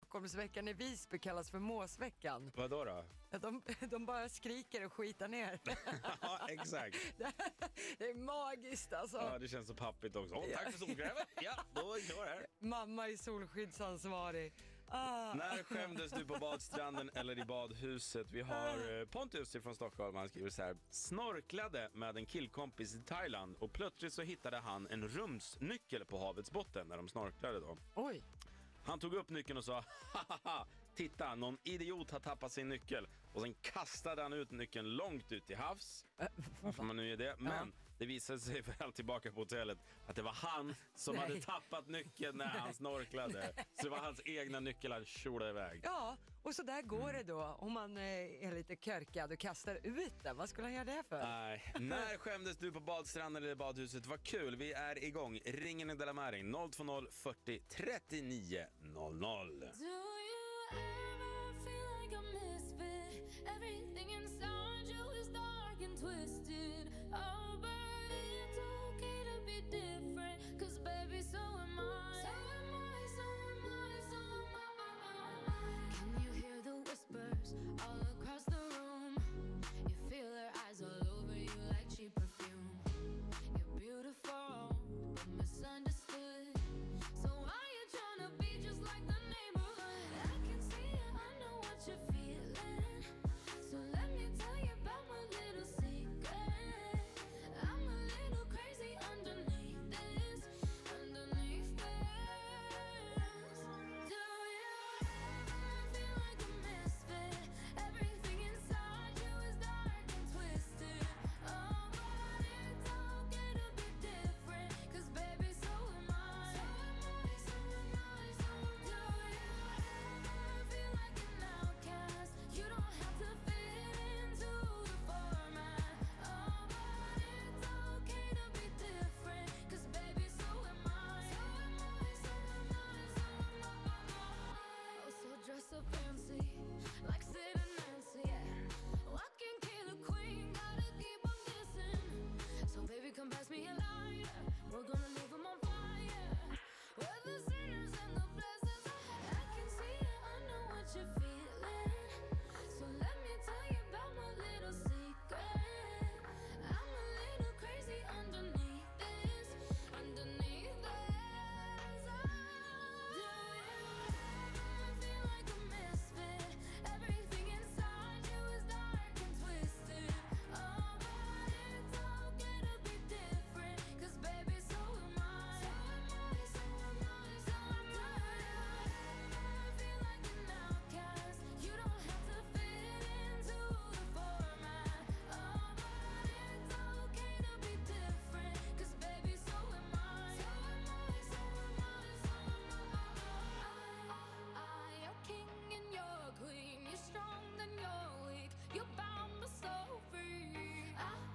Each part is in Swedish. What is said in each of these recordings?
Stockholmsveckan i Visby kallas för Måsveckan. Vadå då? De bara skriker och skitar ner. Ja, exakt. Det är magiskt alltså. Ja, det känns så pappigt också. Tack för solkrämen. Ja, då är jag här. Mamma är solskyddsansvarig. När skämdes du på badstranden eller i badhuset? Vi har Pontus från Stockholm. Han skriver så här: snorklade med en killkompis i Thailand och plötsligt så hittade han en rumsnyckel på havets botten när de snorklade då. Oj. Han tog upp nyckeln och sa haha, titta, någon idiot har tappat sin nyckel. Och sen kastade han ut nyckeln långt ut i havs. Varför man nu är det. Men det visade sig väl tillbaka på hotellet att det var han som hade tappat nyckeln när han snorklade. Så det var hans egna nyckel han tjolade iväg. Ja, och så där går det då om man är lite körkad och kastar ut den. Vad skulle han göra det för? Nej. När skämdes du på badstranden eller badhuset? Vad kul, vi är igång. Ringen i Delamäring 020 40 39 00. Everything inside you is dark and twisted. Oh, but it's okay to be different. 'Cause baby, so am I. So am I, so am I, so am I. Can you hear the whispers all across the room? You feel their eyes all over you like cheap perfume. You're beautiful, but misunderstood. So why you tryna be just like the neighborhood? I can see it, I know what you're feeling. So let me tell you about my little secret. I'm a little crazy underneath this, underneath this. Do you ever feel like a misfit? Everything inside you is dark and twisted. Oh, but it's okay to be different. 'Cause baby, so am I. So am I, so am I, so am I. Do you ever feel like an outcast? You don't have to fit into the format. Oh, but it's okay to be different. 'Cause baby, so am I. So am I, so am I, so am I. Oh, so dress up fancy, like Sid and Nancy. Yeah. I can kill a queen, gotta keep on guessing. So baby, come pass me a lighter. We're gonna leave 'em on fire. We're the sinners and the blessings. I can see it, I know what you're feeling. So let me tell you about my little secret. I'm a little crazy underneath this, underneath this. Do you ever feel like a misfit? Everything inside you is dark and twisted. Oh, but it's okay to be different. 'Cause baby, so am I. So am I, so am I, so am I. Do you ever feel like an outcast? You don't have to fit into the format. Oh, but it's okay to be different. 'Cause baby, so am I. So am I, so am I, so am I. You're king and you're queen. You're strong and you're weak. You're bound but so free.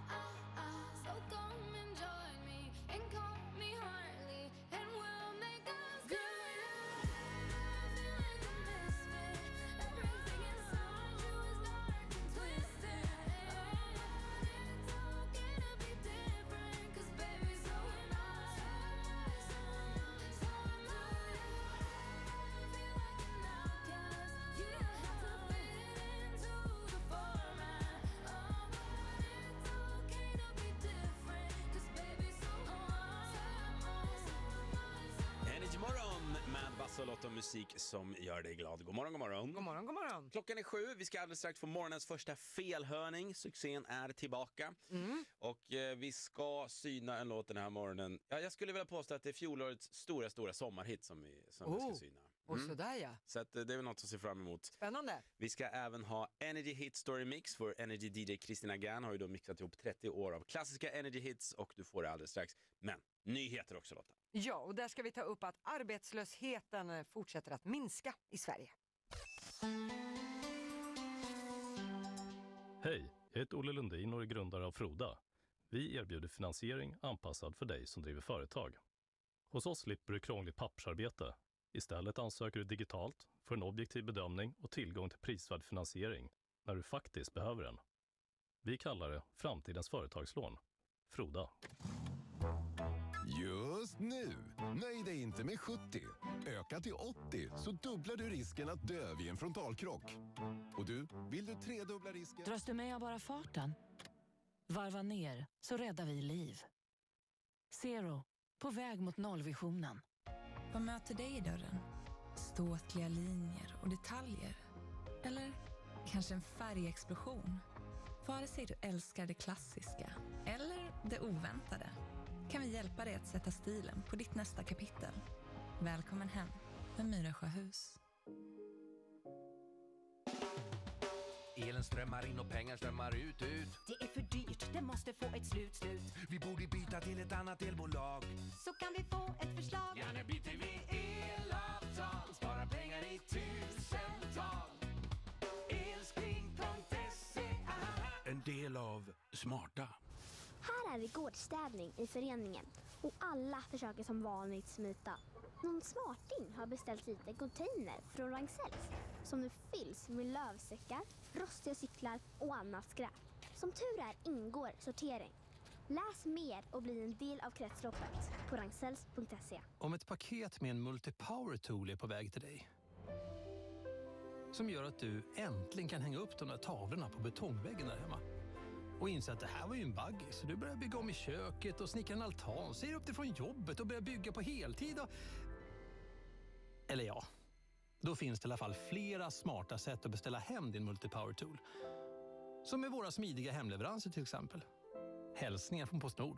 So come and join me and call me Harley, and we'll make us good. Feel like a misfit. Everything inside you is dark and twisted. Oh, but it's okay to be different. 'Cause baby, so am I. So am I, so am I, so am I. Feel like an outcast. You don't have to fit into the format. Oh, but it's okay to be different. 'Cause baby, so am I. So am I, so am I, so am I. Energy morgon med Basse och Lotta, musik som gör dig glad. God morgon, god morgon. God morgon, god morgon. Klockan är 7, vi ska alldeles strax få morgonens första felhörning. Succén är tillbaka. Och vi ska syna en låt den här morgonen. Ja, jag skulle vilja påstå att det är fjolårets stora sommarhit som vi ska syna. Och sådär ja. Så att det är väl något att se fram emot. Spännande. Vi ska även ha Energy Hit Story Mix, för Energy DJ Christina Gern har ju då mixat ihop 30 år av klassiska Energy Hits, och du får det alldeles strax. Men nyheter också, Lotta. Ja, och där ska vi ta upp att arbetslösheten fortsätter att minska i Sverige. Hej, jag heter Olle Lundin och är grundare av Froda. Vi erbjuder finansiering anpassad för dig som driver företag. Hos oss slipper du krångligt pappersarbete. Istället ansöker du digitalt, får en objektiv bedömning och tillgång till prisvärd finansiering när du faktiskt behöver den. Vi kallar det framtidens företagslån. Froda. Just Just nu. Nöj dig inte med 70. Öka till 80 så dubblar du risken att dö vid en frontalkrock. Och du, vill du tredubbla risken? Dras du med av bara farten? Varva ner så räddar vi liv. Zero, på väg mot nollvisionen. Vad möter dig i dörren? Ståtliga linjer och detaljer. Eller kanske en färgexplosion. Vare sig du älskar det klassiska eller det oväntade kan vi hjälpa dig att sätta stilen på ditt nästa kapitel. Välkommen hem med Myrasjöhus. Elen strömmar in och pengar strömmar ut. Det är för dyrt, det måste få ett slut. Vi borde byta till ett annat elbolag. Så kan vi få ett förslag. Ja, nu byter vi elavtal. Spara pengar i tusental. Elspring.se. En del av smarta. Här är det gårdstädning i föreningen och alla försöker som vanligt smita. Någon smarting har beställt hit en container från Ragn-Sells som nu fylls med lövsäckar, rostiga cyklar och annat skräp. Som tur är ingår sortering. Läs mer och bli en del av kretsloppet på ragn-sells.se. Om ett paket med en multipower tool är på väg till dig som gör att du äntligen kan hänga upp de där tavlorna på betongväggen där hemma och inse att det här var ju en buggy, så du börjar bygga om i köket och snickra en altan, ser upp det från jobbet och börjar bygga på heltid och... Eller ja, då finns det i alla fall flera smarta sätt att beställa hem din multipower tool. Som med våra smidiga hemleveranser till exempel. Hälsningar från PostNord.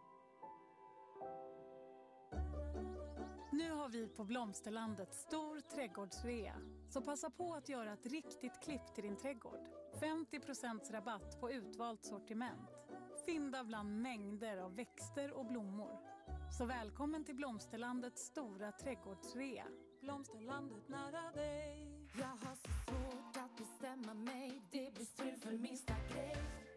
Nu har vi på Blomsterlandet stor trädgårdsrea. Så passa på att göra ett riktigt klipp till din trädgård. 50% rabatt på utvalt sortiment. Fynda bland mängder av växter och blommor. Så välkommen till Blomsterlandets stora trädgårdsrea. Blomsterlandet nära dig. Jag har så svårt att bestämma mig. Det blir strul för minsta grej.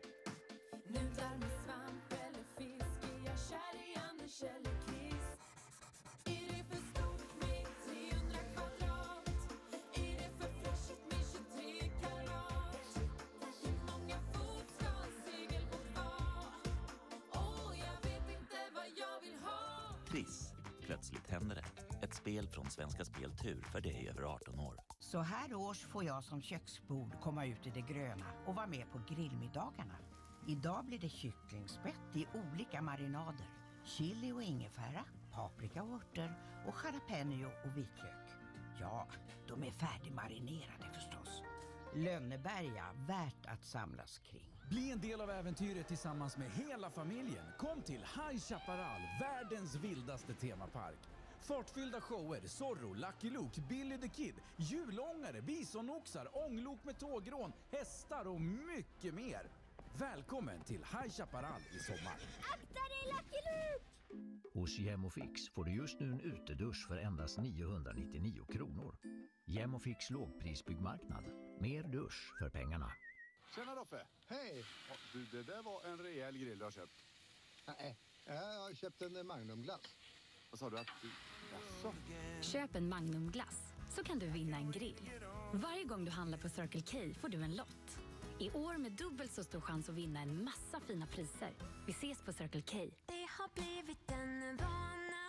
Nudlar med svamp eller fisk. Är jag kär i Anders eller Chris? Är det för stort med 300 kvadrat? Är det för flashigt med 23 karat? Hur många fot ska en segelbåt vara? Jag vet inte vad jag vill ha. Triss. Plötsligt händer det. Ett spel från Svenska Speltur för dig över 18 år. Så här års får jag som köksbord komma ut i det gröna och vara med på grillmiddagarna. Idag blir det kycklingspett i olika marinader. Chili och ingefära, paprika och örter och jalapeno och vitlök. Ja, de är färdigmarinerade förstås. Lönneberga, värt att samlas kring. Bli en del av äventyret tillsammans med hela familjen. Kom till High Chaparral, världens vildaste temapark. Fartfyllda shower, Zorro, Lucky Luke, Billy the Kid, julångare, bisonoxar, ånglok med tågrån, hästar och mycket mer. Välkommen till High Chaparral i sommar. Akta dig Lucky Luke! Hos Gemofix får du just nu en utedusch för endast 999 kronor. Gemofix lågprisbyggmarknad. Mer dusch för pengarna. Tjena Roffe, hej! Du, det där var en rejäl grill du har köpt. Nej, jag har köpt en Magnumglass. Vad sa du att du... Jaså? Köp en Magnumglass så kan du vinna en grill. Varje gång du handlar på Circle K får du en lott. I år med dubbelt så stor chans att vinna en massa fina priser. Vi ses på Circle K. Det har blivit en vana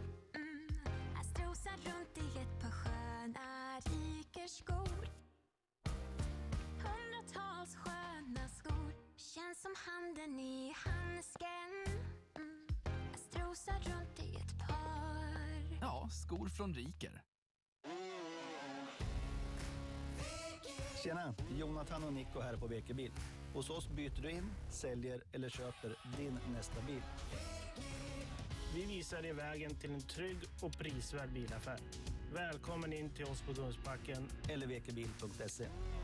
att strosa runt i ett par sköna rikerskor. Hundratals sköna skor känns som handen i handsken. Att strosa runt i ett par. Ja, skor från Riker. Tjena, Jonathan och Nico här på Vekebil. Hos oss byter du in, säljer eller köper din nästa bil. Vi visar dig vägen till en trygg och prisvärd bilaffär. Välkommen in till oss på Kungsbacken eller vekebil.se.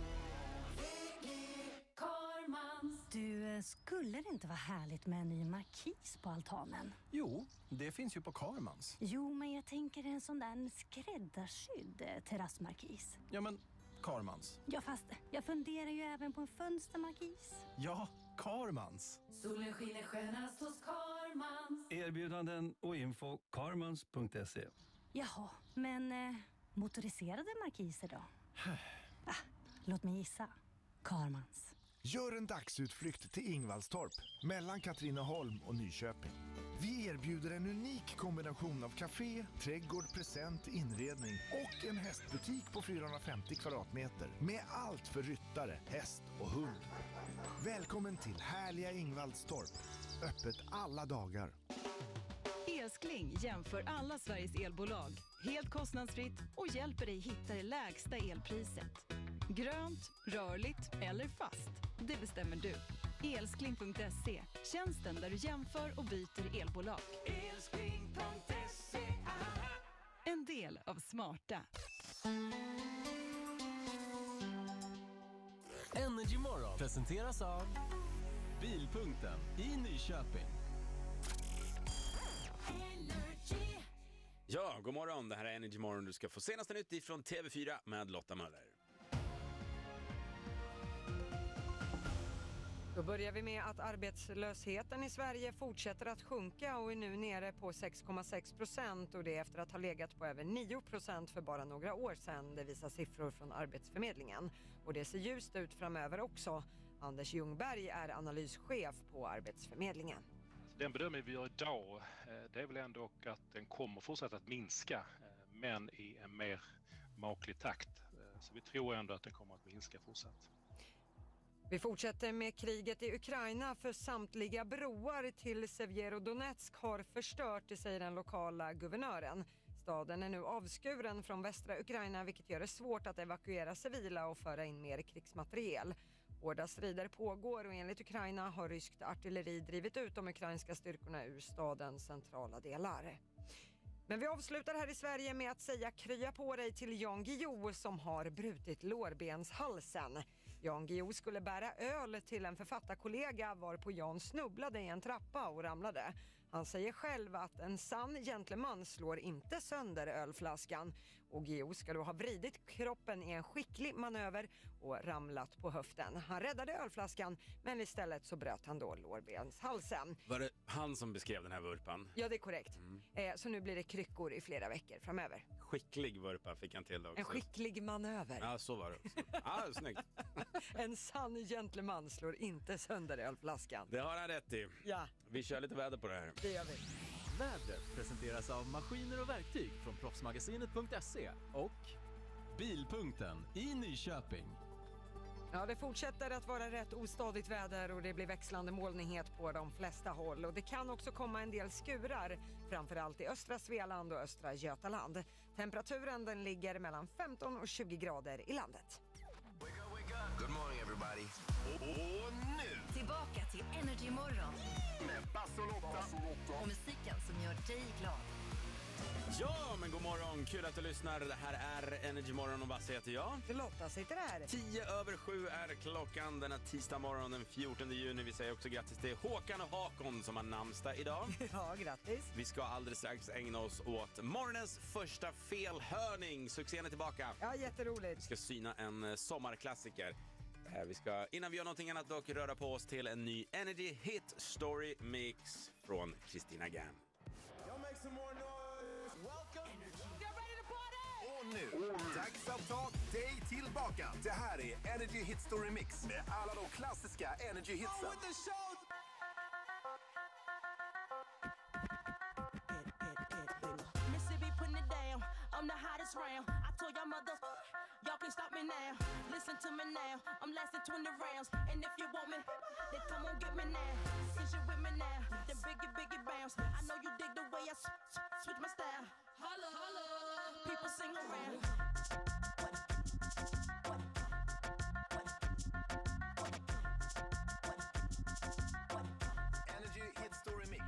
Du, skulle det inte vara härligt med en ny markis på altanen? Jo, det finns ju på Karmans. Jo, men jag tänker en sån där skräddarsydd terrassmarkis. Ja, men Karmans. Ja, fast jag funderar ju även på en fönstermarkis. Ja, Karmans. Solen skiner skönast hos Karmans. Erbjudanden och info karmans.se. Jaha, men motoriserade markiser då? Låt mig gissa. Karmans. Gör en dagsutflykt till Ingvaldstorp mellan Katrineholm och Nyköping. Vi erbjuder en unik kombination av café, trädgård, present, inredning och en hästbutik på 450 kvadratmeter med allt för ryttare, häst och hund. Välkommen till härliga Ingvaldstorp. Öppet alla dagar. Elskling jämför alla Sveriges elbolag helt kostnadsfritt och hjälper dig hitta det lägsta elpriset. Grönt, rörligt eller fast. Det bestämmer du. Elskling.se. Tjänsten där du jämför och byter elbolag. Elskling.se. En del av smarta. Energy Morgon presenteras av Bilpunkten i Nyköping. Ja, god morgon. Det här är Energy Morgon. Du ska få senaste nytt ifrån TV4 med Lotta Möller. Då börjar vi med att arbetslösheten i Sverige fortsätter att sjunka och är nu nere på 6,6% och det efter att ha legat på över 9% för bara några år sedan. Det visar siffror från Arbetsförmedlingen. Och det ser ljust ut framöver också. Anders Ljungberg är analyschef på Arbetsförmedlingen. Den bedömning vi gör idag, det är väl ändå att den kommer fortsätta att minska, men i en mer maklig takt. Så vi tror ändå att den kommer att minska fortsatt. Vi fortsätter med kriget i Ukraina för samtliga broar till Severodonetsk har förstört, det säger den lokala guvernören. Staden är nu avskuren från västra Ukraina vilket gör det svårt att evakuera civila och föra in mer krigsmateriel. Hårda strider pågår och enligt Ukraina har ryskt artilleri drivit ut de ukrainska styrkorna ur stadens centrala delar. Men vi avslutar här i Sverige med att säga krya på dig till Jan Guillou som har brutit lårbenshalsen. Jan Guillou skulle bära öl till en författarkollega varpå Jan snubblade i en trappa och ramlade. Han säger själv att en sann gentleman slår inte sönder ölflaskan. Och Guillou ska då ha vridit kroppen i en skicklig manöver och ramlat på höften. Han räddade ölflaskan men istället så bröt han då lårbenshalsen. Var det han som beskrev den här vurpan? Ja, det är korrekt. Så nu blir det kryckor i flera veckor framöver. Skicklig vurpa fick han till också. En skicklig manöver. Ja, så var det också. Snyggt. En sann gentleman slår inte sönder ölflaskan. Det har han rätt i. Ja. Vi kör lite väder på det här. Det gör vi. Vädret presenteras av maskiner och verktyg från proffsmagasinet.se och Bilpunkten i Nyköping. Ja, det fortsätter att vara rätt ostadigt väder och det blir växlande molnighet på de flesta håll. Och det kan också komma en del skurar, framförallt i östra Svealand och östra Götaland. Temperaturen den ligger mellan 15 och 20 grader i landet. Good morning everybody. Och nu tillbaka till Energy Morgon med Basse och Lotta. Och musiken som gör dig glad. Ja, men god morgon. Kul att du lyssnar. Det här är Energy Morgon och Basse heter jag. Lotta sitter här. 7:10 är klockan denna tisdag morgon den 14 juni. Vi säger också grattis till Håkan och Hakon som har namnsdag idag. Ja, grattis. Vi ska alldeles strax ägna oss åt morgonens första felhörning. Succén är tillbaka. Ja, jätteroligt. Vi ska syna en sommarklassiker. Vi ska, innan vi gör någonting annat dock, röra på oss till en ny Energy Hit Story Mix från Christina Gann. Och nu, dags att ta dig tillbaka. Det här är Energy Hit Story Mix med alla de klassiska Energy-hitsen. Mississippi putting it down, I'm the hottest round. I told y'all mother, y'all can stop me now. Listen to me now, I'm lasting 20 rounds. And if you want me, then come on get me now. Since you with me now, then biggie bounce. I know you dig the way I switch my style. Holla, holla, people sing around. Energy Hit Story Mix.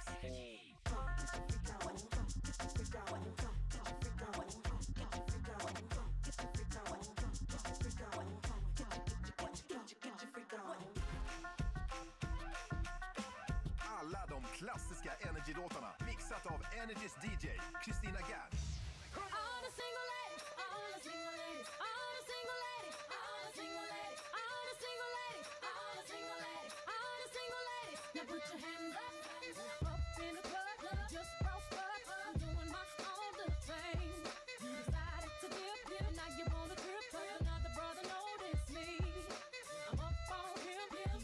Alla de klassiska Energy-låtarna mixat av Energys DJ Christina Gann. All the single ladies, all the single ladies, all the single ladies, all the single ladies, all the single ladies, all the single ladies, all the single ladies. Now put your hands up in the club, just broke up. I'm doing my own little thing. You decided to dip, and now you wanna trip 'cause another brother noticed me. I'm up on him,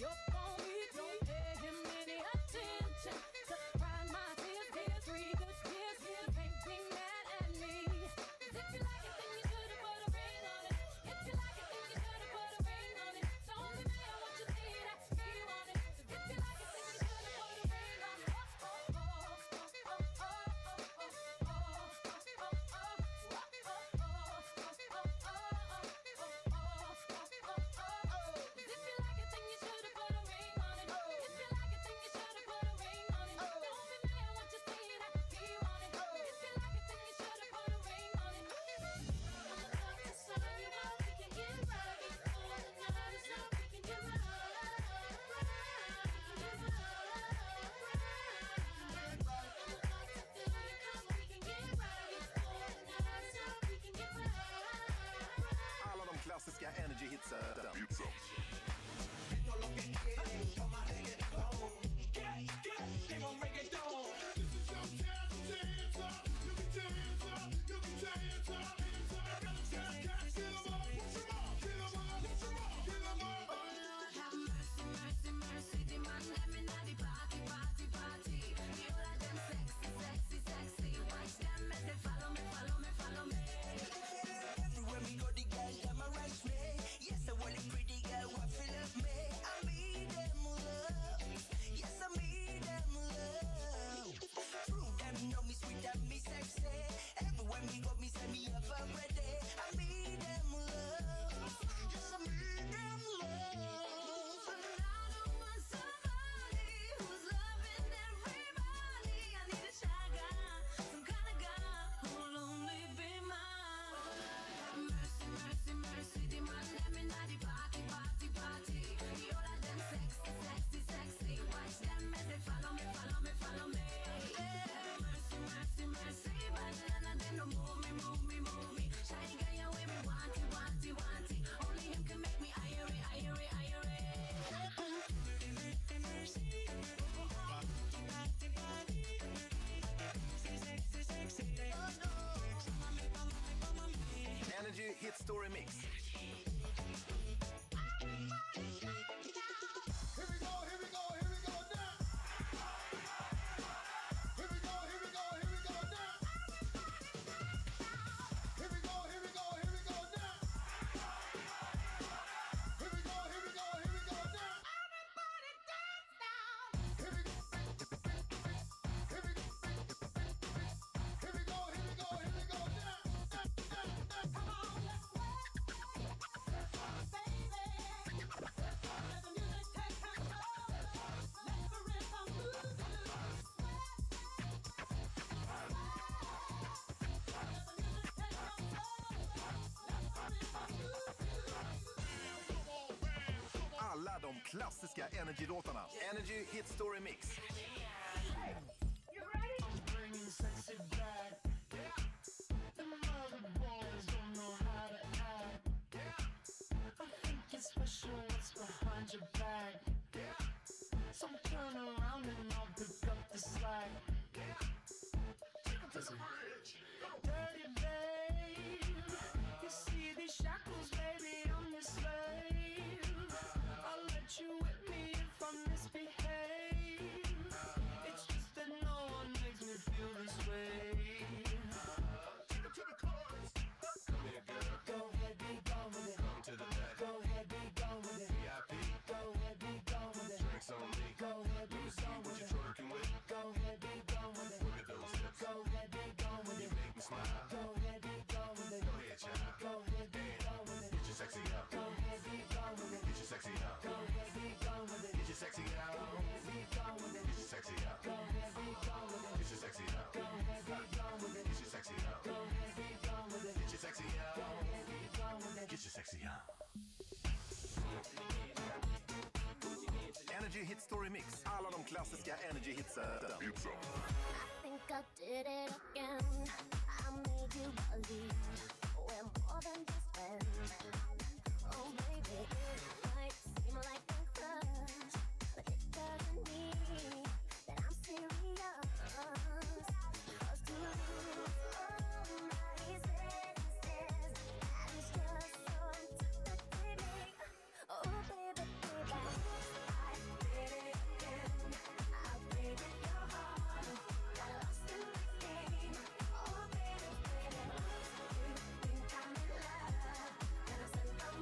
Hits. Energy Hit Story Mix. Alla de klassiska Energy-låtarna. Energy Hit Story Mix. Energy Hit Story Mix. Alla de klassiska Energy Hits. I think I did it again. I made you believe we're more than just friends. Oh baby, it might seem like a crush, but it doesn't mean that I'm serious. 'Cause to lose all my senses, that is just so untypical. Oh baby, baby, I did it again. I break your heart, got lost in the game. Oh baby, baby, you think I'm in love, and I'm sent from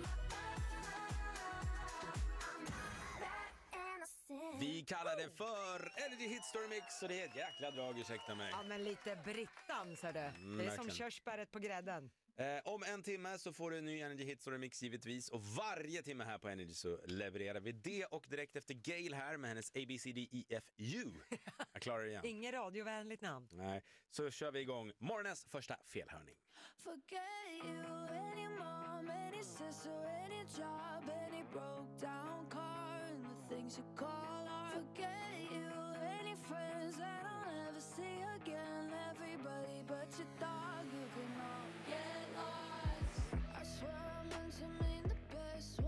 above. I'm not that innocent. Vi kallar det för Energy Hit Story Mix och det är ett jäkla drag, ursäkta mig. Ja, men lite Brittan, så det. Det är som verkligen. körsbäret på grädden. Om en timme så får du en ny Energy Hit Story Mix givetvis, och varje timme här på Energy så levererar vi det, och direkt efter Gail här med hennes ABCDEFU. Jag klarar det igen. Ingen radiovänligt namn. Nej, så kör vi igång morgonens första felhörning. Forget you, any mom, any sister, any job, any broke down car, and the things you call art. Forget you, any friends that I'll never see again. Everybody but your dog, you can all get lost. I swear I meant to mean the best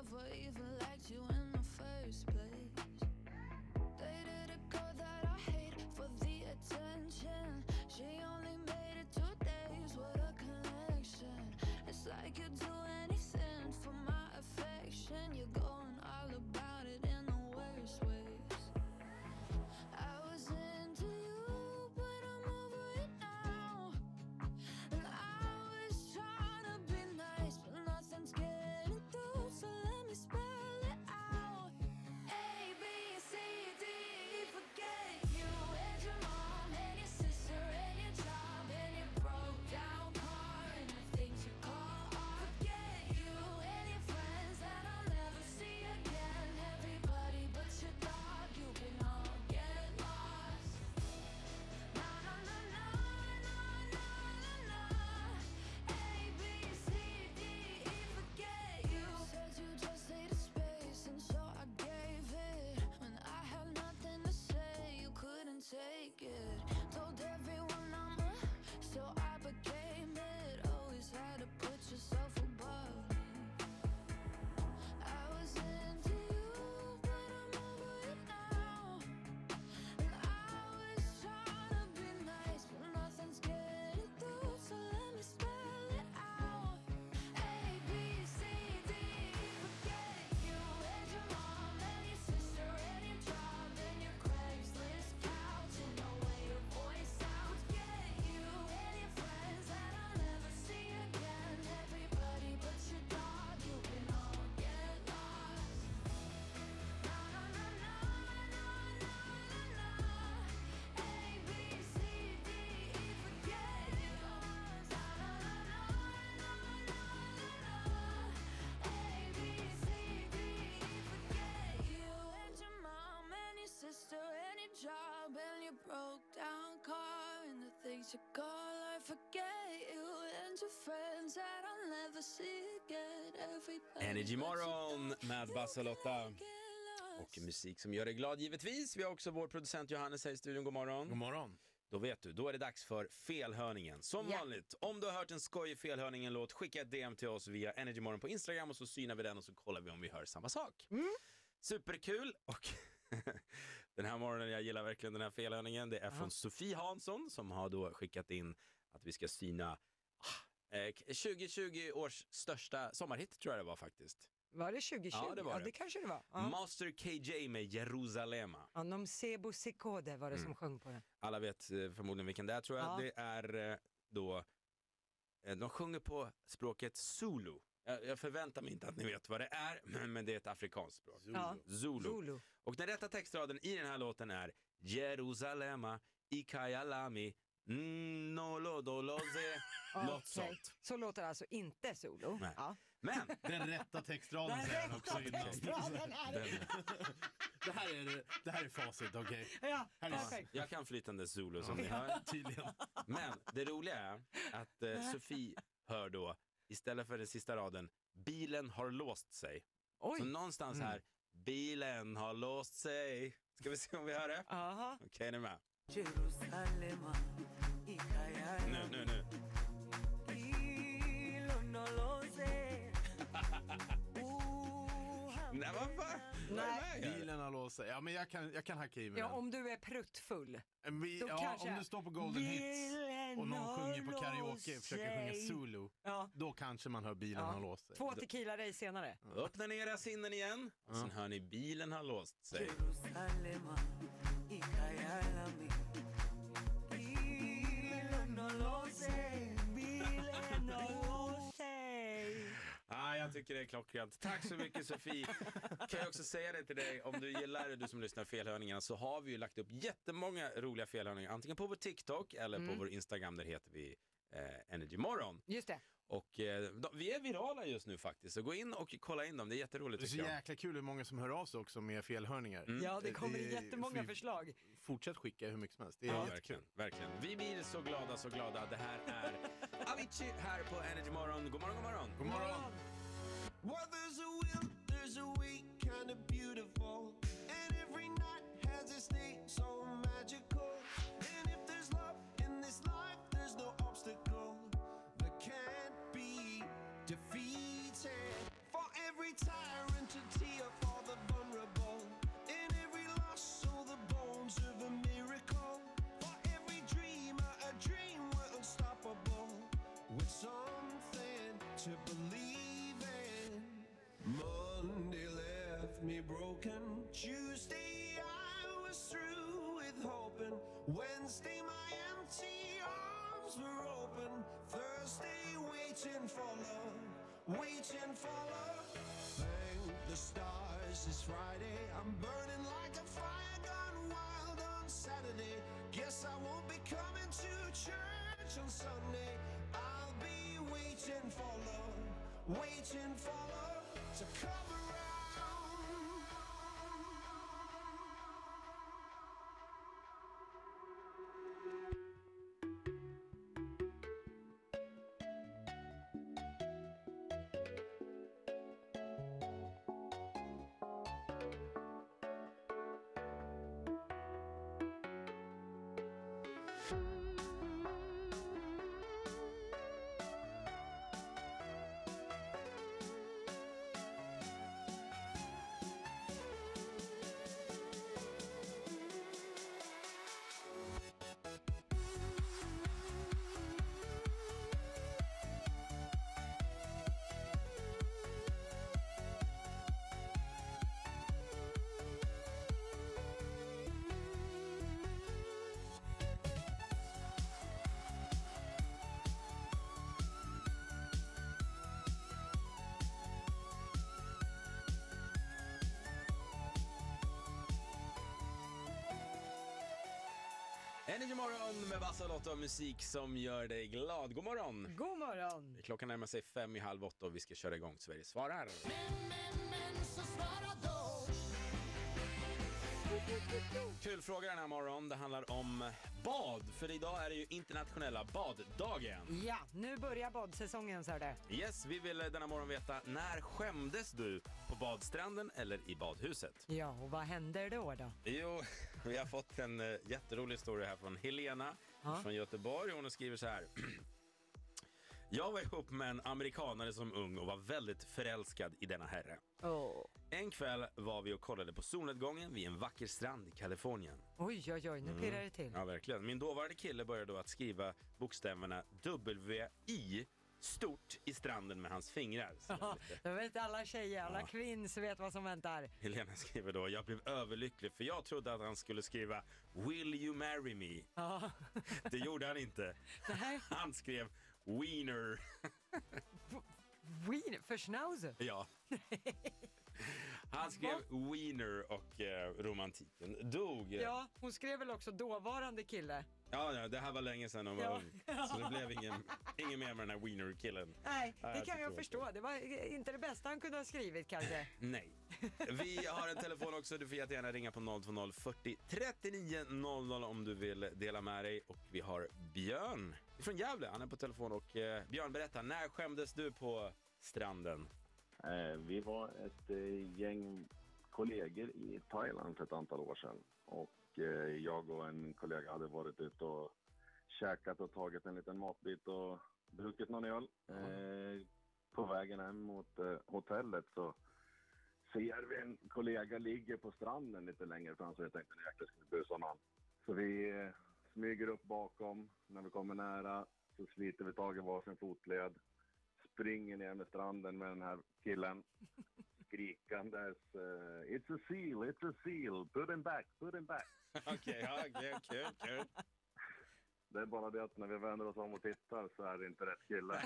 never even liked you in the first place. Dated a girl that I hate for the attention. She only made it 2 days, what a connection. It's like you'd do anything for my affection. You're going all about it in the worst ways. I was into you, but I'm over it now. And I was trying to be nice, but nothing's getting through, so let me spell it out. A, B, C, D, E, forget you and your mom and your sister and your job and your broke down car and the things you call art. Forget you and your friends that I'll never see again. Everybody but your dog, you can all get lost. Na na na na na na na na. A, B, C, D, E, forget you. Said you just needed space, and so I gave it. When I had nothing to say, you couldn't take it. Told everyone I'm a, so I became it. Always had to put yourself above me. I was into you, but I'm over it now. And I was trying to be nice, but nothing's getting through, so let me spell it out. A, B, C, D, E, forget you and your mom and your sister and your job and your Craigslist couch and the way your voice sounds. Get you and your friends that I'll never see again. Everybody but your dog, you can all get lost. Na na na na na na na na. A, B, C, D, E, forget you. Na na na na na na na na. A, B, C, D, E, forget you and your mom and your sister and your job and your broke down car and the things you call I forget you and your friends that I'll never see again. Everybody Energy Morgon med Basse och Lotta. Och musik som gör dig glad givetvis. Vi har också vår producent Johannes här i studion. God morgon. God morgon. Då vet du, då är det dags för felhörningen. Som vanligt, om du har hört en skoj felhörningen-låt, skicka ett DM till oss via Energy Morgon på Instagram och så synar vi den och så kollar vi om vi hör samma sak. Superkul. Och den här morgonen, jag gillar verkligen den här felhörningen. Det är från Sofie Hansson som har då skickat in att vi ska syna 2020 års största sommarhit, tror jag det var faktiskt. Var det 2020? Ja, det var det. Det kanske det var. Master KJ med Jerusalema. Ja, Nomsebo Sikode var det som sjöng på den. Alla vet förmodligen vilken det är, tror jag. Ja. Det är då de sjunger på språket Zulu. Jag förväntar mig inte att ni vet vad det är, men det är ett afrikanskt språk. Zulu. Och den rätta textraden i den här låten är Jerusalema ikayalami nolodoloze. Något sånt. Så låter alltså inte Zulu. Nej. Ja. Men den rätta textraden säger han också innan. Det här är facit, okej? Ja, jag kan flytande Zulu som ni hör. Tydligen. Men det roliga är att Sofie hör då istället för den sista raden, bilen har låst sig. Så någonstans här, bilen har låst sig. Ska vi se om vi hör det? Okej, är ni med? Jerusalema, Nu. Nej, vad fan? Nej. Bilen har låst sig. Ja, men jag kan hacka i med Ja, den. om du är pruttfull. Om du står på Golden Hits och någon sjunger på karaoke och försöker sjunga Zulu, då kanske man hör bilen har låst sig. 2 tequila dig senare. Öppna ner era sinnen igen. Och sen hör ni bilen har låst sig. Jerusalema, ikayalami. Bilen har låst sig. Bilen har låst sig. Jag tycker det är klockrent. Tack så mycket, Sofie. Kan jag också säga det till dig, om du gillar det, du som lyssnar felhörningarna, så har vi ju lagt upp jättemånga roliga felhörningar, antingen på vår TikTok eller på vår Instagram, där heter vi Energy Morgon. Just det. Och vi är virala just nu faktiskt, så gå in och kolla in dem, det är jätteroligt. Det är så jäkla kul hur många som hör av sig också med felhörningar. Ja, det kommer jättemånga förslag. Fortsätt skicka hur mycket som helst, det är verkligen. Vi blir så glada. Det här är Avicii här på Energy Morgon. God morgon. God morgon. Well, there's a will, there's a way, kind of beautiful. And every night has its day, so magical. And if there's love in this life, there's no obstacle that can't be defeated. For every tyrant to believe in. Monday left me broken. Tuesday I was through with hoping. Wednesday my empty arms were open. Thursday waiting for love, waiting for love. Thank the stars it's Friday. I'm burning like a fire gone wild on Saturday. Guess I won't be coming to church on Sunday. I'll be waiting for love, waiting for love to come around. Energy morgon med Basse och Lotta och musik som gör dig glad. God morgon! God morgon! Klockan närmar sig 7:30 och vi ska köra igång Sverige svarar. Men så svara då. Kul fråga den här morgon. Det handlar om bad. För idag är det ju internationella baddagen. Ja, nu börjar badsäsongen så är det. Yes, vi vill denna morgon veta, när skämdes du på badstranden eller i badhuset? Ja, och vad händer då? Jo, vi har fått en jätterolig historia här från Helena från Göteborg. Hon skriver så här. Jag var ihop med en amerikanare som ung och var väldigt förälskad i denna herre. En kväll var vi och kollade på solnedgången vid en vacker strand i Kalifornien. Oj, nu pirrar det till. Ja, verkligen. Min dåvarande kille började då att skriva bokstäverna WI stort i stranden med hans fingrar. Ja, jag vet alla tjejer, alla kvinns vet vad som väntar. Helena skriver då, jag blev överlycklig för jag trodde att han skulle skriva Will you marry me? Ja. Det gjorde han inte. Han skrev Wiener. Wiener? För schnauzer? Ja. Han skrev Wiener och romantiken dog. Ja, hon skrev väl också dåvarande kille. Ja, det här var länge sedan hon var ung. Så det blev ingen mer med den här Wiener-killen. Nej, det kan jag förstå. Det var inte det bästa han kunde ha skrivit kanske. Nej. Vi har en telefon också. Du får jättegärna ringa på 020 40 39 00 om du vill dela med dig. Och vi har Björn från Gävle. Han är på telefon och Björn, berätta, när skämdes du på stranden? Vi var ett gäng kollegor i Thailand för ett antal år sedan. Och jag och en kollega hade varit ute och käkat och tagit en liten matbit och druckit någon öl. På vägen hem mot hotellet så ser vi en kollega ligga på stranden lite längre fram, så jag tänkte att jag skulle busa någon. Så vi smyger upp bakom. När vi kommer nära så sliter vi tag i varsin fotled. Springer ner med stranden med den här killen. Skrikandes it's a seal, put him back. Okej, kul. Det är bara det att när vi vänder oss om och tittar så är det inte rätt kille.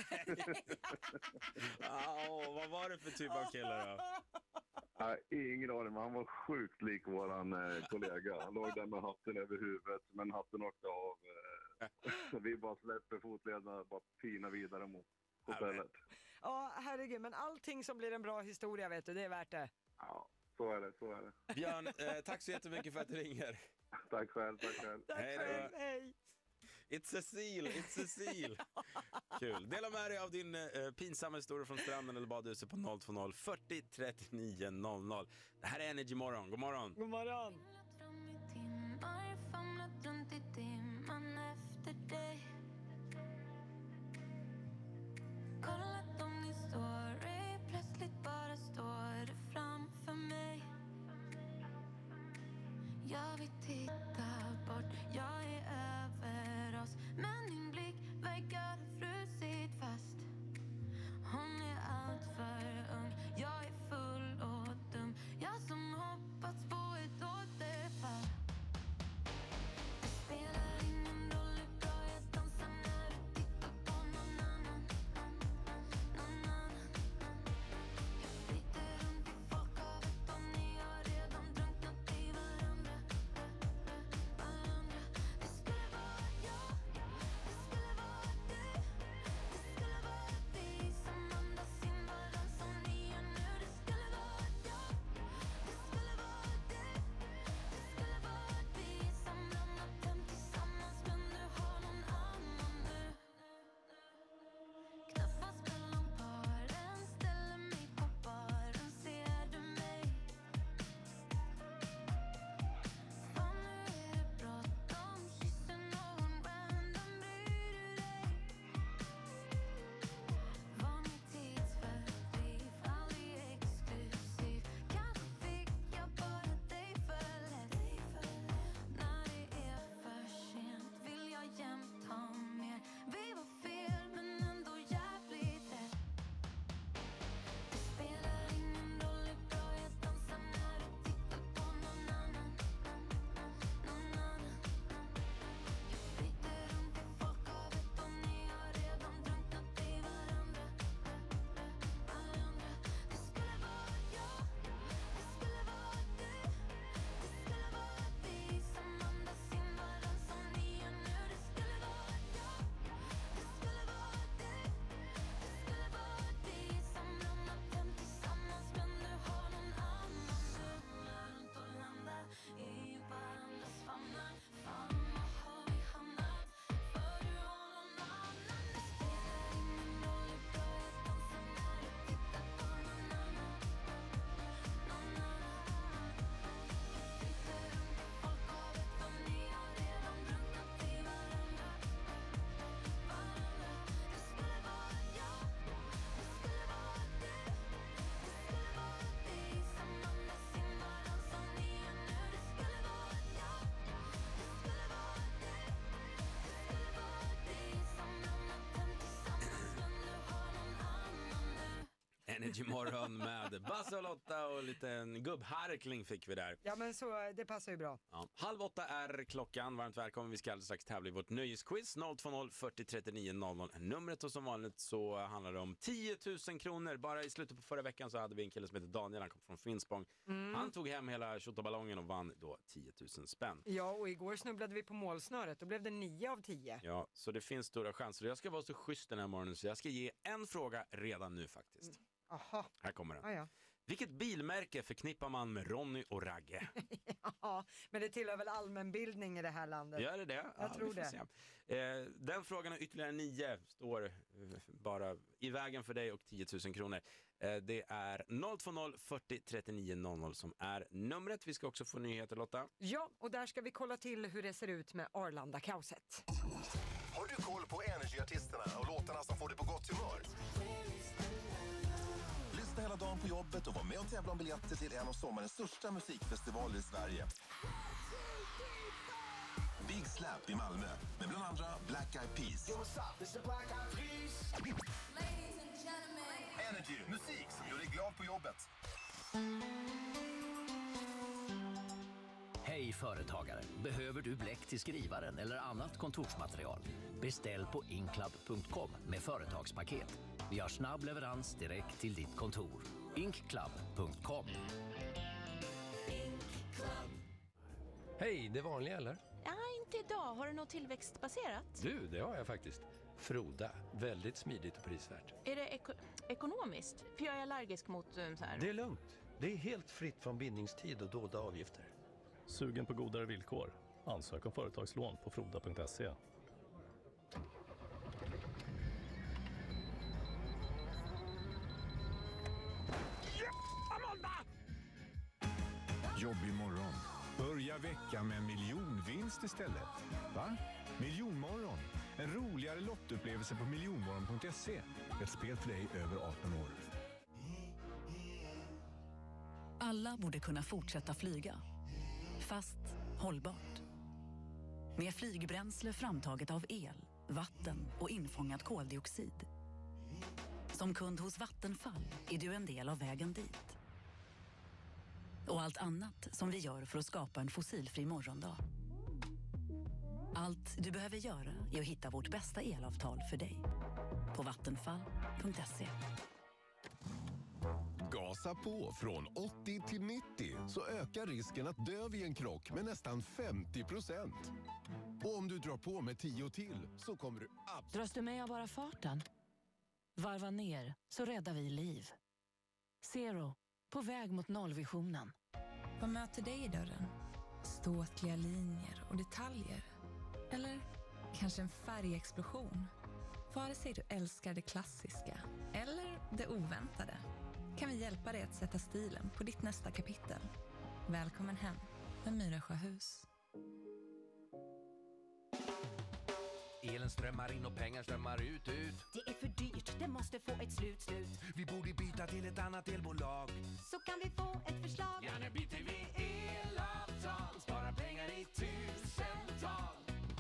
Vad var det för typ av kille då? Ingen aning, men han var sjukt lik våran kollega. Han låg där med hatten över huvudet, men hatten åkte av. Så vi bara släpper fotlederna, bara pina vidare mot hotellet. Ja, herregud, men allting som blir en bra historia, vet du, det är värt det. Ja, så är det. Björn, tack så jättemycket för att du ringer. Tack själv. Hej. It's a seal. Kul. Dela med dig av din pinsamma historia från stranden eller badhuset på 020 40 39 00. Det här är Energy morgon. God morgon. God morgon. Famlat runt i dimman efter dig. Kollat om din story, plötsligt bara står det framför mig. Jag vill titta bort, jag är över oss, men din blick verkar frusit fast. Och Energy Morgon med Basse och Lotta och liten gubbharkling fick vi där. Ja, men så det passar ju bra. Ja. 7:30 är klockan. Varmt välkommen. Vi ska alldeles strax tävla i vårt nöjesquiz. 020 40 39 00 numret, och som vanligt så handlar det om 10 000 kronor. Bara i slutet på förra veckan så hade vi en kille som heter Daniel. Han kom från Finspång. Han tog hem hela tjottaballongen och vann då 10 000 spänn. Ja, och igår snubblade vi på målsnöret. Då blev det 9 av 10. Ja, så det finns stora chanser. Jag ska vara så schysst den här morgonen så jag ska ge en fråga redan nu faktiskt. Aha. Här kommer den. Ah, ja. Vilket bilmärke förknippar man med Ronny och Ragge? Ja, men det tillhör väl allmänbildning i det här landet. Gör det det? Jag tror det. Den frågan och ytterligare 9 står bara i vägen för dig och 10 000 kronor. Det är 020 40 39 00 som är numret. Vi ska också få nyheter, Lotta. Ja, och där ska vi kolla till hur det ser ut med Arlanda-kaoset. Har du koll på Energy-artisterna och låtarna som får dig på gott humör? Lyssna hela dagen på jobbet och var med och tävla om biljetter till en av sommarens största musikfestivaler i Sverige. Big Slap i Malmö med bland andra Black Eyed Peas. Energy, musik som gör dig glad på jobbet. Hej företagare! Behöver du bläck till skrivaren eller annat kontorsmaterial? Beställ på inklub.com med företagspaket. Vi har snabb leverans direkt till ditt kontor. Inklub.com. Hej, det är vanliga eller? Ja, inte idag. Har du något tillväxtbaserat? Du, det har jag faktiskt. Froda, väldigt smidigt och prisvärt. Är det ekonomiskt? För jag är allergisk mot så här. Det är lugnt. Det är helt fritt från bindningstid och dolda avgifter. Sugen på godare villkor? Ansök om företagslån på froda.se. Jobbig morgon. Börja veckan med en miljonvinst istället. Va? Miljonmorgon. En roligare lottupplevelse på miljonmorgon.se. Ett spel för dig över 18 år. Alla borde kunna fortsätta flyga. Fast hållbart. Med flygbränsle framtaget av el, vatten och infångad koldioxid. Som kund hos Vattenfall är du en del av vägen dit. Och allt annat som vi gör för att skapa en fossilfri morgondag. Allt du behöver göra är att hitta vårt bästa elavtal för dig. På vattenfall.se. Gasa på från 80 till 90 så ökar risken att dö vid en krock med nästan 50%. Och om du drar på med 10 till så kommer du Dras du med av bara farten? Varva ner så räddar vi liv. Zero, på väg mot nollvisionen. Vad möter dig i dörren? Ståtliga linjer och detaljer. Eller kanske en färgexplosion. Vare sig du älskar det klassiska eller det oväntade kan vi hjälpa dig att sätta stilen på ditt nästa kapitel. Välkommen hem med Myresjöhus. Elen strömmar in och pengar strömmar ut. Det är för dyrt, det måste få ett slut. Vi borde byta till ett annat elbolag. Så kan vi få ett förslag. Ja, nu byter vi elavtal. Sparar pengar i tusental.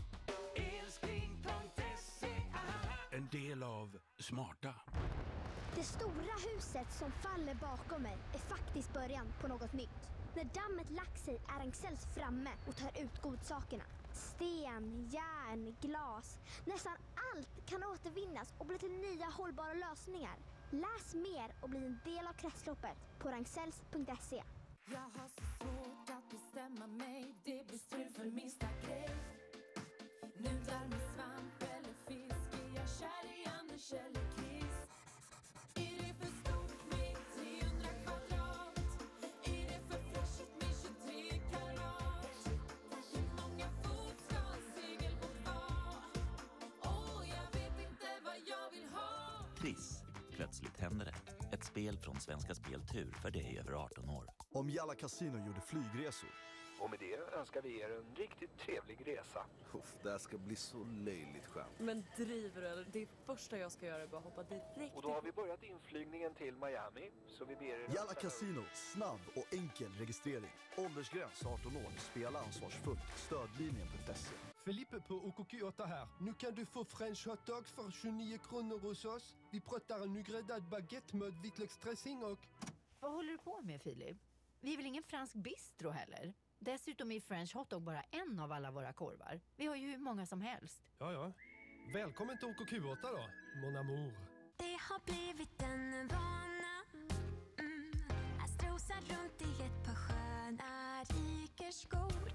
Elspring.se. en del av smarta. Det stora huset som faller bakom mig är faktiskt början på något nytt. När dammet lagt sig är Ragn-Sells framme och tar ut godsakerna. Sten, järn, glas. Nästan allt kan återvinnas och bli till nya hållbara lösningar. Läs mer och bli en del av kretsloppet på ragn-sells.se. Jag har så svårt att bestämma mig. Det blir strul för minsta grej. Nudlar med svamp eller fisk. Är jag kär i Anders eller Chris? Är det för stort med 300 kvadrat? Är det för flashigt med 23 karat? Hur många fot ska en segelbåt vara? Jag vet inte vad jag vill ha. Triss. Plötsligt händer det. Ett spel från Svenska Speltur för dig över 18 år. Om Jalla Casino gjorde flygresor. Och med det önskar vi er en riktigt trevlig resa. Det här ska bli så löjligt skönt. Men driver du eller? Det första jag ska göra är bara hoppa direkt. Och då har vi börjat inflygningen till Miami. Så vi ber er... Jalla Casino. Snabb och enkel registrering. Åldersgräns 18 år. Spela ansvarsfullt. Stödlinjen.se. Felipe på OKQ8 här. Nu kan du få French hotdog för 29 kronor hos oss. Vi pratar en nygräddad baguette med vitlöksdressing och... Vad håller du på med, Filip? Vi är väl ingen fransk bistro heller? Dessutom är French hotdog bara en av alla våra korvar. Vi har ju hur många som helst. Ja. Välkommen till OKQ8 då, mon amour. Det har blivit en vana att strosa runt i ett par sköna rikerskor.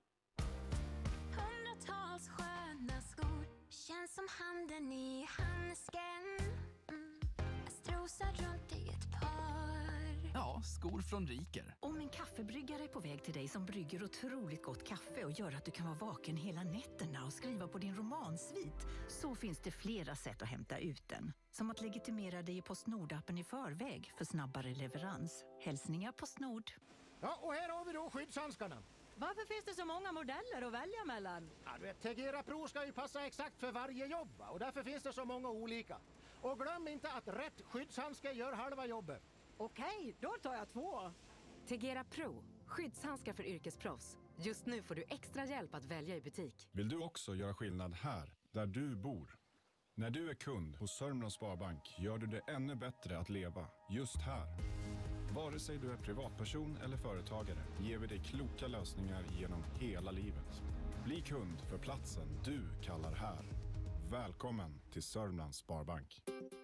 Hundratals sköna skor känns som handen i handsken. Att strosa runt i ett par. Ja, skor från Riker. Om en kaffebryggare är på väg till dig som brygger otroligt gott kaffe och gör att du kan vara vaken hela nätterna och skriva på din romansvit, så finns det flera sätt att hämta ut den. Som att legitimera dig i Postnord-appen i förväg för snabbare leverans. Hälsningar Postnord. Ja, och här har vi då skyddshandskarna. Varför finns det så många modeller att välja mellan? Ja, du vet, Tegera Pro ska ju passa exakt för varje jobb, va? Och därför finns det så många olika. Och glöm inte att rätt skyddshandske gör halva jobbet. Okej, då tar jag 2. Tegera Pro, skyddshandskar för yrkesproffs. Just nu får du extra hjälp att välja i butik. Vill du också göra skillnad här, där du bor? När du är kund hos Sörmlands Sparbank gör du det ännu bättre att leva just här. Vare sig du är privatperson eller företagare ger vi dig kloka lösningar genom hela livet. Bli kund för platsen du kallar här. Välkommen till Sörmlands Sparbank.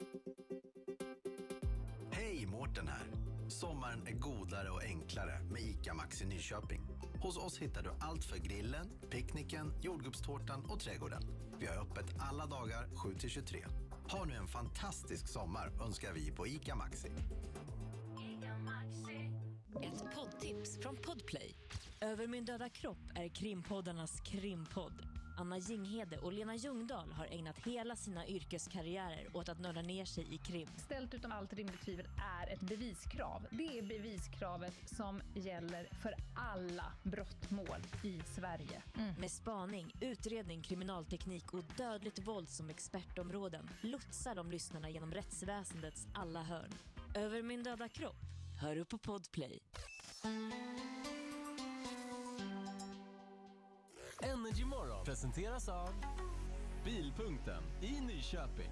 Hej, Mårten här. Sommaren är godare och enklare med ICA Maxi Nyköping. Hos oss hittar du allt för grillen, picknicken, jordgubbstårtan och trädgården. Vi har öppet alla dagar 7-23. Ha nu en fantastisk sommar önskar vi på ICA Maxi. Ett poddtips från Podplay. Över min döda kropp är krimpoddarnas krimpodd. Anna Jinghede och Lena Ljungdahl har ägnat hela sina yrkeskarriärer åt att nörda ner sig i krim. Ställt utom allt rimligt tvivel är ett beviskrav. Det är beviskravet som gäller för alla brottmål i Sverige. Med spaning, utredning, kriminalteknik och dödligt våld som expertområden lotsar de lyssnarna genom rättsväsendets alla hörn. Över min döda kropp. Hör du på Podplay. Energy Morgon presenteras av Bilpunkten i Nyköping.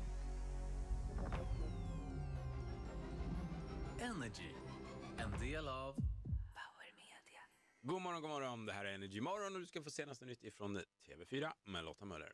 Energy, en del av Power Media. God morgon. Det här är Energy Morgon och du ska få senaste nytt ifrån TV4 med Lotta Möller.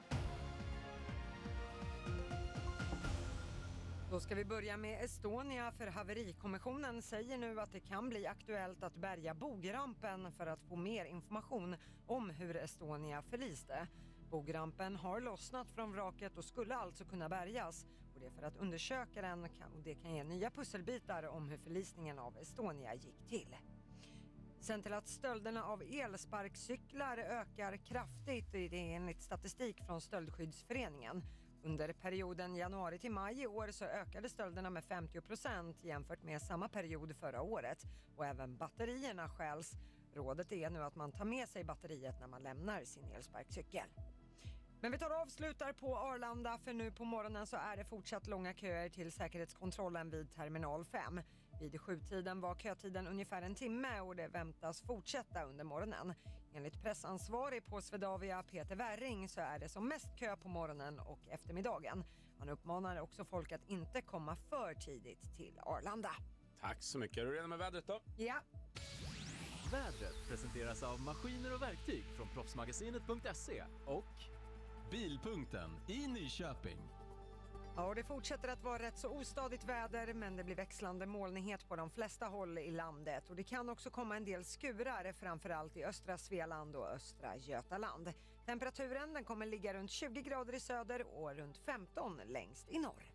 Då ska vi börja med Estonia, för haverikommissionen säger nu att det kan bli aktuellt att bärga bogrampen för att få mer information om hur Estonia förliste. Bogrampen har lossnat från vraket och skulle alltså kunna bärgas, och det är för att undersöka den och det kan ge nya pusselbitar om hur förlisningen av Estonia gick till. Sen till att stölderna av elsparkcyklar ökar kraftigt, det är enligt statistik från Stöldskyddsföreningen. Under perioden januari till maj i år så ökade stölderna med 50% jämfört med samma period förra året. Och även batterierna stjäls. Rådet är nu att man tar med sig batteriet när man lämnar sin elsparkcykel. Men vi tar och avslutar på Arlanda, för nu på morgonen så är det fortsatt långa köer till säkerhetskontrollen vid terminal 5. Vid 7-tiden var kötiden ungefär en timme och det väntas fortsätta under morgonen. Enligt pressansvarig på Swedavia, Peter Wärring, så är det som mest kö på morgonen och eftermiddagen. Han uppmanar också folk att inte komma för tidigt till Arlanda. Tack så mycket. Är du redan med vädret då? Ja. Vädret presenteras av maskiner och verktyg från proffsmagasinet.se och Bilpunkten i Nyköping. Ja, och det fortsätter att vara rätt så ostadigt väder, men det blir växlande molnighet på de flesta håll i landet. Och det kan också komma en del skurar, framförallt i östra Svealand och östra Götaland. Temperaturen den kommer ligga runt 20 grader i söder och runt 15 längst i norr.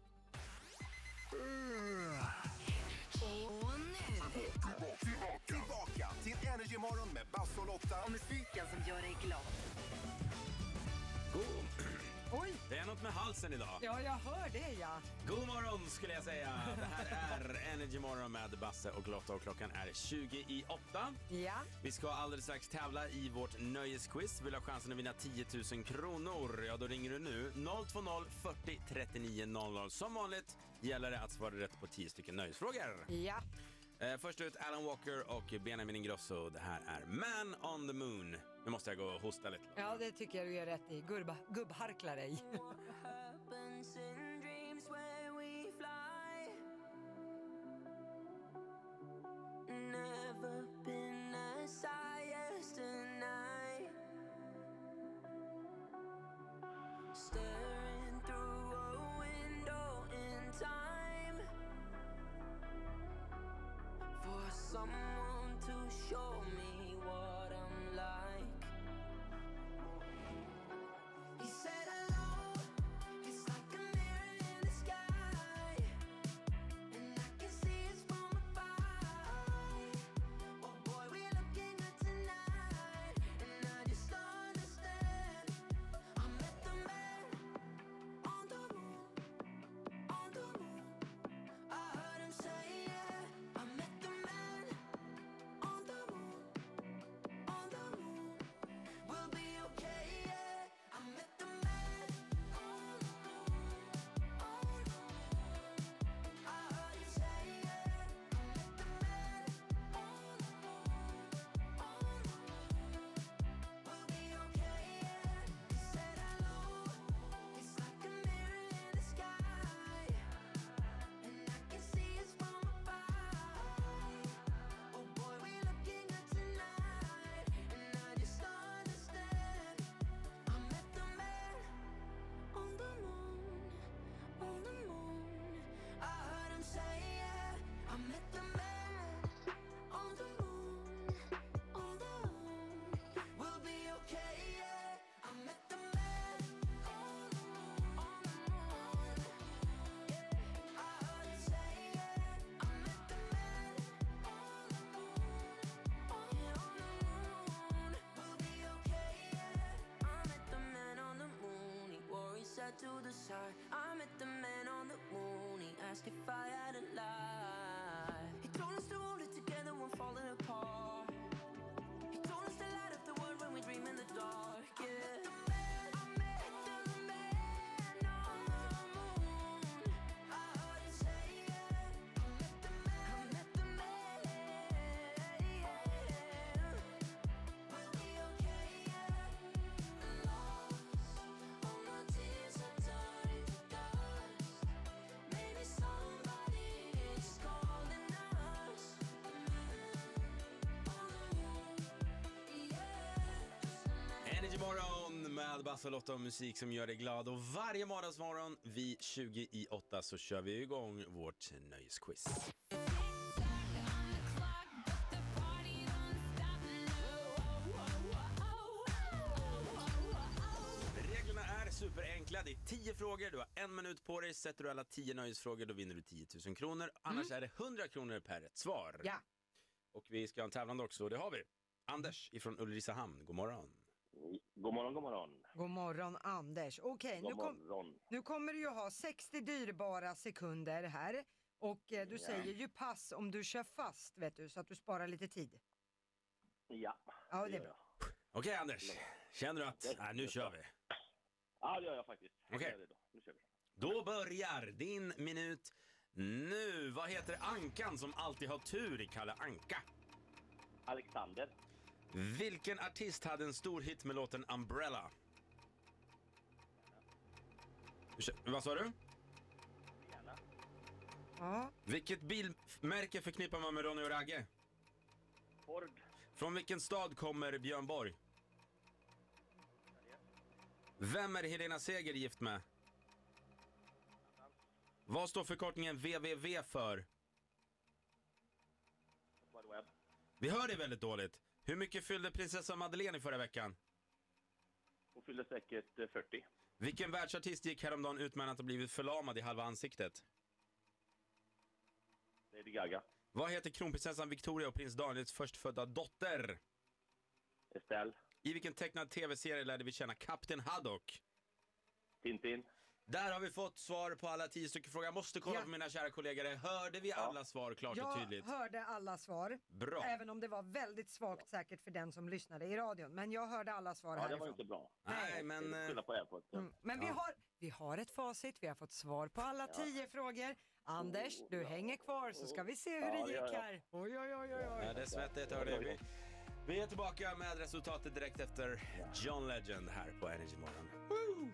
Och nu tillbaka till Energy Morgon med Basse och Lotta. Och musiken som gör dig glad. Oj! Det är något med halsen idag. Ja, jag hör det, ja. God morgon skulle jag säga. Det här är Energy Morgon med Basse och Lotta och klockan är 20:08. Ja. Vi ska alldeles strax tävla i vårt nöjesquiz. Vill ha chansen att vinna 10 000 kronor? Ja, då ringer du nu 020 40 39 00. Som vanligt gäller det att svara rätt på 10 stycken nöjesfrågor. Ja. Först ut Alan Walker och Benjamin Ingrosso. Det här är Man on the Moon. Nu måste jag gå och hosta lite. Ja, det tycker jag du gör rätt i. Gubbharkla dig. happens in dreams where we fly. Never been as high as tonight. Staring through a window in time for someone to show me what I'm like. He said hello, it's like a mirror in the sky, and I can see it's from afar. Oh boy, we're looking good tonight, and I just understand. I met the man on the moon, on the moon. I heard him say yeah. I met the man on the moon, on the moon. We'll be okay, yeah. I met the man on the moon, on the moon. I heard him say yeah. I met the man on the moon, on the moon. We'll be okay, yeah. He said hello, it's like a mirror in the sky, and I can see it's from afar. Oh boy, we're looking good tonight, and I just understand. I met the man on the moon, on the moon. I heard him say yeah. I met the man on the moon, on the moon. We'll be okay, yeah. I met the man on the moon, on the moon. Yeah, I heard him say yeah. I met the man on the moon, on the moon. We'll be okay, yeah. I met the man on the moon. He wore his hat to the side. I met the man on the moon. He asked if I had a lie. He told us to hold it together when falling apart. He told us to light up the world when we dream in the dark. Yeah. I met the man on the moon. I heard him say yeah. I met the man. I met the man. Yeah. We'll be okay, yeah. Lost, all my tears are turning to dust. Maybe somebody is calling us. The man on the moon, yeah. Energy morgon med Basse och Lotta och musik som gör dig glad. Och varje morgonsmorgon vid 20:08 så kör vi igång vårt nöjesquiz. Reglerna är superenkla. Det är 10 frågor. Du har 1 minut på dig. Sätter du alla 10 nöjesfrågor då vinner du 10 000 kronor. Annars är det 100 kronor per rätt svar. Ja. Och vi ska ha en tävlande också, och det har vi. Anders ifrån Ulricehamn, god morgon. God morgon, god morgon. God morgon, Anders. Okej, God morgon. nu kommer du ju ha 60 dyrbara sekunder här. Och du säger ju pass om du kör fast, vet du, så att du sparar lite tid. Ja, Ja, det är gör bra. jag. Okej, Anders, känner du att nu kör vi? Ja, det gör jag faktiskt. Okej. Jag är redo. Nu kör vi. Då börjar din minut nu. Vad heter ankan som alltid har tur i Kalle Anka? Alexander. Vilken artist hade en stor hit med låten Umbrella? Vad sa du? Gärna. Ja. Vilket bilmärke förknippar man med Ronny och Ragge? Ford. Från vilken stad kommer Björn Borg? Vem är Helena Seger gift med? Vad står förkortningen www för? World Web. Vi hör det väldigt dåligt. Hur mycket fyllde prinsessa Madeleine i förra veckan? Hon fyllde säkert 40. Vilken världsartist gick häromdagen ut med att ha blivit förlamad i halva ansiktet? Lady Gaga. Vad heter kronprinsessan Victoria och prins Daniels förstfödda dotter? Estelle. I vilken tecknad tv-serie lärde vi känna Kapten Haddock? Tintin. Där har vi fått svar på alla 10 stycken frågor. Jag måste kolla på mina kära kollegor. Hörde vi alla svar klart och tydligt? Jag hörde alla svar. Bra. Även om det var väldigt svagt säkert för den som lyssnade i radion. Men jag hörde alla svar Ja, det härifrån. var inte bra. Nej, men... Skylla på Airport. Men vi har ett facit. Vi har fått svar på alla 10 frågor. Anders, du hänger kvar så ska vi se hur det gick här. Oj, oj, oj, oj. Ja, det är svettigt, hörde vi. Vi är tillbaka med resultatet direkt efter John Legend här på Energy Morgon. Woo!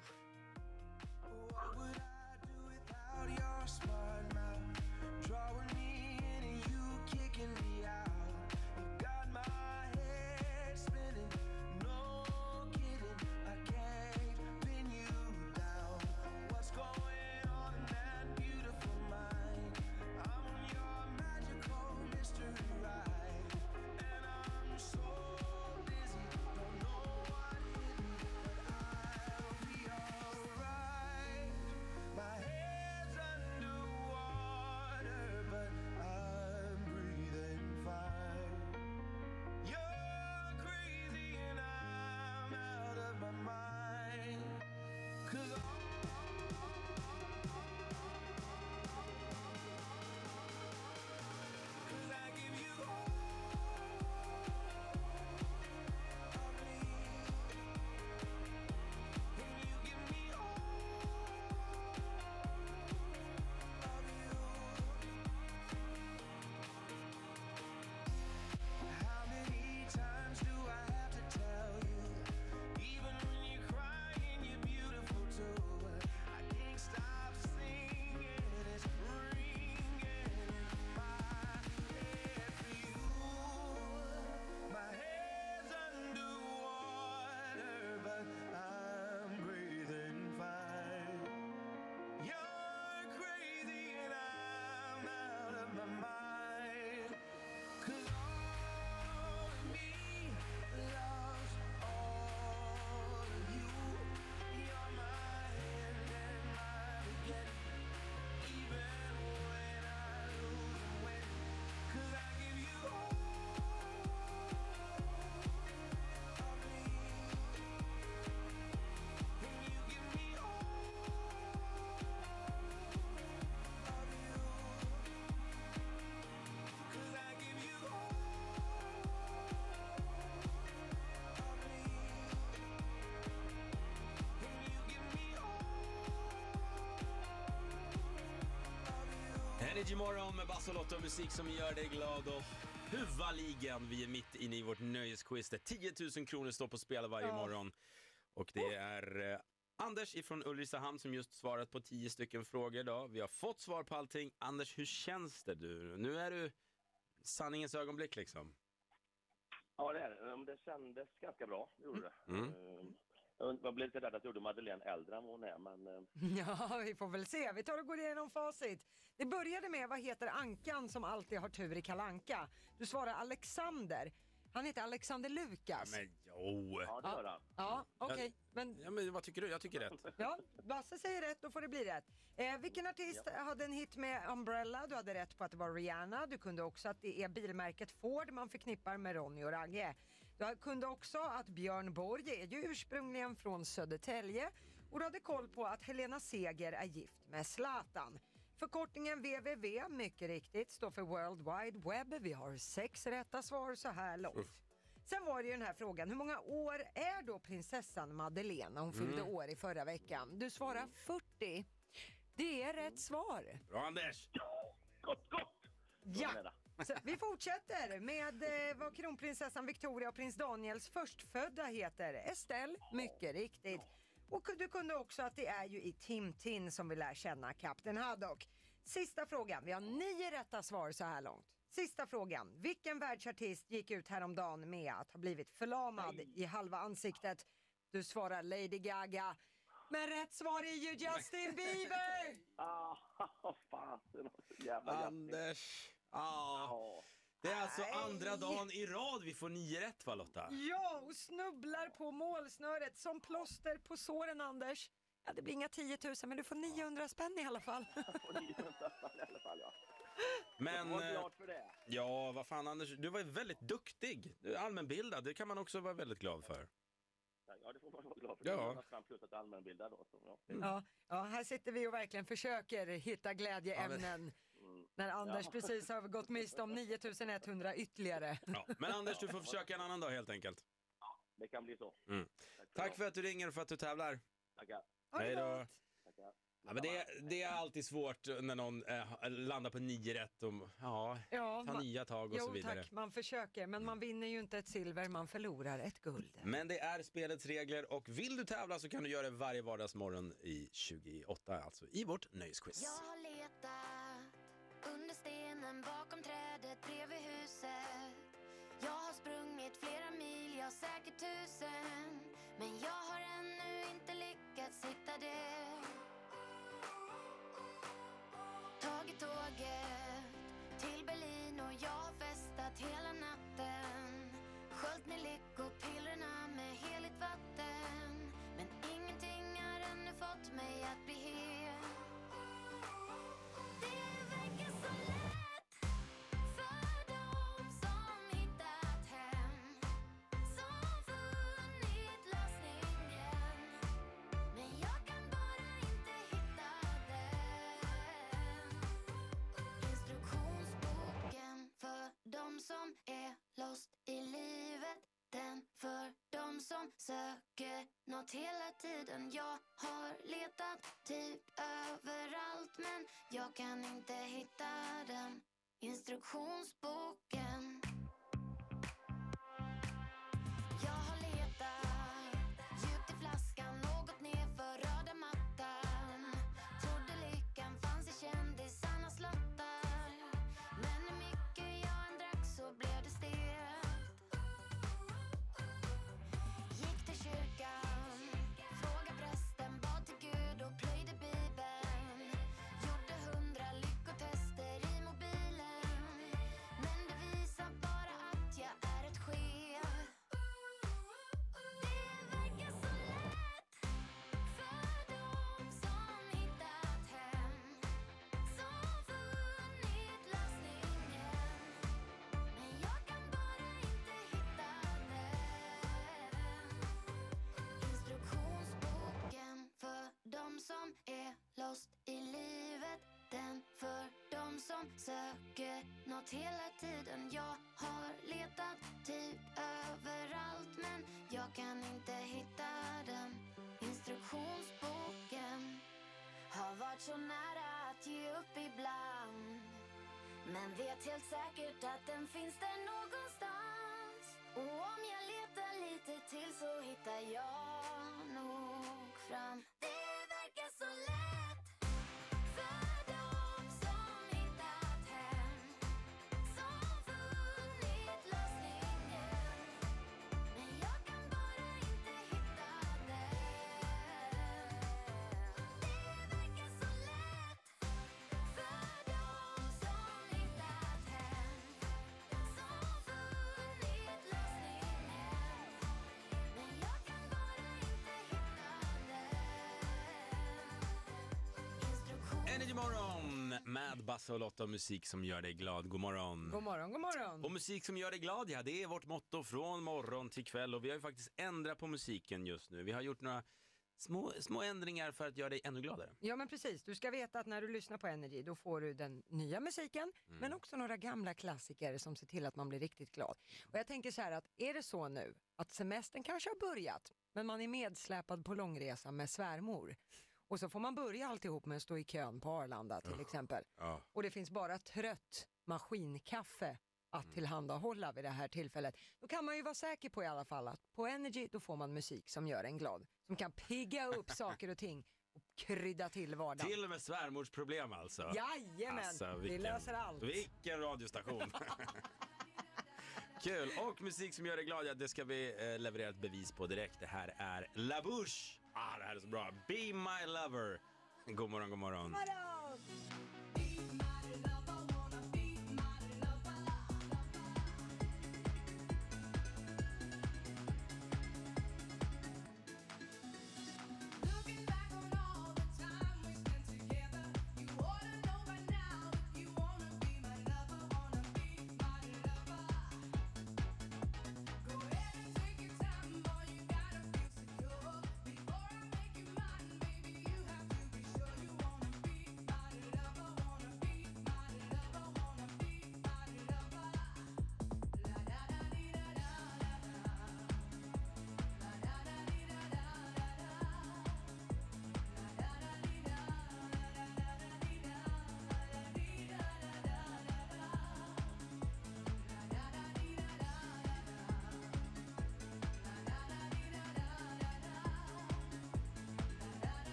Energy Morgon med Bass och Lotta och musik som gör dig glad och huvaligen. Vi är mitt inne i vårt nöjesquiz där 10 000 kronor står på spel varje morgon. Och det är Anders ifrån Ulricehamn som just svarat på 10 stycken frågor då. Vi har fått svar på allting. Anders, hur känns det du? Nu är du sanningens ögonblick liksom. Ja, det kändes ganska bra, gjorde det. Jag blev lite rädd att jag gjorde Madeleine äldre än hon är, men... Ja, vi får väl se. Vi tar och går igenom facit. Det började med, vad heter ankan som alltid har tur i Kalle Anka? Du svarar Alexander. Han heter Alexander Lukas. Ja, men jo. Ja, det gör han. Ja, okej. Men vad tycker du? Jag tycker rätt. Ja, Basse säger rätt, då får det bli rätt. Vilken artist hade en hit med Umbrella? Du hade rätt på att det var Rihanna. Du kunde också att det är bilmärket Ford man förknippar med Ronny och Ragge. Du kunde också att Björn Borg är ju ursprungligen från Södertälje. Och du hade koll på att Helena Seger är gift med Zlatan. Förkortningen www, mycket riktigt, står för World Wide Web. Vi har 6 rätta svar så här långt. Sen var det ju den här frågan, hur många år är då prinsessan Madeleine? Hon fyllde år i förra veckan. Du svarar 40. Det är rätt svar. Bra, Anders! Gott! Ja, så vi fortsätter med vad kronprinsessan Victoria och prins Daniels förstfödda heter. Estelle, mycket riktigt. Och du kunde också att det är ju i Tintin som vi lär känna Kapten Haddock. Sista frågan, vi har 9 rätta svar så här långt. Sista frågan, vilken världsartist gick ut häromdagen med att ha blivit förlamad i halva ansiktet? Du svarar Lady Gaga. Men rätt svar är ju Justin Bieber! Fan, jävla Anders! Det är alltså andra dagen i rad vi får 9 rätt, va Lotta? Ja, och snubblar på målsnöret som plåster på såren, Anders. Ja, det blir inga 10 000, men du får 900 spänn i alla fall. Men, jag var glad för det. Ja, vad fan Anders, du var ju väldigt duktig. Du är allmänbildad, det kan man också vara väldigt glad för. Ja, det får man vara glad för. Ja. Fram plus att allmänbildad då. Ja, här sitter vi och verkligen försöker hitta glädjeämnen. När Anders precis har gått miste om 9100 ytterligare. Ja, men Anders, du får försöka en annan dag helt enkelt. Ja, det kan bli så. Tack för att du ringer och för att du tävlar. Tackar. Hej då. Ja, men det är alltid svårt när någon landar på 9 rätt och tar nya tag och så vidare. Tack, man försöker, men man vinner ju inte ett silver, man förlorar ett guld. Men det är spelets regler och vill du tävla så kan du göra det varje vardagsmorgon i 28, alltså i vårt nöjesquiz. Jag har letat under stenen bakom trädet bredvid huset. Jag har sprungit flera mil, jag säkert 1000. Men jag har ännu inte lyckats hitta det. Tagit tåget till Berlin och jag har festat hela natten. Sköljt ner lyckopillerna med heligt vatten. Men ingenting har ännu fått mig att bli hel. Det verkar så lätt för dem som hittat hem, som funnit lösningen. Men jag kan bara inte hitta den. Instruktionsboken för dem som är lost i livet. Den för dem som söker något hela tiden. Jag har letat typ överallt, men jag kan inte hitta den. Instruktionsboken. Jag har letat djupt i flaskan och gått ner för röda mattan. Trodde lyckan fanns i kändisarnas lottar. Men hur mycket jag än drack så blev det stelt. Gick till kyrkan, frågade prästen, bad till Gud och plöjde Bibeln. Gjorde 100 lyckotester i mobilen. Men det visar bara att jag är ett skev. Det verkar så lätt för dem som hittat hem, som funnit lösningen. Men jag kan bara inte hitta den. Instruktionsboken för dem som är lost i livet. Den för dem som söker något hela tiden. Jag har letat typ överallt, men jag kan inte hitta den. Instruktionsboken har varit så nära att ge upp ibland, men vet helt säkert att den finns där någonstans. Och om jag letar lite till så hittar jag nog fram. Det verkar så lätt för dem som hittat hem, som funnit lösningen. Men jag kan bara inte hitta den. Det verkar så lätt för dem som hittat hem, som funnit lösningen. Men jag kan bara inte hitta den. Energy morgon med Basse och Lotta och musik som gör dig glad. God morgon. God morgon, god morgon. Och musik som gör dig glad, ja, det är vårt motto från morgon till kväll. Och vi har ju faktiskt ändrat på musiken just nu. Vi har gjort några små ändringar för att göra dig ännu gladare. Ja, men precis. Du ska veta att när du lyssnar på Energy då får du den nya musiken, men också några gamla klassiker som ser till att man blir riktigt glad. Och jag tänker så här att är det så nu att semestern kanske har börjat, men man är medsläpad på långresa med svärmor. Och så får man börja alltihop med att stå i kön på Arlanda till exempel. Ja. Och det finns bara trött maskinkaffe att tillhandahålla vid det här tillfället. Då kan man ju vara säker på i alla fall att på Energy då får man musik som gör en glad. Som kan pigga upp saker och ting och krydda till vardagen. Till och med svärmorsproblem alltså. Jajamän, Alltså, vi löser allt. Vilken radiostation. Kul, och musik som gör dig glad, ja, det ska vi leverera ett bevis på direkt. Det här är La Bouche. Det här är så bra. Be My Lover. God morgon, god morgon. God morgon.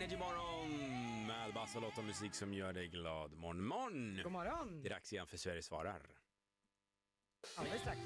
Energy morgon med Basse och Lotta, musik som gör dig glad. Morgon. God morgon. Det är dags igen för Sverige svarar. Alldeles strax.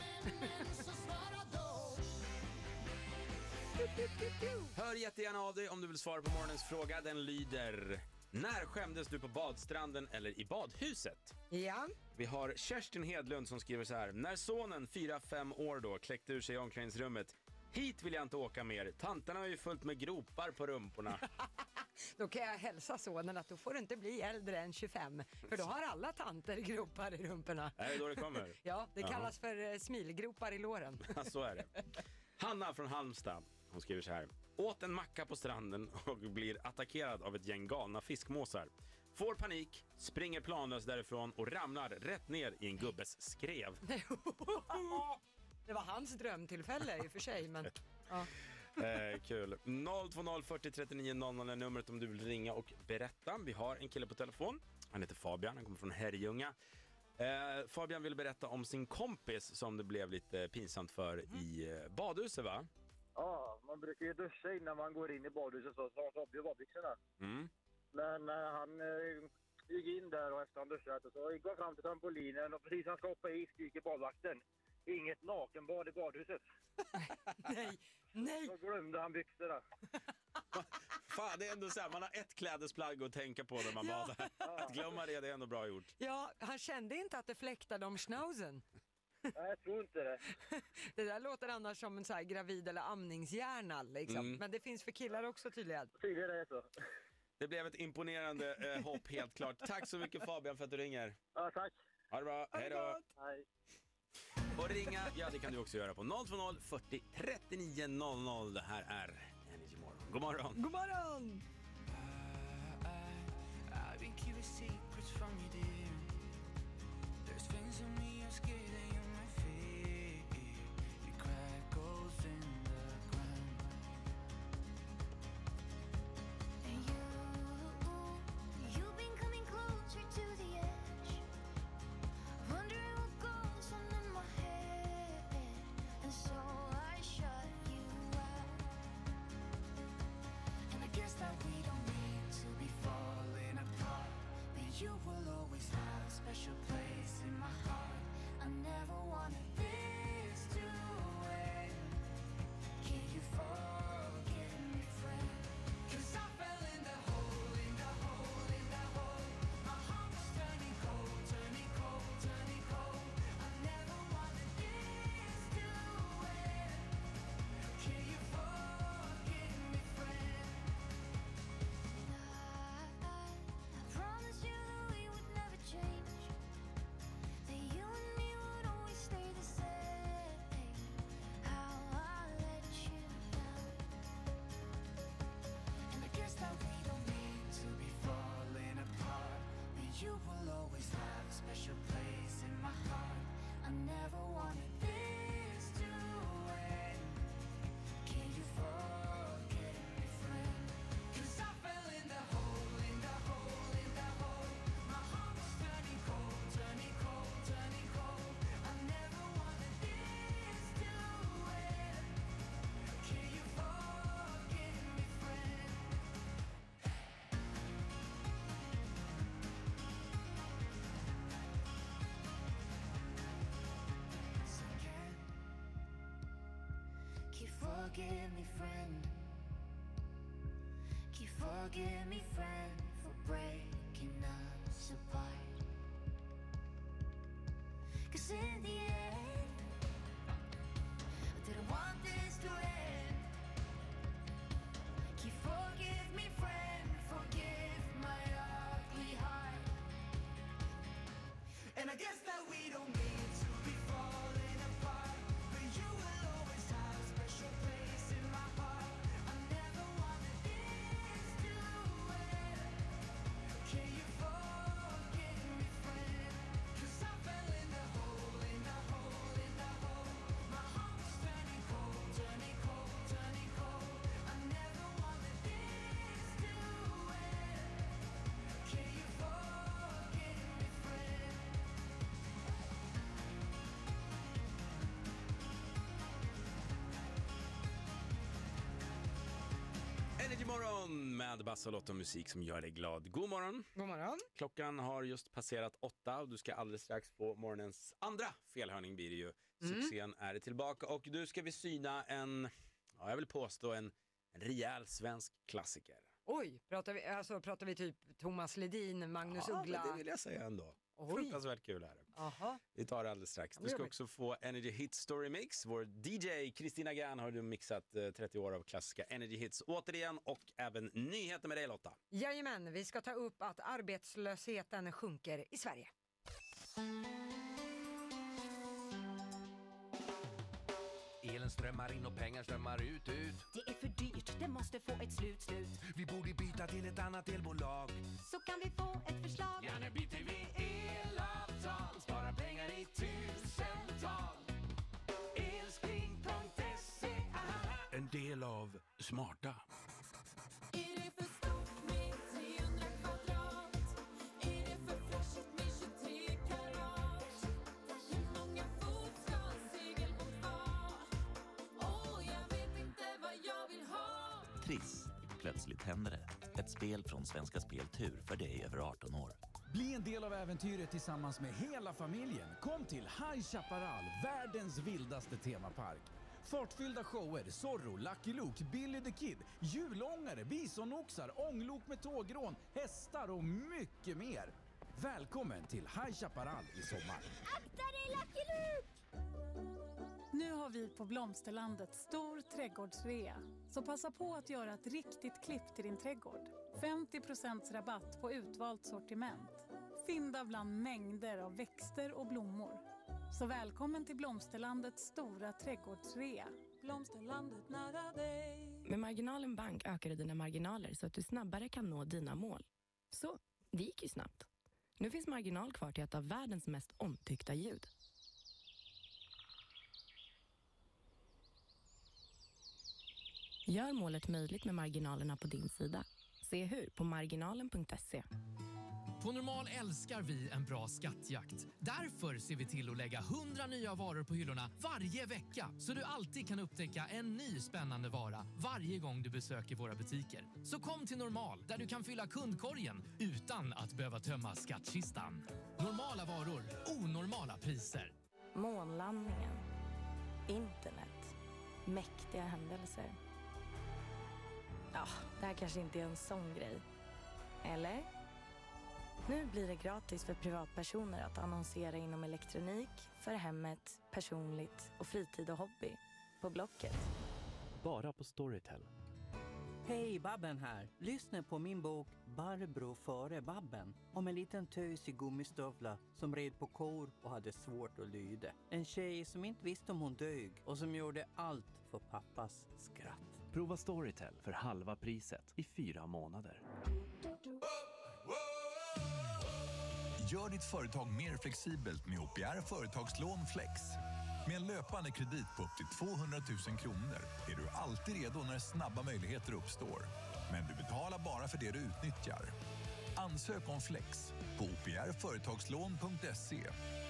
Hör jättegärna av dig om du vill svara på morgonens fråga. Den lyder: när skämdes du på badstranden eller i badhuset? Ja. Vi har Kerstin Hedlund som skriver så här: när sonen 4-5 år då kläckte ur sig i omklädningsrummet: hit vill jag inte åka mer, tantarna har ju fullt med gropar på rumporna. Då kan jag hälsa sonen att då får du inte bli äldre än 25. För då har alla tanter gropar i rumporna. Är det då det kommer? Ja, det kallas för smilgropar i låren. Ja, så är det. Hanna från Halmstad, hon skriver så här: åt en macka på stranden och blir attackerad av ett gäng galna fiskmåsar. Får panik, springer planlöst därifrån och ramlar rätt ner i en gubbes skrev. Det var hans drömtillfälle i och för sig, men ja. Kul. 020 40 39 00 är numret om du vill ringa och berätta. Vi har en kille på telefon. Han heter Fabian, han kommer från Herrljunga. Fabian vill berätta om sin kompis som det blev lite pinsamt för i badhuset, va? Ja, man brukar ju duscha innan man går in i badhuset så tar vi badbyxorna. Mm. Men han gick in där och efter han duschat och så gick han fram till trampolinen och precis han ska hoppa i skriker badvakten: inget nakenbad i badhuset. Nej. Så glömde han byxorna. Fan, det är ändå så här, man har ett klädesplagg att tänka på när man badar. Att glömma det är ändå bra gjort. Ja, han kände inte att det fläktade om schnauzen. Nej, jag tror inte det. Det där låter annars som en så här gravid- eller amningshjärna liksom. Men det finns för killar också tydligen. Tydligen är det så. Det blev ett imponerande hopp, helt klart. Tack så mycket Fabian för att du ringer. Ja, tack. Ha det bra, hej då. Hej. Och ringa, ja det kan du också göra på 020 40 39 00. Det här är Energy Morgon. God morgon. God morgon. I've been keeping secrets from you, dear. There's things in me you're scared that you might fear. You crack holes in the ground. And you've been coming closer to the edge, wondering what goes on in my head, and so I shut you out. And I guess that we don't need to be falling apart, but you will always have a special place in my heart. I never wanted this to end. Can you forgive me, friend? 'Cause I fell in the hole, in the hole, in the hole. My heart was turning cold, turning cold, turning cold. I never wanted this to end. Can you forgive me, friend? I promised you that we would never change, that you and me would always stay the same. How I let you down. And I guess that we don't need to be falling apart, but you will always have a special place in my heart. I never wanted this to end. Can you forgive me, friend? 'Cause I fell in the hole, in the hole, in the hole. My heart was turning cold, turning cold, turning cold. I never wanted this to end. Can you forgive me, friend? Yes, I can. Can you forgive me, friend? Can you forgive me, friend, for breaking us apart? 'Cause in the end, I didn't want this to end. Can you forgive me, friend, forgive my ugly heart? And I guess that we don't need to be falling apart, but you will always have a special place in my heart. I never wanted this to end. Can you forgive me, friend? 'Cause I fell in the hole, in the hole, in the hole. My heart was turning cold, turning cold. med Basse och Lotta och musik som gör dig glad. God morgon. God morgon. Klockan har just passerat 8 och du ska alldeles strax få morgonens andra felhörning blir det ju. Succén är tillbaka och du ska vi syna jag vill påstå en rejäl svensk klassiker. Oj, pratar vi typ Thomas Ledin, Magnus Uggla? Ja, det vill jag säga ändå. Fruktansvärt kul här. Aha. Vi tar det alldeles strax. Du ska också få Energy Hits Story Mix. Vår DJ Kristina Gern har du mixat 30 år av klassiska Energy Hits återigen och även nyheter med dig Lotta. Jajamän, vi ska ta upp att arbetslösheten sjunker i Sverige. Elen strömmar in och pengar strömmar ut. Det är för dyrt, det måste få ett slut. Vi borde byta till ett annat elbolag. Så kan vi få ett förslag. Ja, nu byter vi elavtal. Spara pengar i tusental. Elspring.se. En del av smarta. Är det för stort med 300 kvadrat? Är det för flashigt med 23 karat? Hur många fot ska en segelbåt vara? Jag vet inte vad jag vill ha. Triss. Plötsligt händer det. Ett spel från Svenska Speltur för dig över 18 år. Bli en del av äventyret tillsammans med hela familjen. Kom till High Chaparral, världens vildaste temapark. Fartfyllda shower, Zorro, Lucky Luke, Billy the Kid, julångare, bisonoxar, ånglok med tågrån, hästar och mycket mer. Välkommen till High Chaparral i sommar. Akta dig Lucky Luke! Nu har vi på Blomsterlandet stor trädgårdsrea. Så passa på att göra ett riktigt klipp till din trädgård. 50% rabatt på utvalt sortiment. Fynda bland mängder av växter och blommor. Så välkommen till Blomsterlandets stora trädgårdsrea. Blomsterlandet nära dig. Med Marginalen Bank ökar du dina marginaler så att du snabbare kan nå dina mål. Så, det gick ju snabbt. Nu finns marginal kvar till ett av världens mest omtyckta ljud. Gör målet möjligt med marginalerna på din sida. Se hur på marginalen.se. På Normal älskar vi en bra skattjakt. Därför ser vi till att lägga 100 nya varor på hyllorna varje vecka. Så du alltid kan upptäcka en ny spännande vara varje gång du besöker våra butiker. Så kom till Normal där du kan fylla kundkorgen utan att behöva tömma skattkistan. Normala varor, onormala priser. Månlandningen. Internet. Mäktiga händelser. Ja, det här kanske inte är en sån grej. Eller? Nu blir det gratis för privatpersoner att annonsera inom elektronik, för hemmet, personligt och fritid och hobby. På Blocket. Bara på Storytel. Hej, Babben här. Lyssna på min bok Barbro före Babben. Om en liten tös i gummistövlar som red på kor och hade svårt att lyda. En tjej som inte visste om hon dög och som gjorde allt för pappas skratt. Prova Storytel för halva priset i 4 månader. Gör ditt företag mer flexibelt med OPR Företagslån Flex. Med en löpande kredit på upp till 200 000 kronor är du alltid redo när snabba möjligheter uppstår. Men du betalar bara för det du utnyttjar. Ansök om Flex på oprföretagslån.se.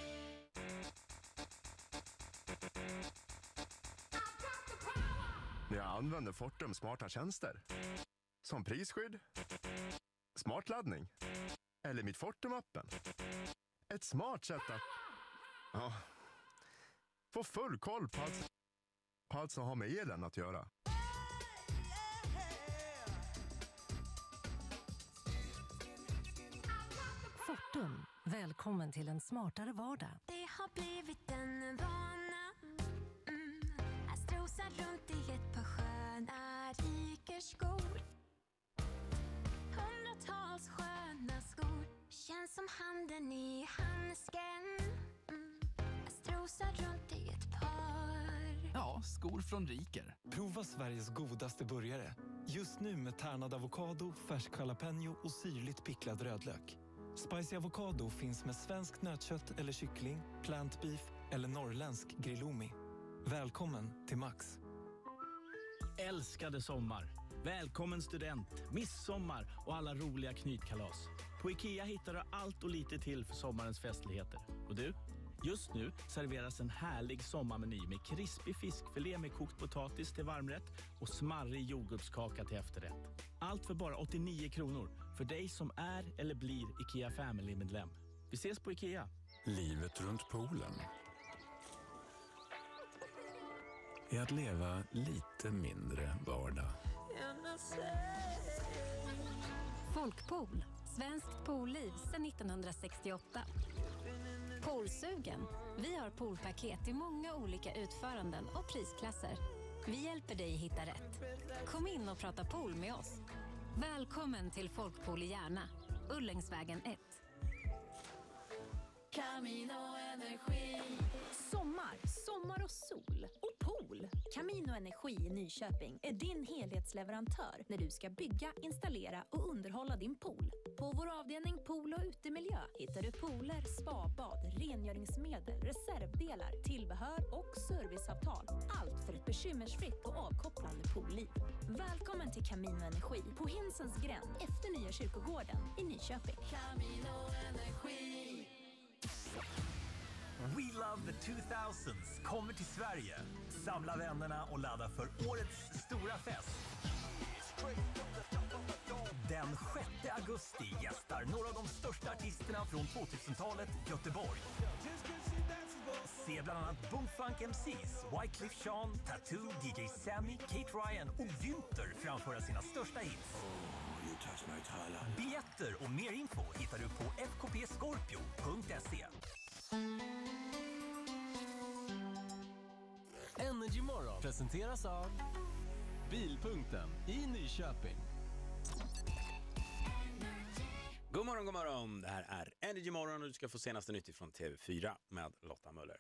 Jag använder Fortum smarta tjänster. Som prisskydd, smartladdning eller mitt Fortum-appen. Ett smart sätt att få full koll på allt som har med elen att göra. Fortum, välkommen till en smartare vardag. Det har blivit en vana att strosa runt i ett par sköna rikerskor. Hundratals sköna skor känns som handen i handsken. Att strosa runt i ett par. Ja, skor från Riker. Prova Sveriges godaste burgare. Just nu med tärnad avokado, färsk jalapeno och syrligt picklad rödlök. Spicy avokado finns med svenskt nötkött eller kyckling, plant beef eller norrländsk grillomi. Välkommen till Max. Älskade sommar. Välkommen student, midsommar och alla roliga knytkalas. På IKEA hittar du allt och lite till för sommarens festligheter. Och du, Just nu serveras en härlig sommarmeny med krispig fiskfilé med kokt potatis till varmrätt och smarrig jordgubbskaka till efterrätt. Allt för bara 89 kronor för dig som är eller blir IKEA Family-medlem. Vi ses på IKEA. Livet runt poolen är att leva lite mindre vardag. Folkpool, svenskt poolliv sedan 1968. Poolsugen. Vi har poolpaket i många olika utföranden och prisklasser. Vi hjälper dig hitta rätt. Kom in och prata pool med oss. Välkommen till Folkpool i Järna, Ullängsvägen 1. Camino Energi. Sommar och sol och pool. Camino Energi i Nyköping är din helhetsleverantör när du ska bygga, installera och underhålla din pool. På vår avdelning pool och utemiljö hittar du pooler, spabad, rengöringsmedel, reservdelar, tillbehör och serviceavtal. Allt för ett bekymmersfritt och avkopplande poolliv. Välkommen till Camino Energi på Hinsens gränd efter Nya kyrkogården i Nyköping. Camino Energi. We Love the 2000s kommer till Sverige. Samla vännerna och ladda för årets stora fest. Den 6 augusti gästar några av de största artisterna från 2000-talet Göteborg. Se bland annat Boomfunk MCs, Wyclef Jean, Tattoo, DJ Sammy, Kate Ryan och Günther framföra sina största hits. Biljetter och mer info hittar du på fkpscorpio.se. Energy Morgon presenteras av Bilpunkten i Nyköping. God morgon. Det här är Energy Morgon och du ska få senaste nytt från TV4 med Lotta Möller.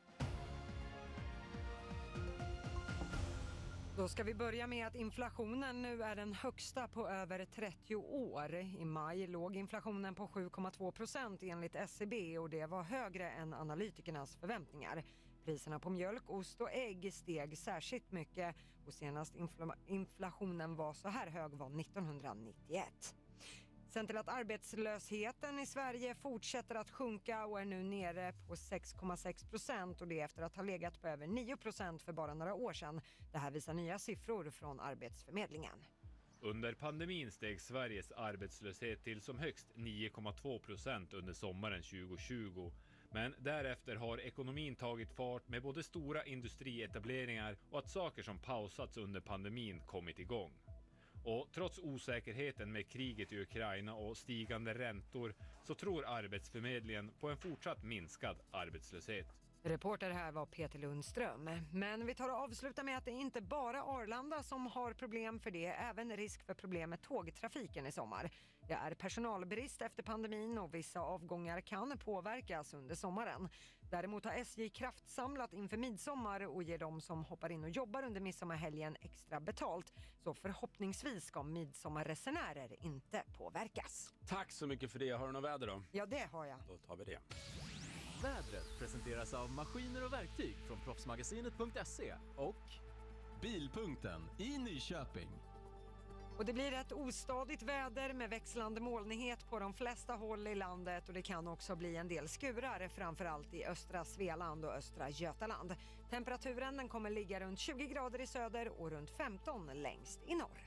Då ska vi börja med att inflationen nu är den högsta på över 30 år. I maj låg inflationen på 7,2% enligt SCB och det var högre än analytikernas förväntningar. Priserna på mjölk, ost och ägg steg särskilt mycket och senast inflationen var så här hög var 1991. Sen till att arbetslösheten i Sverige fortsätter att sjunka och är nu nere på 6,6% och det efter att ha legat på över 9% för bara några år sedan. Det här visar nya siffror från Arbetsförmedlingen. Under pandemin steg Sveriges arbetslöshet till som högst 9,2% under sommaren 2020. Men därefter har ekonomin tagit fart med både stora industrietableringar och att saker som pausats under pandemin kommit igång. Och trots osäkerheten med kriget i Ukraina och stigande räntor så tror Arbetsförmedlingen på en fortsatt minskad arbetslöshet. Reporter här var Peter Lundström. Men vi tar och avslutar med att det inte bara Arlanda som har problem för det. Även risk för problem med tågtrafiken i sommar. Det är personalbrist efter pandemin och vissa avgångar kan påverkas under sommaren. Däremot har SJ kraftsamlat inför midsommar och ger de som hoppar in och jobbar under midsommarhelgen extra betalt. Så förhoppningsvis ska midsommarresenärer inte påverkas. Tack så mycket för det. Har du något väder då? Ja, det har jag. Då tar vi det. Vädret presenteras av maskiner och verktyg från proffsmagasinet.se och Bilpunkten i Nyköping. Och det blir ett ostadigt väder med växlande molnighet på de flesta håll i landet och det kan också bli en del skurar framförallt i östra Svealand och östra Götaland. Temperaturen den kommer ligga runt 20 grader i söder och runt 15 längst i norr.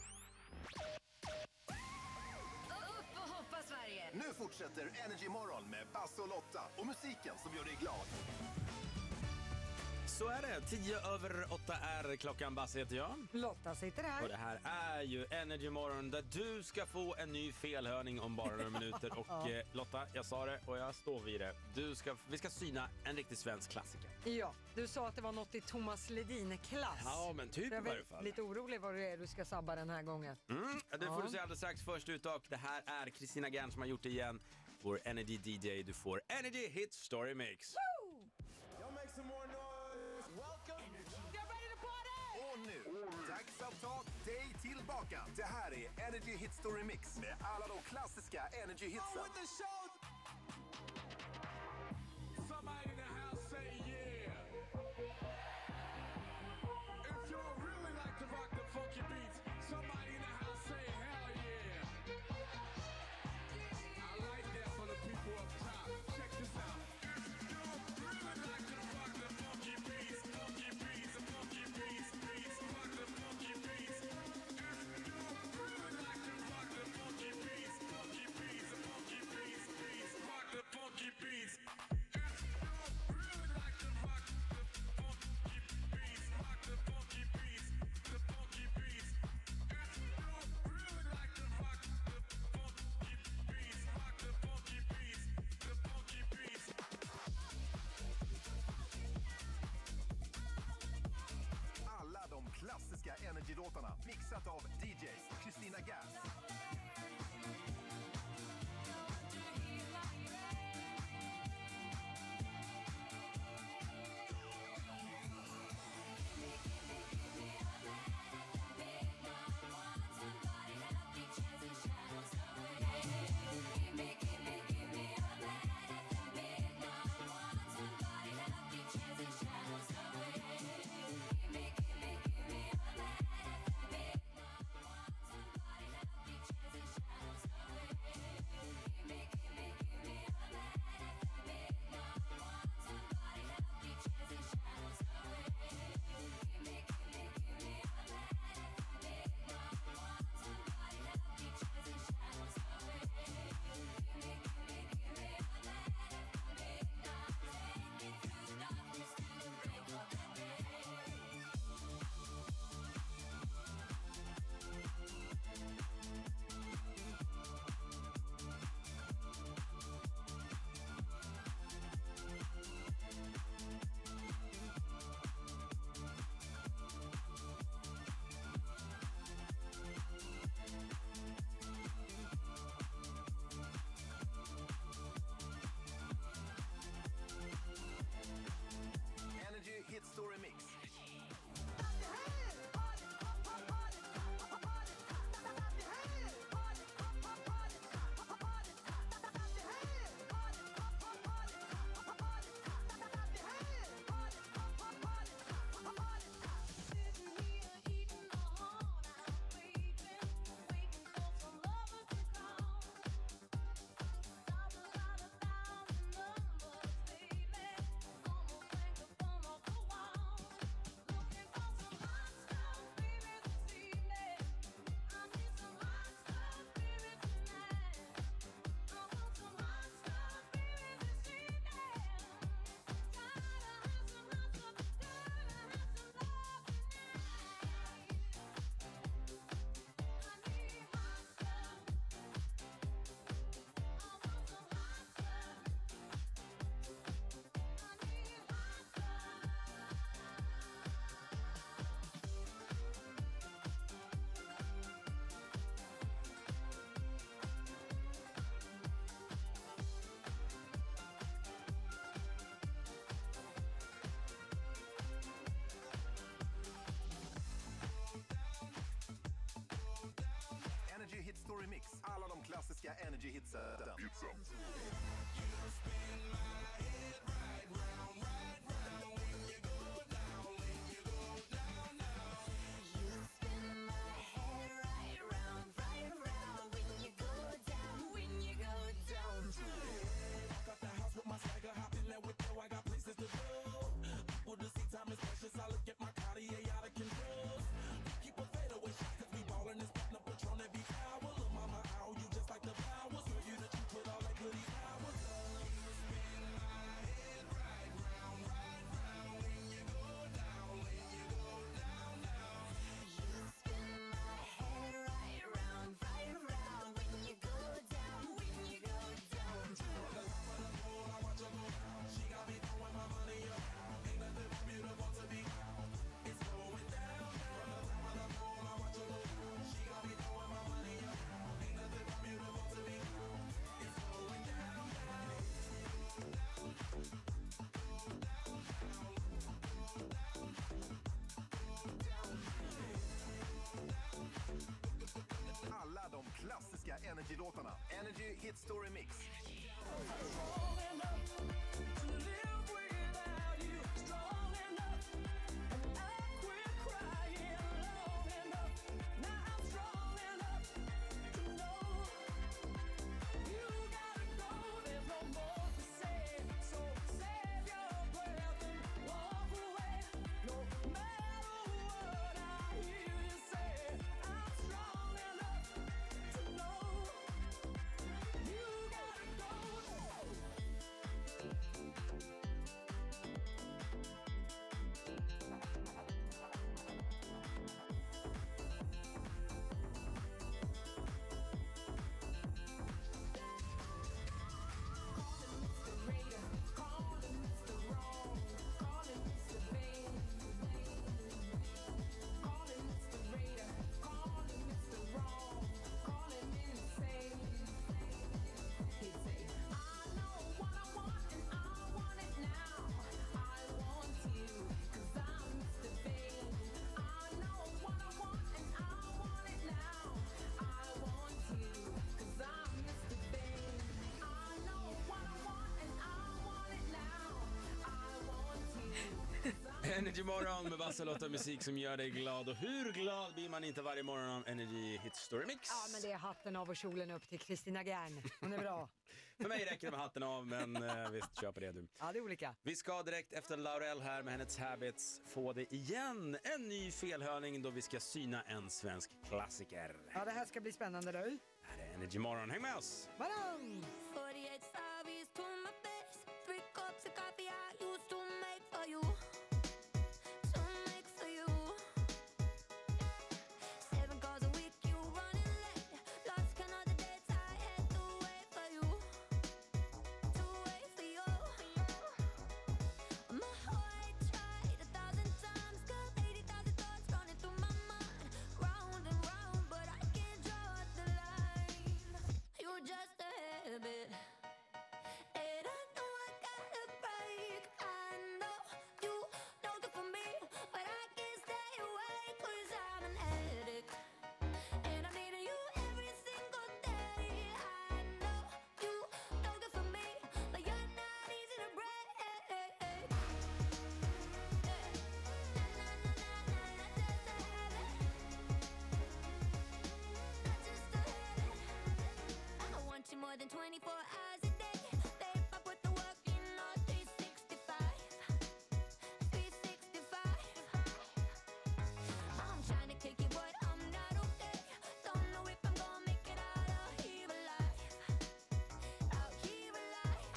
Upp och hoppa Sverige! Nu fortsätter Energy Morgon med Basse och Lotta och musiken som gör dig glad. Så är det. 8:10 är klockan. Basse heter jag. Lotta sitter här. Och det här är ju Energy Morgon där du ska få en ny felhörning om bara några minuter. Och Lotta, jag sa det och jag står vid det. Vi ska syna en riktig svensk klassiker. Ja, du sa att det var något i Thomas Ledin-klass. Ja, men typ i varje fall. Lite orolig vad det är du ska sabba den här gången. Det får du se alldeles strax. Först ut och det här är Christina Gern som har gjort det igen. Vår Energy DJ, du får Energy Hit Story Mix. Och nu, dags att ta dig tillbaka. Det här är Energy Hit Story Mix med alla de klassiska Energy-hitsen. Somebody in the house say yeah. If you really like to rock the funky beats, somebody in the house say hell yeah. I like that for the people up top. Check this out. If you Mixat av DJs Christina Gas. Hit Story Mix. Energy Hit Story Mix. Alla de klassiska Energy hitsen. Alla de klassiska Energy-låtarna. Energy Hit Story Mix. Energy Morgon med Basse, Lotta, musik som gör dig glad. Och hur glad blir man inte varje morgon av Energy Hit Story Mix? Ja, men det är hatten av och kjolen upp till Kristina Gern. Hon är bra. För mig räcker det med hatten av, men visst, köper det du. Ja, det är olika. Vi ska direkt efter Laurel här med hennes Habits få det igen. En ny felhörning då vi ska syna en svensk klassiker. Ja, det här ska bli spännande du. Här är Energy Morgon, häng med oss! Varann! 48 Savis to my face. 3 cups of coffee I used to make for you. To make for you. 7 calls a week, you running late. Lost count of the dates I had to wait for you. To wait for you. My heart tried 1,000 times. Got 80,000 thoughts running through my mind. Round and round, but I can't draw the line. You're just a habit. And I know I gotta break. I know you know good for me, but I can't stay away 'cause I'm an addict. And I'm needing you every single day. I know you know good for me, but you're not easy to break. I want you more than 24 hours a day. Babe, I put the work in all 365. 365. I'm trying to kick it, but I'm not okay. Don't know if I'm gonna make it out here alive. Out here alive.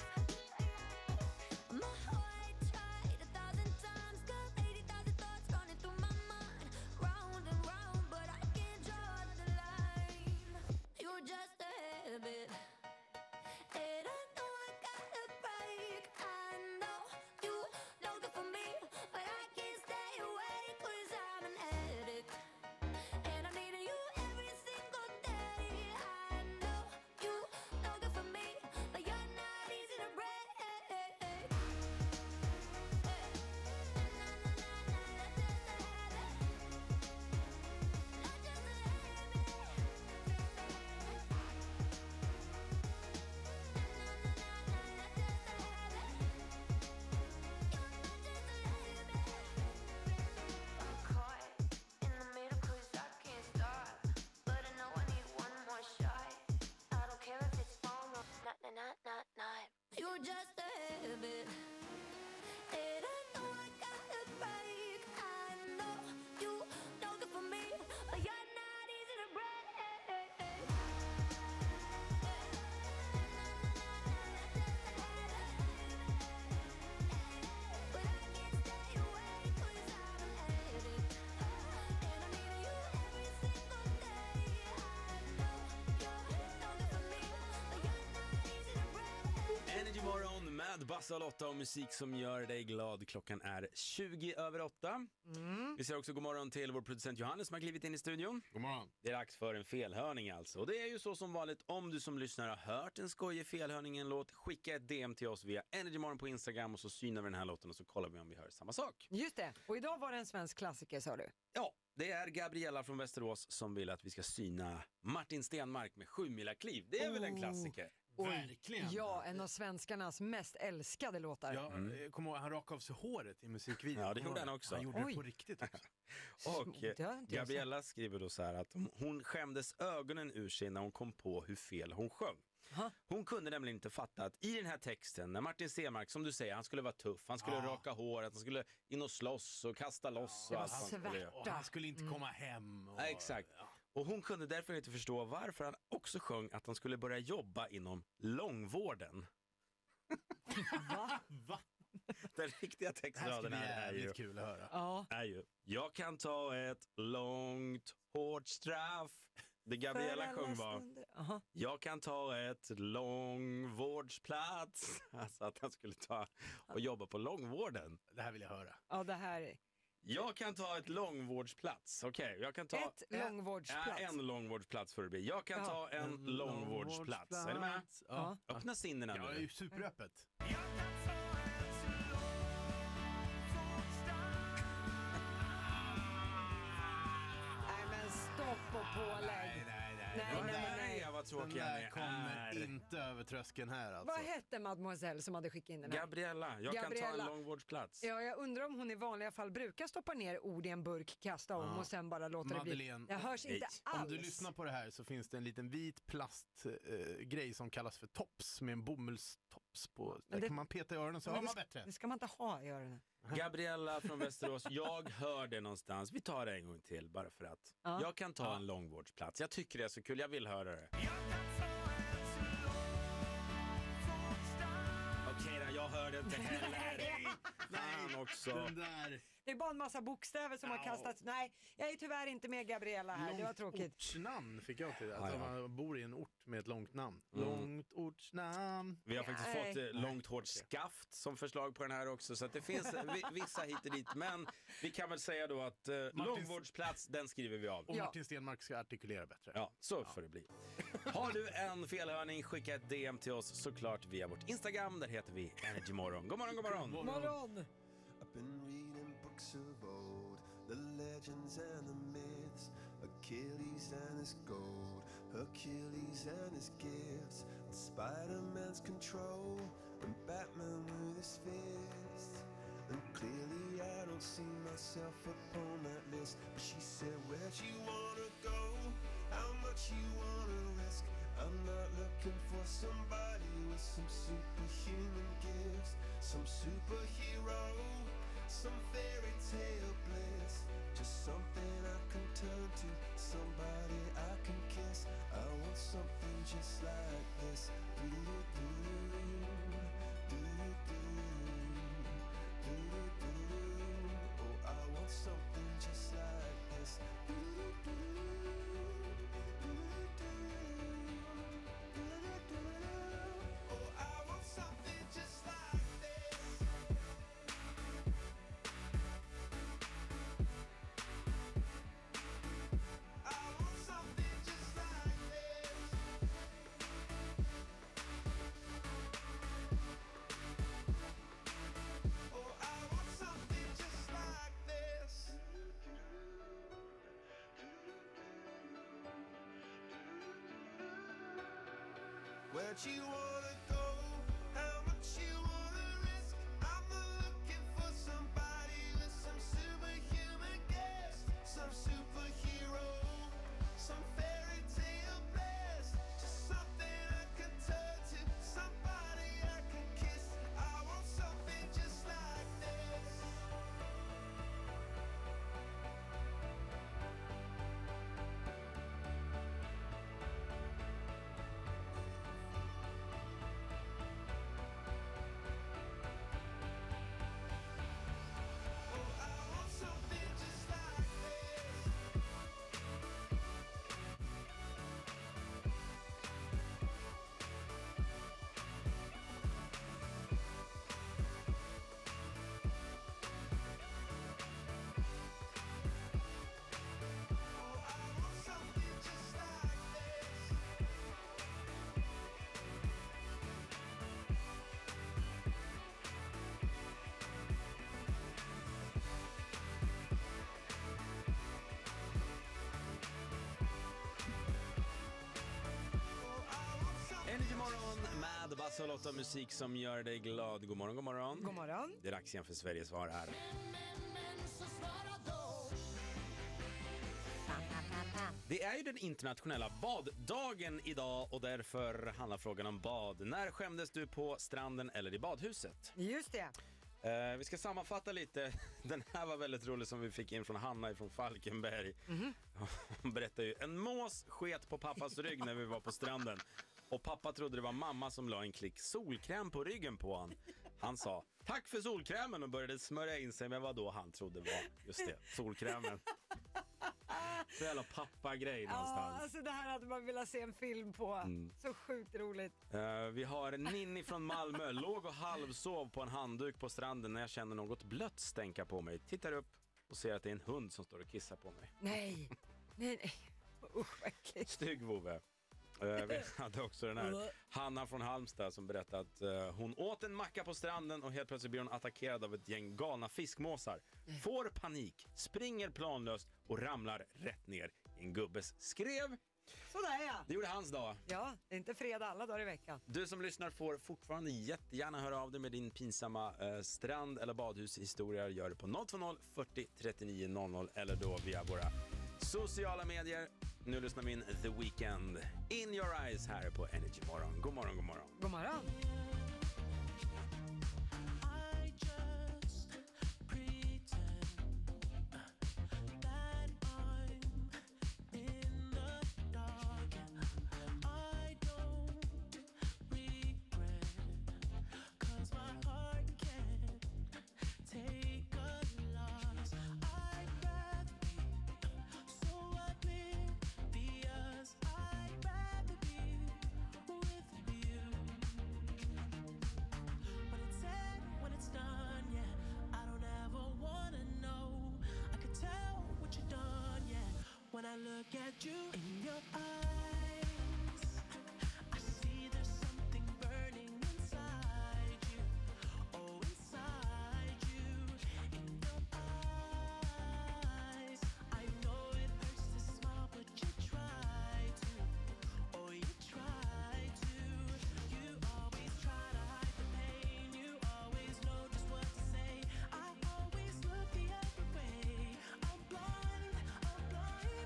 My heart tried 1,000 times. Got 80,000 thoughts running through my mind. Round and round, but I can't draw the line. You're just a habit. And I know I gotta break. I know you know good for me, but I can't stay away 'cause I'm an addict. And I'm needing you every single day. I know you know good for me, but you're not easy to break. You're just a habit. And I know I gotta break. I know you know good for me, but you're not easy to break. But I can't stay away 'cause I'm an addict. And I'm needing you every single day. I know you know good for me, but you're not easy to break. Energy Morgon med Basse och Lotta och musik som gör dig glad. Klockan är 20:08. Vi säger också god morgon till vår producent Johannes som har klivit in i studion. God morgon. Det är dags för en felhörning alltså. Och det är ju så som vanligt, om du som lyssnar har hört en skojig felhörning i en låt, skicka ett DM till oss via Energy Morgon på Instagram och så synar vi den här låten och så kollar vi om vi hör samma sak. Just det, och idag var det en svensk klassiker sa du. Ja, det är Gabriella från Västerås som vill att vi ska syna Martin Stenmark med 7-mila-kliv. Det är väl en klassiker? Verkligen. Ja, en av svenskarnas mest älskade låtar. Ja, kom ihåg, han rakade av sig håret i musikvideon. Ja, det gjorde han också. Han gjorde det på riktigt också. Och Gabriella skriver då så här att hon skämdes ögonen ur sig när hon kom på hur fel hon sjöng. Hon kunde nämligen inte fatta att i den här texten, när Martin Stenmark, som du säger, han skulle vara tuff, han skulle raka håret, han skulle in och slåss och kasta loss. Och och han skulle inte komma hem. Och, ja, exakt. Och hon kunde därför inte förstå varför han också sjöng att han skulle börja jobba inom långvården. Va? Den riktiga textraden är ju kul att höra. Är ju: jag kan ta ett långt hårt straff. Det Gabriella sjöng var: jag kan ta ett långvårdsplats. Alltså att han skulle ta och jobba på långvården. Det här vill jag höra. Ja, det här är... Jag kan ta ett långvårdsplats. Okej, jag kan ta ett långvårdsplats. En långvårdsplats för det blir. Jag kan ta en långvårdsplats. Är du med? Ja. Öppna sinnena nu. Ja, det är ju superöppet. Nej men stopp och pålägg. Nej. Nej. Vad tråkig Den jag där är. kommer inte över tröskeln här alltså. Vad hette mademoiselle som hade skickat in den här? Gabriella, jag kan ta en långvårdsplats. Ja, jag undrar om hon i vanliga fall brukar stoppa ner ord i en burk, kasta om och sen bara låta det bli. Det hörs inte alls. Om du lyssnar på det här så finns det en liten vit plastgrej som kallas för tops med en bomullstops på. Där kan man peta i öronen så hör man bättre. Det ska man inte ha i öronen. Gabriella från Västerås, jag hör det någonstans. Vi tar det en gång till bara för att. Jag kan ta en långvårdsplats. Jag tycker det är så kul, jag vill höra det. Okej då, jag hörde inte heller. Nej, också. Den där. Det är bara en massa bokstäver som har kastats. Nej, jag är tyvärr inte med Gabriella här. Det var tråkigt. Ortsnamn fick jag till. Alltså man bor i en ort med ett långt namn. Långt ortsnamn. Vi har faktiskt fått långt hårt skaft som förslag på den här också. Så att det finns vissa hit och dit. Men vi kan väl säga då att långvårdsplats, den skriver vi av. Och Martin Stenmark ska artikulera bättre. Ja, så får det bli. Har du en felhörning, skicka ett DM till oss såklart via vårt Instagram. Där heter vi Energy Morgon. God morgon, god morgon. God morgon. I've been reading books of old, the legends and the myths, Achilles and his gold, Hercules and his gifts, and Spider-Man's control, and Batman with his fists. And clearly I don't see myself upon that list. But she said, where'd you wanna go? How much you wanna risk? I'm not looking for somebody with some superhuman gifts, some superhero, some fairy tale bliss, just something I can turn to, somebody I can kiss. I want something just like this. Oh, I want something just like this. Where'd you wanna go? How much you wanna risk? I'm not looking for somebody with some superhuman gifts, some superhero, some fairy tale bliss, just something I can turn to, somebody I can kiss. I want something just like this. Energy Morgon med Basse och Lotta, musik som gör dig glad. God morgon, god morgon. God morgon. Det är dags igen för Sveriges svar här. Det är ju den internationella baddagen idag och därför handlar frågan om bad. När skämdes du på stranden eller i badhuset? Just det. Vi ska sammanfatta lite. Den här var väldigt rolig som vi fick in från Hanna från Falkenberg. Hon berättade ju, en mås sket på pappas rygg när vi var på stranden. Och pappa trodde det var mamma som la en klick solkräm på ryggen på han. Han sa, tack för solkrämen och började smörja in sig med vad då han trodde var, just det, solkrämen. Så jävla pappa-grej någonstans. Ja, alltså det här hade man velat se en film på. Så sjukt roligt. Vi har Ninni från Malmö. Låg och halvsov på en handduk på stranden när jag känner något blött stänka på mig. Tittar upp och ser att det är en hund som står och kissar på mig. Nej. Usch, vad äckligt. Stygg vovve. Vi hade också den här Hanna från Halmstad som berättade att hon åt en macka på stranden och helt plötsligt blir hon attackerad av ett gäng galna fiskmåsar. Får panik, springer planlöst och ramlar rätt ner i en gubbes skrev. Sådär ja. Det gjorde hans dag. Ja, det är inte fredag alla dagar i veckan. Du som lyssnar får fortfarande jättegärna höra av dig med din pinsamma strand- eller badhushistoria. Gör det på 020 40 39 00 eller då via våra sociala medier. Nu lyssnar vi in The Weeknd, In Your Eyes här på Energy Morgon. God morgon, god morgon. God morgon. When I look at you in your eyes, I see there's something burning inside you. Oh, inside you, in your eyes. I know it hurts to smile, but you try to. Oh, you try to. You always try to hide the pain. You always know just what to say. I always look the other way. I'm blind, I'm blind.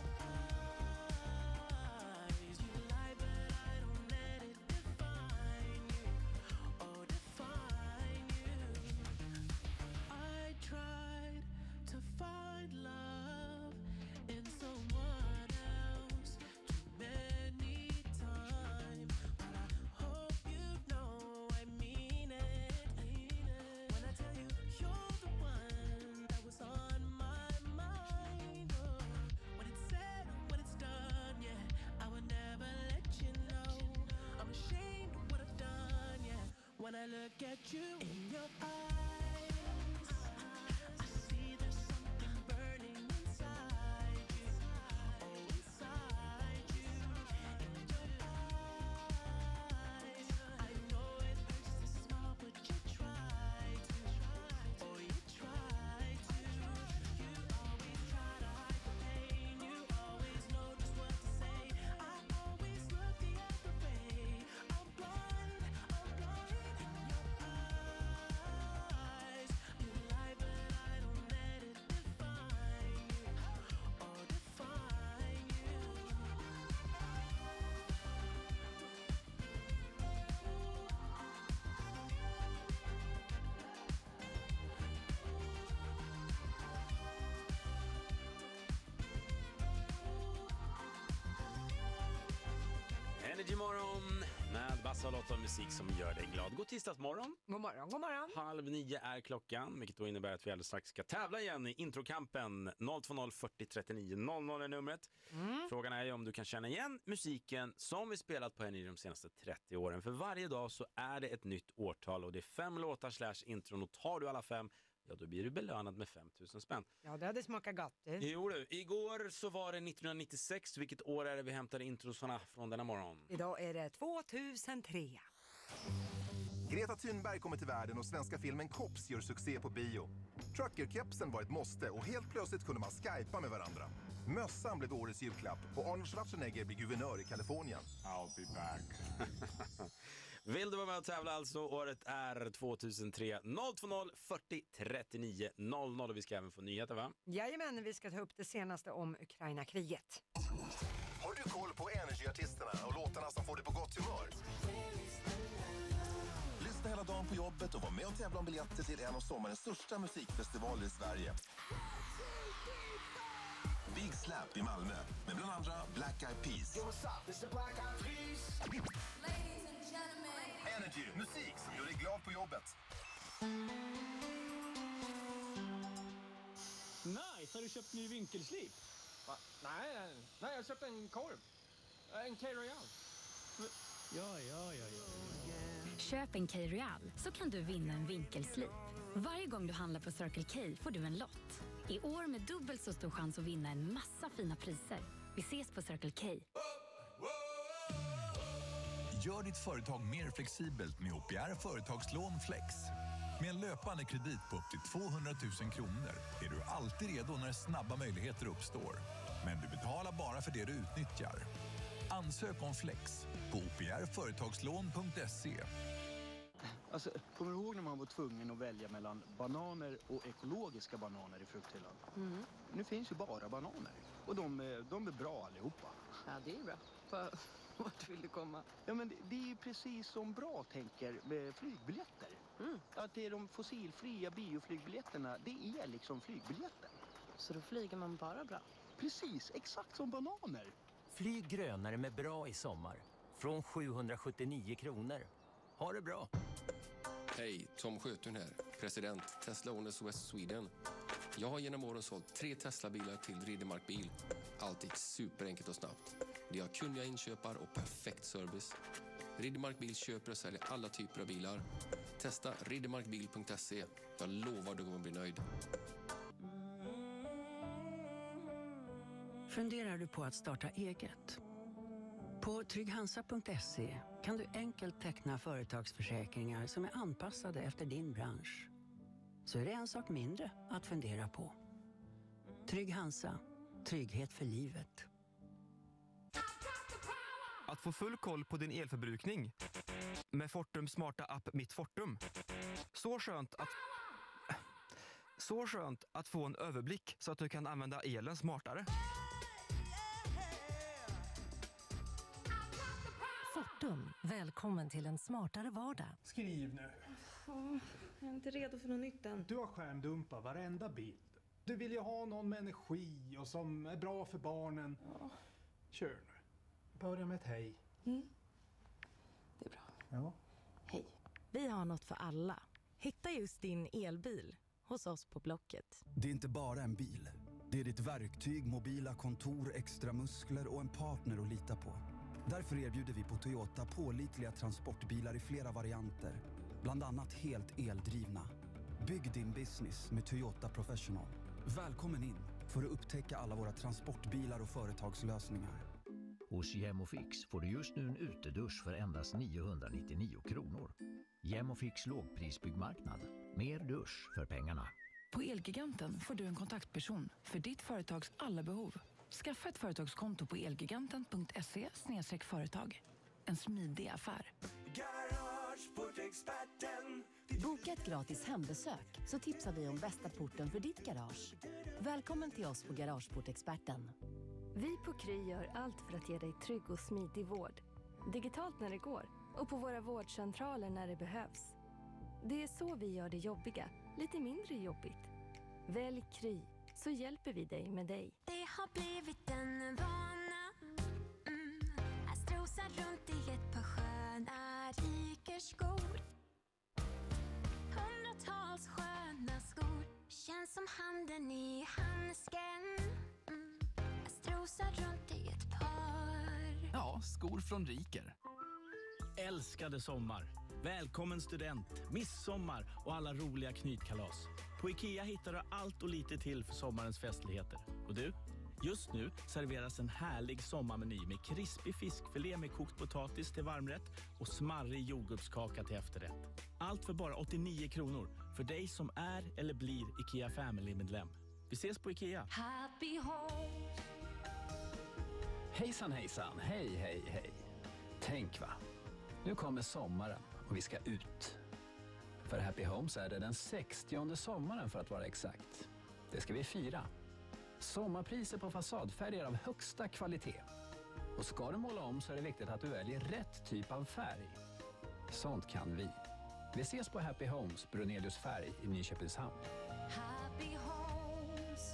When I look at you in your eyes, I see there's something burning inside you. Oh, inside you, in your eyes. I know it hurts to smile, but you try to. Oh, you try to. You always try to hide the pain. You always know just what to say. I always look the other way. I'm blind, I'm blind. Energy Morgon med Bassa och Lotta och musik som gör dig glad. God tisdagsmorgon. God morgon, god morgon. 8:30 är klockan, vilket då innebär att vi alldeles strax ska tävla igen i introkampen. 020 40 39 00 är numret. Frågan är ju om du kan känna igen musiken som vi spelat på Energy de senaste 30 åren. För varje dag så är det ett nytt årtal och det är 5 låtar / intron, och tar du alla 5, ja då blir du belönad med 5 000 spänn. Ja, det hade smakat gott. Jo du, igår så var det 1996. Vilket år är det vi hämtade introsarna från denna morgon? Idag är det 2003. Greta Thunberg kommer till världen och svenska filmen Cops gör succé på bio. Trucker-kepsen var ett måste och helt plötsligt kunde man skypa med varandra. Mössan blev årets julklapp och Arnold Schwarzenegger blir guvernör i Kalifornien. I'll be back. Vill du vara med och tävla alltså? Året är 2003. 020 40 39 00 och vi ska även få nyheter, va? Jajamän, vi ska ta upp det senaste om Ukraina-kriget. Har du koll på Energy-artisterna och låtarna som får dig på gott humör? Lyssna hela dagen på jobbet och var med och tävla om biljetter till en av sommarens största musikfestivaler i Sverige. Big Slap i Malmö med bland andra Black Eyed Peas. Energy, musik som gör dig glad på jobbet. Nice, har du köpt ny vinkelslip? Nej, jag har köpt en korv. En K-Royal. Ja. Köp en K-Royal så kan du vinna en vinkelslip. Varje gång du handlar på Circle K får du en lott. I år med dubbelt så stor chans att vinna en massa fina priser. Vi ses på Circle K. Gör ditt företag mer flexibelt med OPR Företagslån Flex. Med en löpande kredit på upp till 200 000 kronor är du alltid redo när snabba möjligheter uppstår. Men du betalar bara för det du utnyttjar. Ansök om Flex på oprföretagslån.se. Alltså, kommer du ihåg när man var tvungen att välja mellan bananer och ekologiska bananer i frukthyllan? Mm. Nu finns ju bara bananer. Och de är bra allihopa. Ja, det är bra. Vart vill du komma? Ja, men det är ju precis som bra tänker med flygbiljetter. Mm. Att det är de fossilfria bioflygbiljetterna, det är liksom flygbiljetten. Så då flyger man bara bra? Precis, exakt som bananer. Flyg grönare med bra i sommar. Från 779 kronor. Ha det bra! Hej, Tom Sjötun här, president Tesla Owners West Sweden. Jag har genom åren sålt 3 Tesla-bilar till Riddermark Bil. Allt gick superenkelt och snabbt. De har kunniga inköpare och perfekt service. Riddermark Bil köper och säljer alla typer av bilar. Testa riddermarkbil.se. Jag lovar du kommer bli nöjd. Funderar du på att starta eget? På trygghansa.se kan du enkelt teckna företagsförsäkringar som är anpassade efter din bransch. Så är det en sak mindre att fundera på. Trygg Hansa. Trygghet för livet. Att få full koll på din elförbrukning med Fortums smarta app Mitt Fortum. Så skönt att få en överblick så att du kan använda elen smartare. Fortum, välkommen till en smartare vardag. Skriv nu. Jag är inte redo för något nytt än. Du har skärmdumpat varenda bild. Du vill ju ha någon med energi och som är bra för barnen. Ja. Kör nu. Börja med ett hej. Mm. Det är bra. Ja. Hej. Vi har något för alla. Hitta just din elbil hos oss på Blocket. Det är inte bara en bil. Det är ditt verktyg, mobila kontor, extra muskler och en partner att lita på. Därför erbjuder vi på Toyota pålitliga transportbilar i flera varianter. Bland annat helt eldrivna. Bygg din business med Toyota Professional. Välkommen in för att upptäcka alla våra transportbilar och företagslösningar. Hos Gemofix får du just nu en utedusch för endast 999 kronor. Gemofix lågprisbyggmarknad. Mer dusch för pengarna. På Elgiganten får du en kontaktperson för ditt företags alla behov. Skaffa ett företagskonto på elgiganten.se/företag. En smidig affär. Garageportexperten. Boka ett gratis hembesök så tipsar vi om bästa porten för ditt garage. Välkommen till oss på Garageportexperten. Vi på Kry gör allt för att ge dig trygg och smidig vård. Digitalt när det går och på våra vårdcentraler när det behövs. Det är så vi gör det jobbiga lite mindre jobbigt. Välj Kry så hjälper vi dig med dig. Det har blivit en vana att strosa runt i ett par sköna rikerskor. Hundratals sköna skor känns som handen i handsken. Att strosa runt i ett par. Ja, skor från Riker. Älskade sommar. Välkommen student, midsommar och alla roliga knytkalas. På IKEA hittar du allt och lite till för sommarens festligheter. Och du, just nu serveras en härlig sommarmeny med krispig fiskfilé med kokt potatis till varmrätt och smarrig jordgubbskaka till efterrätt. Allt för bara 89 kronor för dig som är eller blir IKEA Family-medlem. Vi ses på IKEA. Happy home. Hejsan hejsan, hej hej hej. Tänk va, nu kommer sommaren och vi ska ut. För Happy Homes är det den 60:e sommaren för att vara exakt. Det ska vi fira. Sommarpriser på fasadfärger av högsta kvalitet. Och ska du måla om så är det viktigt att du väljer rätt typ av färg. Sånt kan vi. Vi ses på Happy Homes, Brunelius Färg i Nyköpingshamn. Happy homes.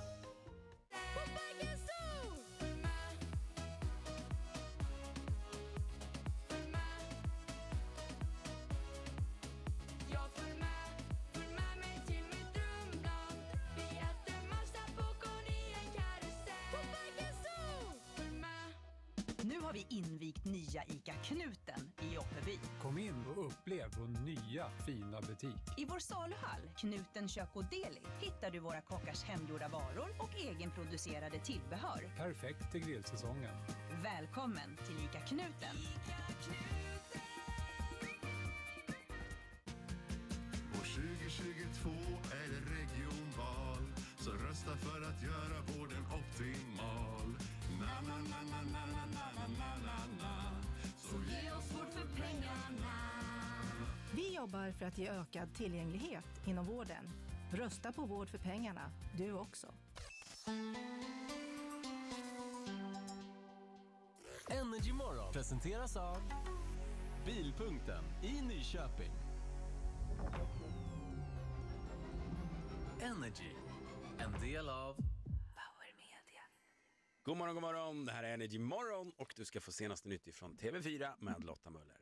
Nu har vi invigt nya ICA Knuten i Åkerby. Kom in och upplev vår nya fina butik. I vår saluhall, Knuten Kök och Deli, hittar du våra kockars hemgjorda varor och egenproducerade tillbehör. Perfekt till grillsäsongen. Välkommen till ICA Knuten. År 2022 är det regionval, så rösta för att göra vården optimal. optimal. Na na na na na na na na na na. Så ge oss vård för pengarna. Vi jobbar för att ge ökad tillgänglighet inom vården. Rösta på Vård för pengarna, du också. Energy Morgon presenteras av Bilpunkten i Nyköping. Energy, en del av Power Media. God morgon, god morgon. Det här är Energy Morgon och du ska få senaste nytt ifrån TV4 med Lotta Möller.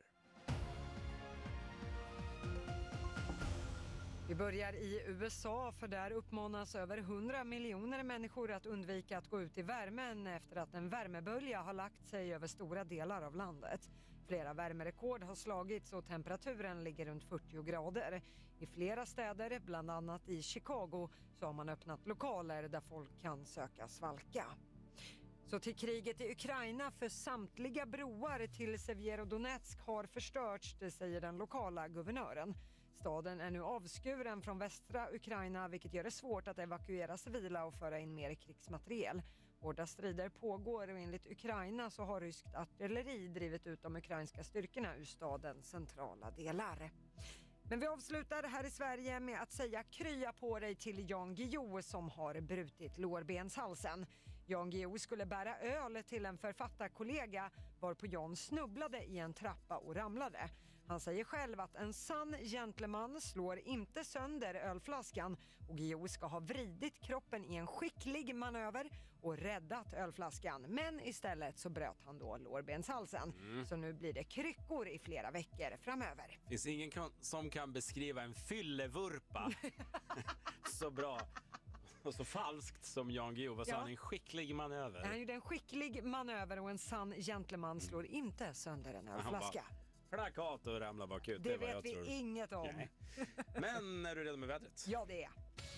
Vi börjar i USA, för där uppmanas över 100 miljoner människor att undvika att gå ut i värmen efter att en värmebölja har lagt sig över stora delar av landet. Flera värmerekord har slagits och temperaturen ligger runt 40 grader. I flera städer, bland annat i Chicago, så har man öppnat lokaler där folk kan söka svalka. Så till kriget i Ukraina, för samtliga broar till Severodonetsk har förstörts, det säger den lokala guvernören. Staden är nu avskuren från västra Ukraina, vilket gör det svårt att evakuera civila och föra in mer krigsmateriel. Hårda strider pågår och enligt Ukraina så har ryskt artilleri drivit ut de ukrainska styrkorna ur stadens centrala delar. Men vi avslutar här i Sverige med att säga krya på dig till Jan Guillou som har brutit lårbenshalsen. Jan Guillou skulle bära öl till en författarkollega varpå Jan snubblade i en trappa och ramlade. Han säger själv att en sann gentleman slår inte sönder ölflaskan och Guillou ska ha vridit kroppen i en skicklig manöver och räddat ölflaskan. Men istället så bröt han då lårbenshalsen. Så nu blir det kryckor i flera veckor framöver. Finns ingen som kan beskriva en fyllevurpa så bra och så falskt som Jan Guillou. Vad sa han? En skicklig manöver. Han gjorde en skicklig manöver och en sann gentleman slår inte sönder en ölflaska. Plakat och ramla bakut. Det vet vi inget om. Nej. Men är du redo med vädret? Ja, det är.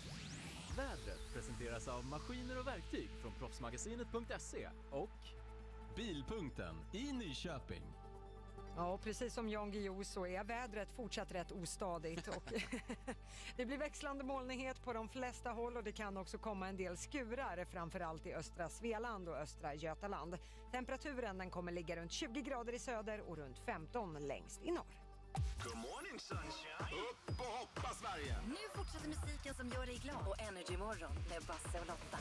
Vädret presenteras av maskiner och verktyg från proffsmagasinet.se och Bilpunkten i Nyköping. Ja, och precis som Jan Guillou så är vädret fortsatt rätt ostadigt och det blir växlande molnighet på de flesta håll och det kan också komma en del skurar, framförallt i östra Svealand och östra Götaland. Temperaturen den kommer ligga runt 20 grader i söder och runt 15 längst i norr. Good morning sunshine. Upp och hoppa Sverige. Nu fortsätter musiken som gör dig glad och Energy Morgon med Basse och Lotta.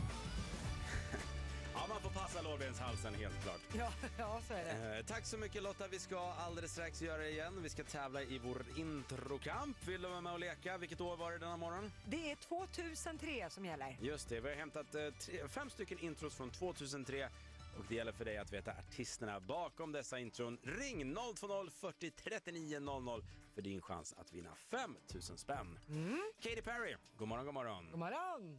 Ja, man får passa lårbenshalsen helt klart. Ja, så är det. Tack så mycket Lotta, vi ska alldeles strax göra det igen. Vi ska tävla i vår introkamp. Vill du vara med och leka? Vilket år var det denna morgon? Det är 2003 som gäller. Just det, vi har hämtat 5 stycken intros från 2003. Och det gäller för dig att veta artisterna bakom dessa intron. Ring 020 40 39 00 för din chans att vinna 5 000 spänn. Katy Perry, god morgon, god morgon. God morgon.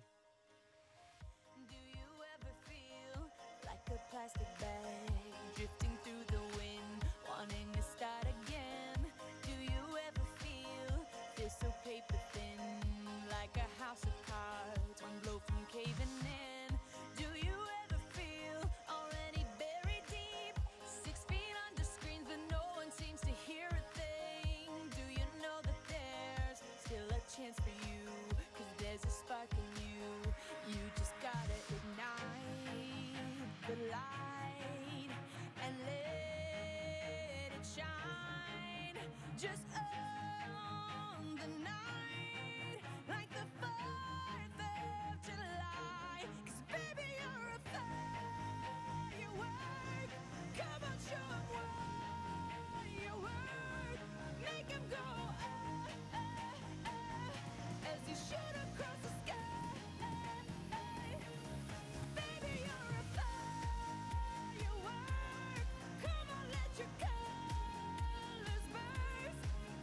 Like a plastic bag drifting through the wind, wanting to start again. Do you ever feel this so paper thin, like a house of cards, one blow from caving in? Do you ever feel already buried deep, 6 feet under screens but no one seems to hear a thing? Do you know that there's still a chance for you, 'cause there's a spark in you, you just gotta ignite the light and let it shine just on the night like the 4th of July. 'Cause baby you're a firework, come on show 'em what you're worth, make 'em go as you shoot across the sky. Baby you're a firework, come on let your colors burst.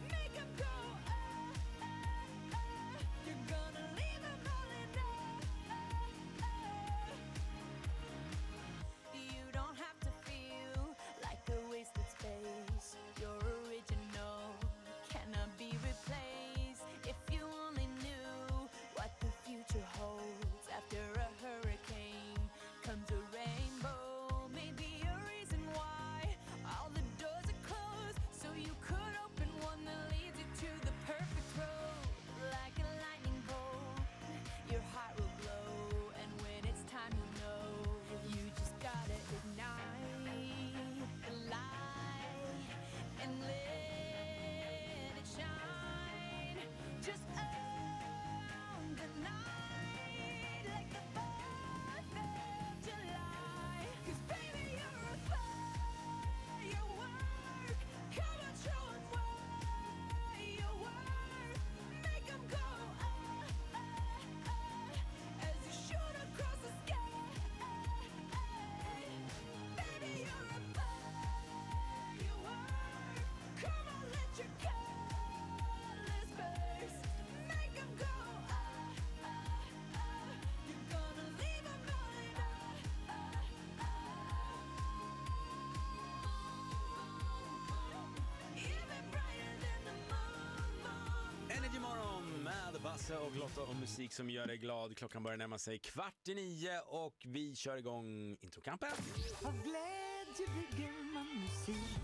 Basse och Lotta och musik som gör dig glad. Klockan börjar närma sig 8:45 och vi kör igång introkampen. Av glädje bygger man musik.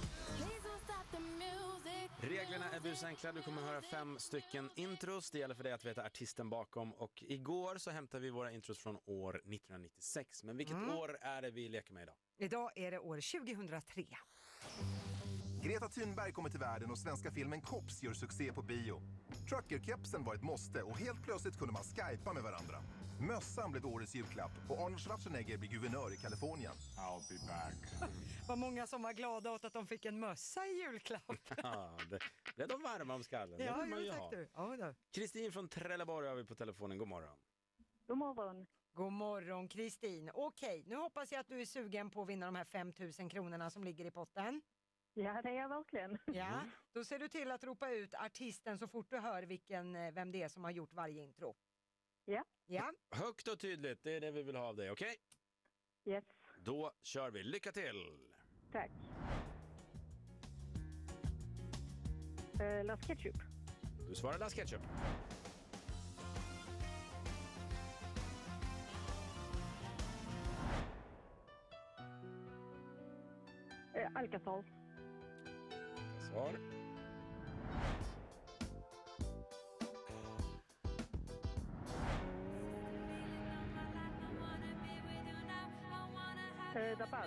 Reglerna är busenkla. Du kommer höra 5 stycken intros. Det gäller för dig att veta artisten bakom. Och igår så hämtade vi våra intros från år 1996. Men vilket år är det vi leker med idag? Idag är det år 2003. Greta Thunberg kommer till världen och svenska filmen Cops gör succé på bio. Trucker-kepsen var ett måste och helt plötsligt kunde man skypa med varandra. Mössan blev årets julklapp och Arnold Schwarzenegger blir guvernör i Kalifornien. I'll be back. Vad många som var glada åt att de fick en mössa i julklapp. Ja, det är de varma om skallen. Det vill man ju ha. Kristin från Trelleborg har vi på telefonen. God morgon. God morgon. God morgon Kristin. Okej, nu hoppas jag att du är sugen på att vinna de här 5 000 kronorna som ligger i potten. Ja, det är jag verkligen. Ja, då ser du till att ropa ut artisten så fort du hör vem det är som har gjort varje intro. Ja. Ja. Högt och tydligt, det är det vi vill ha av dig, okej? Yes. Då kör vi. Lycka till! Tack. Las Ketchup. Du svarar Las Ketchup. Alcazar. Svar. Dabas.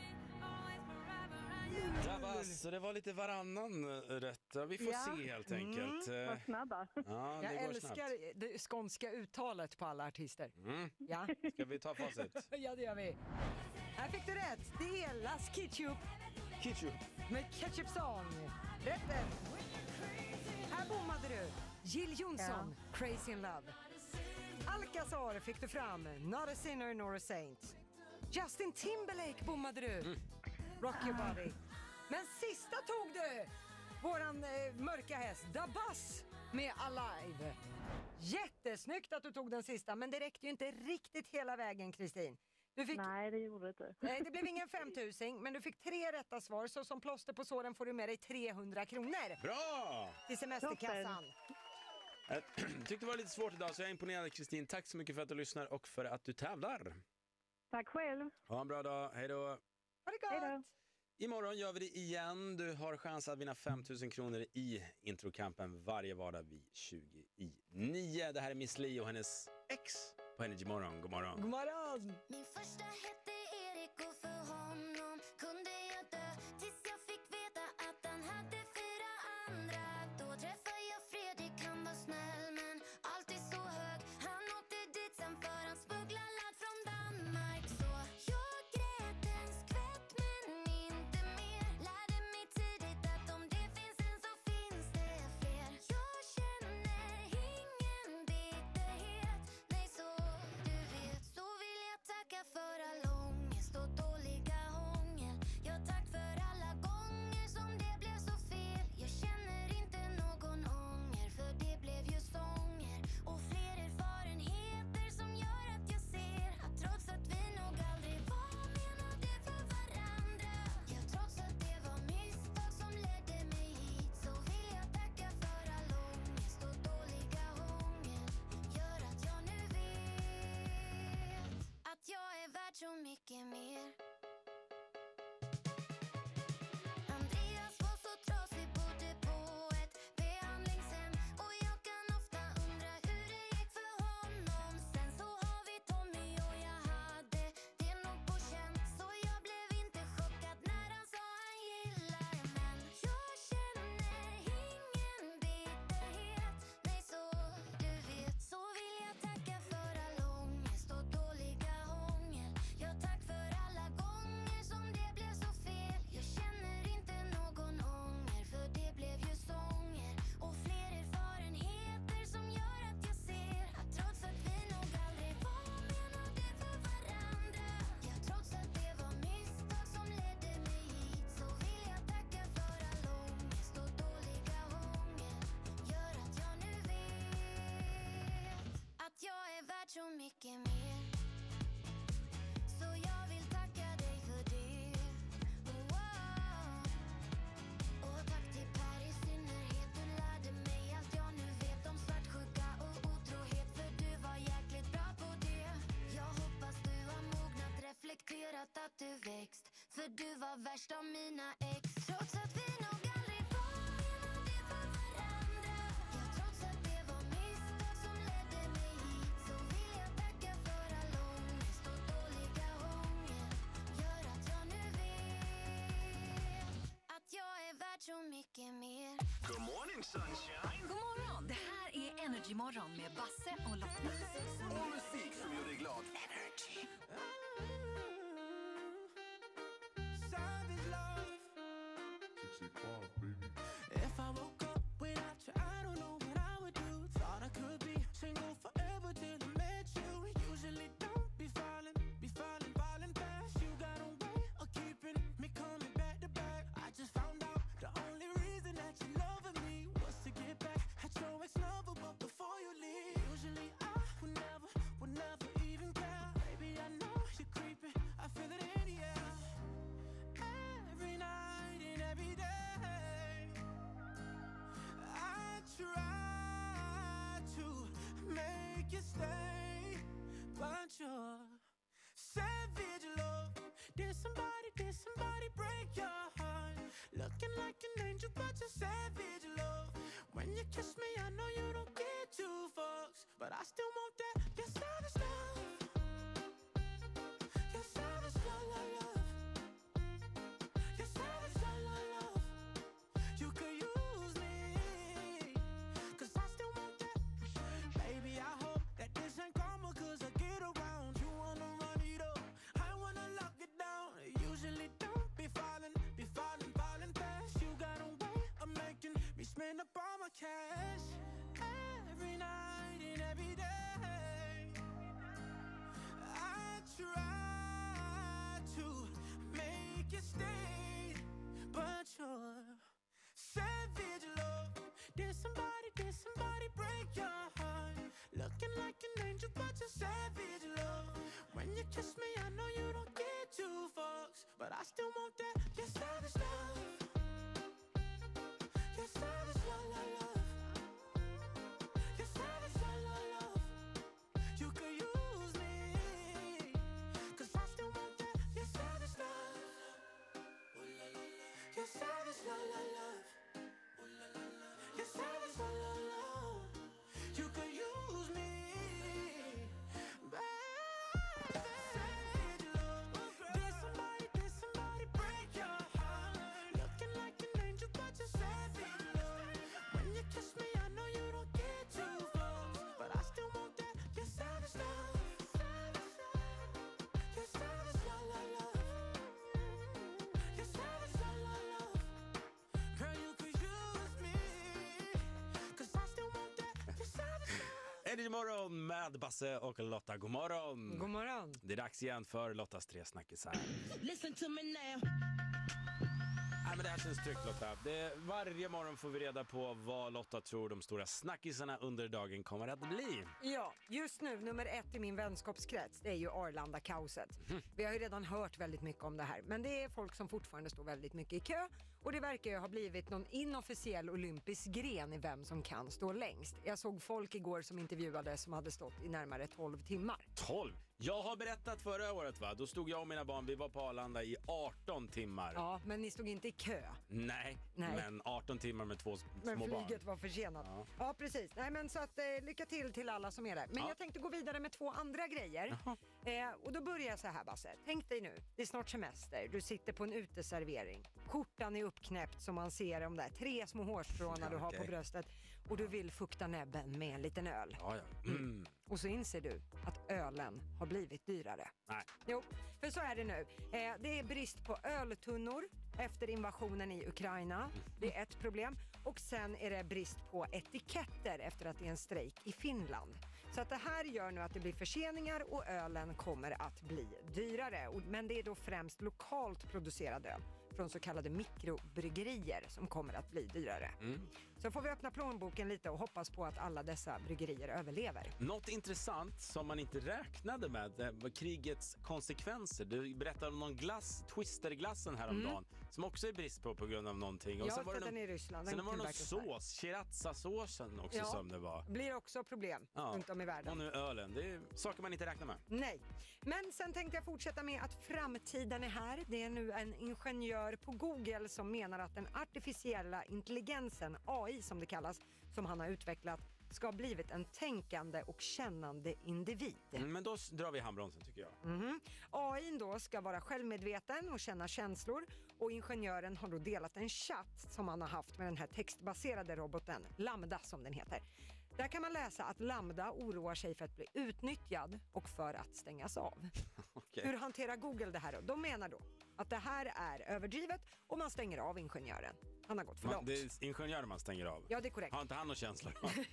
Dabas, så det var lite varannan rätt. Vi får se helt enkelt. Vad snabba. Ja, jag det går älskar snabbt. det skånska uttalet på alla artister. Ja. Ska vi ta facit? Ja, det gör vi. Här fick du rätt. Det är Las Ketchup. Ketchup. Med Ketchup Song. Rätten. Här bommade du. Jill Johnson, Crazy in Love. Alcazar fick du fram. Not a sinner nor a saint. Justin Timberlake bommade du. Rock your body. Men sista tog du. Våran mörka häst, Dabas med Alive. Jättesnyggt att du tog den sista, men det räckte ju inte riktigt hela vägen, Kristin. Nej, det gjorde det inte. Det blev ingen 5 000, men du fick 3 rätta svar, så som plåster på såren får du med dig 300 kronor. Bra! Till semesterkassan. Jag tyckte det var lite svårt idag, så jag är imponerad, Kristin. Tack så mycket för att du lyssnar och för att du tävlar. Tack själv. Ha en bra dag. Hej då. Ha det gott. Imorgon gör vi det igen. Du har chans att vinna 5 000 kronor i introkampen varje vardag vid 20:09. Det här är Miss Li och hennes ex på Energy Morgon. God morgon. God morgon. Min första hette Erik och för honom kunde jag dö tills jag fick veta att han hade 4 andra. Då träffade jag Fredrik, han var snäll men alltid så hög. Han åkte dit sen för han smugglade ladd från Danmark. Så jag grät en skvätt men inte mer. Lärde mig tidigt att om det finns en så finns det fler. Jag känner ingen bitterhet, nej så du vet. Så vill jag tacka för all ångest och dåliga hångel. Jag tack för alla gånger för du var värst av mina ex. Trots att vi nog aldrig var menade för varandra. Ja, trots att det var misstag som ledde mig hit, så vill jag tacka för all ångest och dåliga ånger. Gör att jag nu vet att jag är värd så mycket mer. Good morning, sunshine. God morgon, det här är Energy Morgon med Basse och Lotta. Och musik som gör dig glad. Energy. If I woke up without you, I don't know what I would do. Thought I could be single forever till I met you. Usually don't be falling fast. You got a way of keeping me coming back to back. I just found out the only reason that you loving me was to get back at your ex-lover, but before you leave, usually I would never even care. Baby, I know you're creeping, I feel it in the air. Every night and every day try to make you stay, but you're savage love. Did somebody break your heart? Looking like an angel, but you're savage love. When you kiss me, I know you don't get two fucks, but I still want that. You're savage love. You're savage love, love, love. You're savage love, love, love. You could use me, 'cause I still want that. Baby, I hope that this ain't karma, 'cause I get around. You wanna run it up, I wanna lock it down. Usually don't be falling fast. You got a way of making me spend up all my cash. Every night and every day I try to make you stay, but you're savage love. Did somebody break your heart? Looking like an angel, but you're savage love. When you kiss me, I know you don't get two fucks, but I still want that. You're savage love. You're savage love, love, love. You're savage love, love, love. You could use me, 'cause I still want that. You're savage love. You're savage love, love, love. You're savage love, love, love. You could use me, baby. Savage love. Did somebody break your heart? Looking like an angel, but you're savage love. When you kiss me, I know you don't get two fucks, but I still want that. You're savage love. You're savage love, love, love. You're savage love, love, love. Girl, you could use me, 'cause I still want that. You're savage love. Energy Morgon med Basse och Lotta. God morgon. God morgon. Det är dags igen för Lottas tre snackisar. Listen to me now. Nej, men det här känns tryggt, Lotta. Varje morgon får vi reda på vad Lotta tror de stora snackisarna under dagen kommer att bli. Ja, just nu nummer 1 i min vänskapskrets, det är ju Arlanda-kaoset. Vi har ju redan hört väldigt mycket om det här, men det är folk som fortfarande står väldigt mycket i kö, och det verkar ju ha blivit någon inofficiell olympisk gren i vem som kan stå längst. Jag såg folk igår som intervjuade som hade stått i närmare 12 timmar. 12? Jag har berättat förra året, va? Då stod jag och mina barn, vi var på Arlanda i 18 timmar. Ja, men ni stod inte i kö. Nej. Men 18 timmar med två små barn. Men flyget var försenat. Ja, precis. Nej, men så att lycka till alla som är där. Men jag tänkte gå vidare med 2 andra grejer. Och då börjar jag så här, Basse. Tänk dig nu, det är snart semester. Du sitter på en uteservering. Skjortan är uppknäppt som man ser de där 3 små hårstråna du har på bröstet. Och du vill fukta näbben med en liten öl. Ja. Och så inser du att ölen har blivit dyrare. Nej. Jo, för så är det nu. Det är brist på öltunnor efter invasionen i Ukraina. Det är ett problem. Och sen är det brist på etiketter efter att det är en strejk i Finland. Så att det här gör nu att det blir förseningar och ölen kommer att bli dyrare. Men det är då främst lokalt producerad öl från så kallade mikrobryggerier som kommer att bli dyrare. Så får vi öppna plånboken lite och hoppas på att alla dessa bryggerier överlever. Något intressant som man inte räknade med var krigets konsekvenser. Du berättade om någon glass, Twisterglassen häromdagen, som också är brist på grund av någonting. Och Ja, sen var för det den är i Ryssland. Sen var det någon tillverkas där. sås, sriracha-såsen också som det var. Blir också problem runt om i världen. Och nu ölen, det är saker man inte räknar med. Nej, men sen tänkte jag fortsätta med att framtiden är här. Det är nu en ingenjör på Google som menar att den artificiella intelligensen, AI som det kallas, som han har utvecklat, ska ha blivit en tänkande och kännande individ. Men då drar vi handbromsen tycker jag. AI då ska vara självmedveten och känna känslor, och ingenjören har då delat en chatt som han har haft med den här textbaserade roboten, Lambda som den heter. Där kan man läsa att Lambda oroar sig för att bli utnyttjad och för att stängas av. Hur hanterar Google det här då? De menar då att det här är överdrivet och man stänger av ingenjören. Han har gått för långt. Det är ingenjören man stänger av. Ja, det är korrekt. Har inte han några känslor?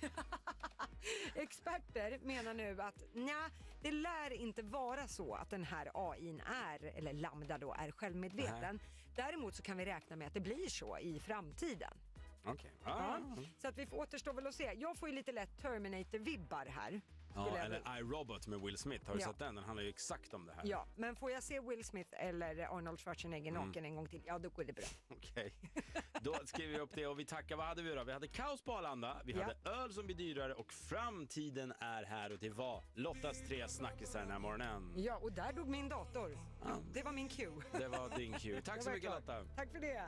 Experter menar nu att det lär inte vara så att den här AI:n är, eller Lambda då, är självmedveten. Däremot så kan vi räkna med att det blir så i framtiden. Okej. Så att vi återstår väl att se. Jag får ju lite lätt Terminator-vibbar här. Ja, eller iRobot med Will Smith. Har du sett den? Den handlar ju exakt om det här. Ja, men får jag se Will Smith eller Arnold Schwarzenegger naken en gång till, ja då går det bra. Okej. Då skriver vi upp det och vi tackar. Vad hade vi då? Vi hade kaos på Arlanda, vi hade öl som blir dyrare och framtiden är här, och det var Lottas 3 snackisar den här morgonen. Ja, och där dog min dator. Det var min cue. Det var din cue. Tack så mycket Lotta. Tack för det.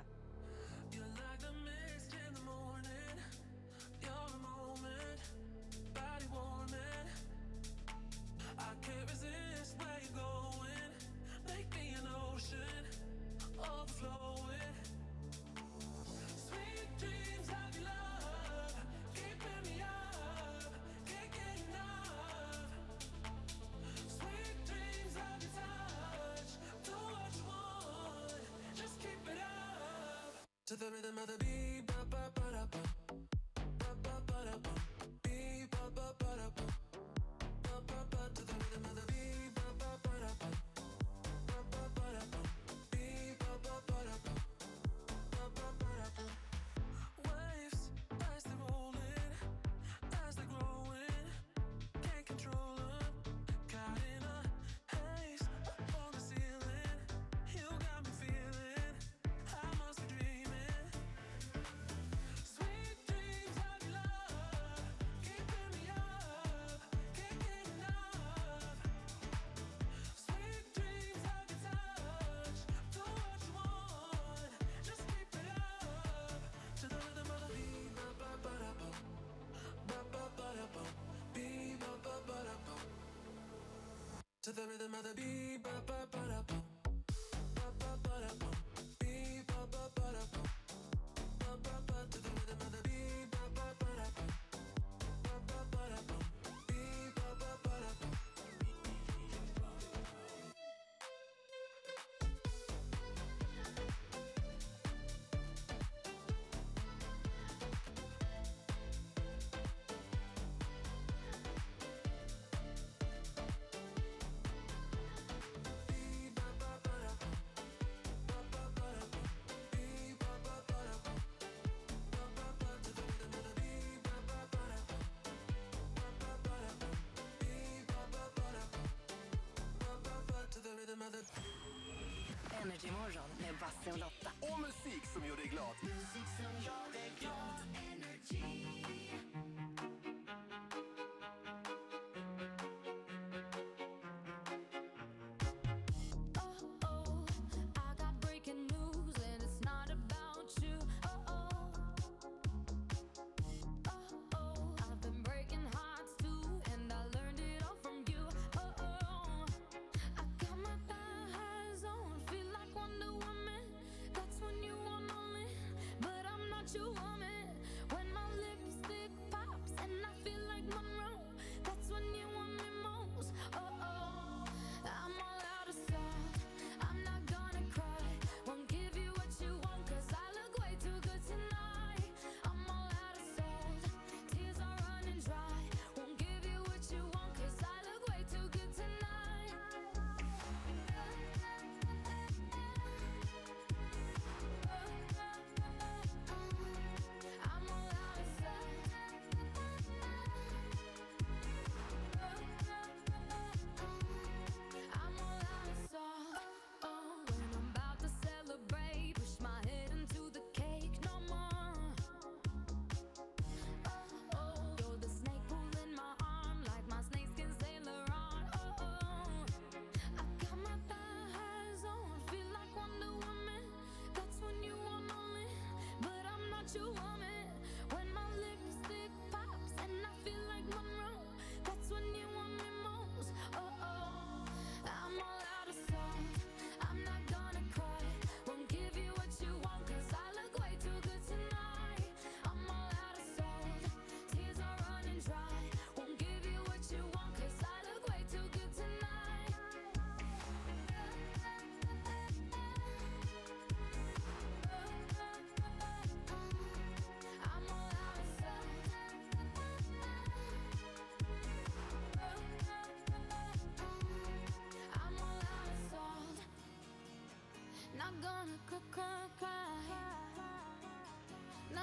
I can't resist where you're going. Make me an ocean overflowing. Sweet dreams of your love, keeping me up, can't get enough. Sweet dreams of your touch, do what you want, just keep it up. To the rhythm of the beat, ba ba ba da ba, ba ba ba da ba, beat ba ba ba da ba. To the rhythm of the beat, ba ba ba da ba, ba ba ba da ba, beat ba ba ba da ba, ba ba ba. To the rhythm of the beat, ba ba ba da ba, ba ba ba da ba, beat ba ba ba da ba. Energy Morgon med Basse och Lotta. Och musik som gör dig glad. Musik som gör dig glad. Energy. You want me when my lipstick pops and I feel like Monroe. That's when you want me most. Oh oh, I'm all out of salt. I'm not gonna cry. Won't give you what you want 'cause I look way too good tonight. I'm all out of salt. Tears are running dry. Won't give you what you want 'cause I look way too good tonight.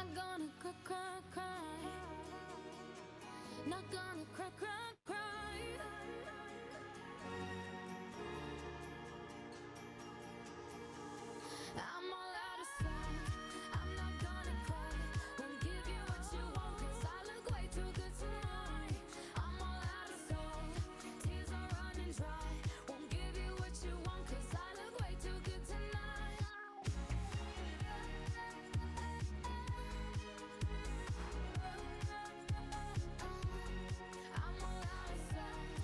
not gonna cry, cry, cry. Not gonna cry, cry, cry. I'm all out of sight. I'm not gonna cry. Won't give you what you want, 'cause I look way too good tonight. I'm all out of sight. Tears are running dry. Won't give you what you want, 'cause I look way too good tonight. I'm all out of sight.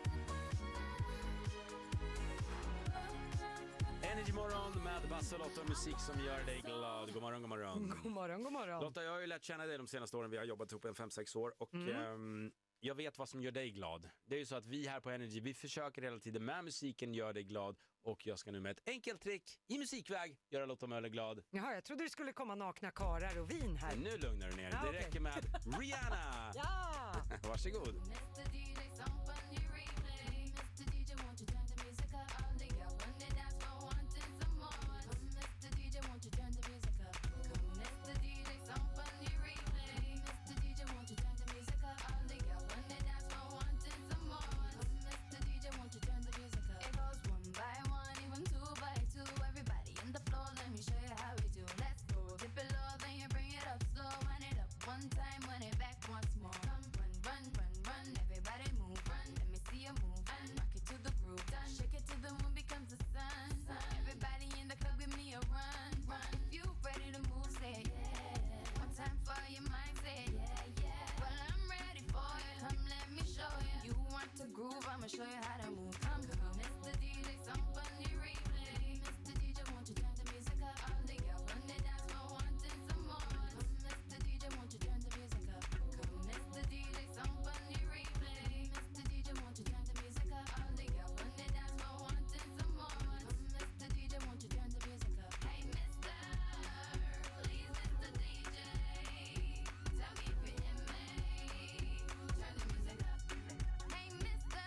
Energy morgon med Basse och Lotta och musik som gör dig glad. God morgon, god morgon. God morgon, god morgon. Lotta, jag har ju lärt känna dig de senaste åren. Vi har jobbat ihop i 5-6 år och jag vet vad som gör dig glad. Det är ju så att vi här på Energy, vi försöker hela tiden med musiken gör dig glad. Och jag ska nu med ett enkelt trick i musikväg göra Lotta Möller glad. Jaha, jag trodde det skulle komma nakna karar och vin här. Nu lugnar du ner. Det okej. räcker med Rihanna. Ja! Varsågod. One time, run it back once more. Run, run, run, run, run. Everybody move, run. Let me see you move. Rock it to the groove. Shake it till the moon becomes the sun. Everybody in the club, give me a run, run. If you ready to move, say yeah. One time for your mind, say yeah, yeah. Well, I'm ready for it. Come, let me show you. You want to groove? I'ma show you how to move. Come, come. Mr. DJ, somebody replay. Mr. DJ, won't you turn the music up? All the girls on the dance floor wanting some more. Mr. DJ, won't you turn the music up? Come, Mr. DJ, somebody replay. Mr. DJ, won't you turn the music up? All the girls on the dance floor wanting some more. Mr. DJ, won't you turn the music up? Hey, mister, please, Mr. DJ, tell me if you hear me. Turn the music up. Hey, mister,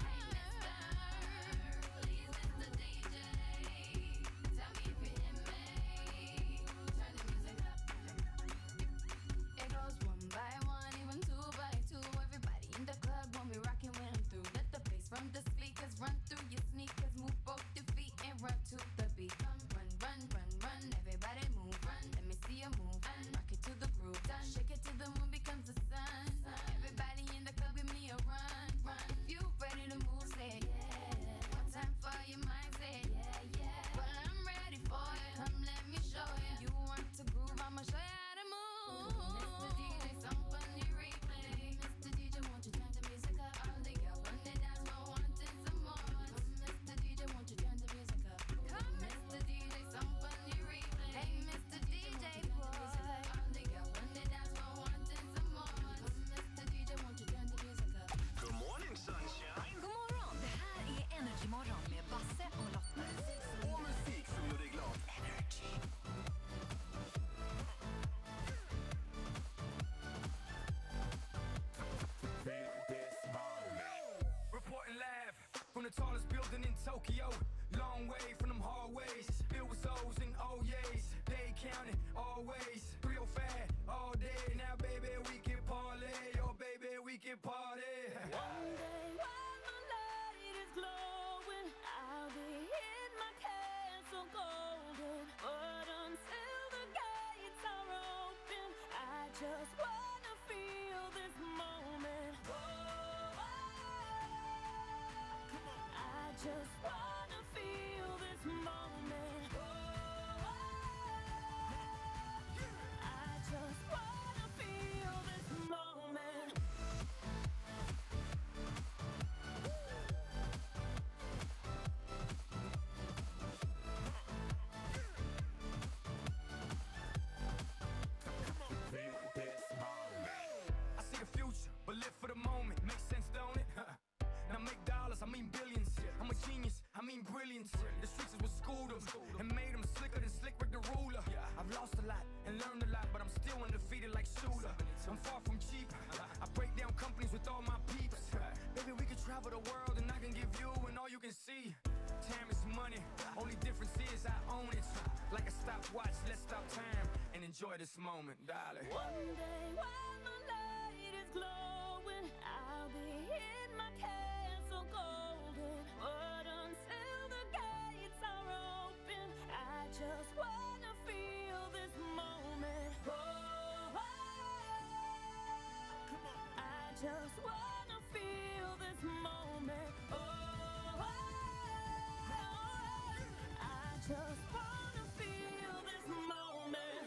please, Mr. DJ, tell me if you hear me. Turn the music up. It goes one by one, even two by two. Everybody in the club when we rockin' when I'm through. Let the bass from the speakers run through your sneakers. Move both your feet and run to the beat. Come, run, run, run, run. Everybody move, run. Let me see you move. Rock it to the groove. Shake it till the moon becomes the sun. Everybody in the club, give me a run, run. If you ready to move, say yeah. One time for your mind, say yeah, yeah. Well, I'm ready for it. Come, let me show you. You want to groove? I'ma show you how to move. Mr. DJ, somebody replay. Mr. DJ, won't you turn the music up? All the girls on the dance floor wanting some more. Mr. DJ, won't you turn the music up? Come, Mr. DJ, somebody replay. Hey, Mr. DJ, boy. All the girls on the dance floor wanting some more. Mr. DJ, won't you turn the music up? Good morning, sunshine. God morgon, det här är Energy morgon med Basse och Lotta. Och musik som gör dig glad. Reporting live from the tallest building in Tokyo. Long way from them hallways. Filled with O's and O's. They counting always. Real fat all day. Now, baby, we can parlay. Oh, baby, we can party. One day while my light is glowing, I'll be in my castle golden. But until the gates are open, I just wanna feel this moment. I just wanna feel this moment. I just wanna feel this moment. I see the future, but live for the moment. Makes sense, don't it? Now make dollars, I mean billions. I'm a genius, I mean brilliance. The streets is what schooled them and made them slicker than Slick Rick the ruler. I've lost a lot and learned a lot, but I'm still undefeated like Shooter. I'm far from cheap. I break down companies with all my peeps. Baby, we can travel the world and I can give you and all you can see. Time is money, only difference is I own it. Like a stopwatch, let's stop time. And and enjoy this moment, darling. One day while my light is glowing, I'll be in my castle golden. But until the gates are open, I just wanna feel this moment. Oh, I just wanna feel this moment. Oh, I just wanna feel this moment.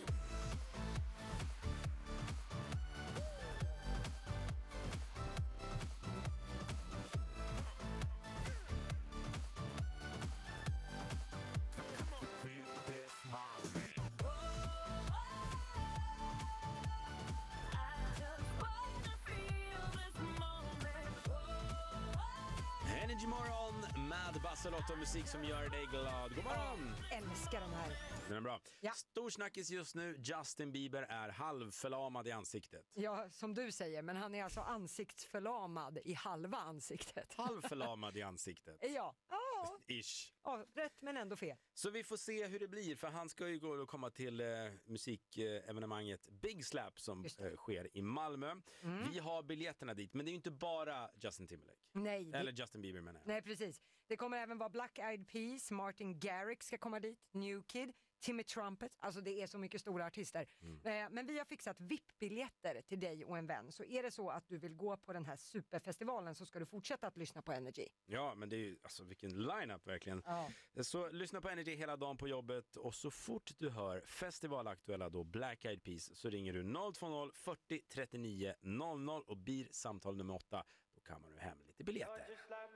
Energy Morgon med Basse, Lotta och musik som gör dig glad. God morgon! Älskar den här. Den är bra. Stor snackis just nu. Justin Bieber är halvförlamad i ansiktet. Ja, som du säger, men han är alltså ansiktsförlamad i halva ansiktet. Halvförlamad i ansiktet. Ja. Ish. Ja, rätt men ändå fel. Så vi får se hur det blir, för han ska ju gå och komma till musikevenemanget Big Slap som sker i Malmö. Vi har biljetterna dit, men det är ju inte bara Justin Timberlake. Nej. Eller Justin Bieber menar jag. Nej, precis. Det kommer även vara Black Eyed Peas, Martin Garrix ska komma dit, New Kid, Timmy Trumpet, alltså det är så mycket stora artister. Men vi har fixat VIP-biljetter till dig och en vän. Så är det så att du vill gå på den här superfestivalen så ska du fortsätta att lyssna på Energy. Ja, men det är ju, alltså vilken line-up verkligen. Ja. Så lyssna på Energy hela dagen på jobbet, och så fort du hör festivalaktuella då Black Eyed Peas så ringer du 020 40 39 00 och blir samtal nummer 8. Då kan man ju hem lite biljetter.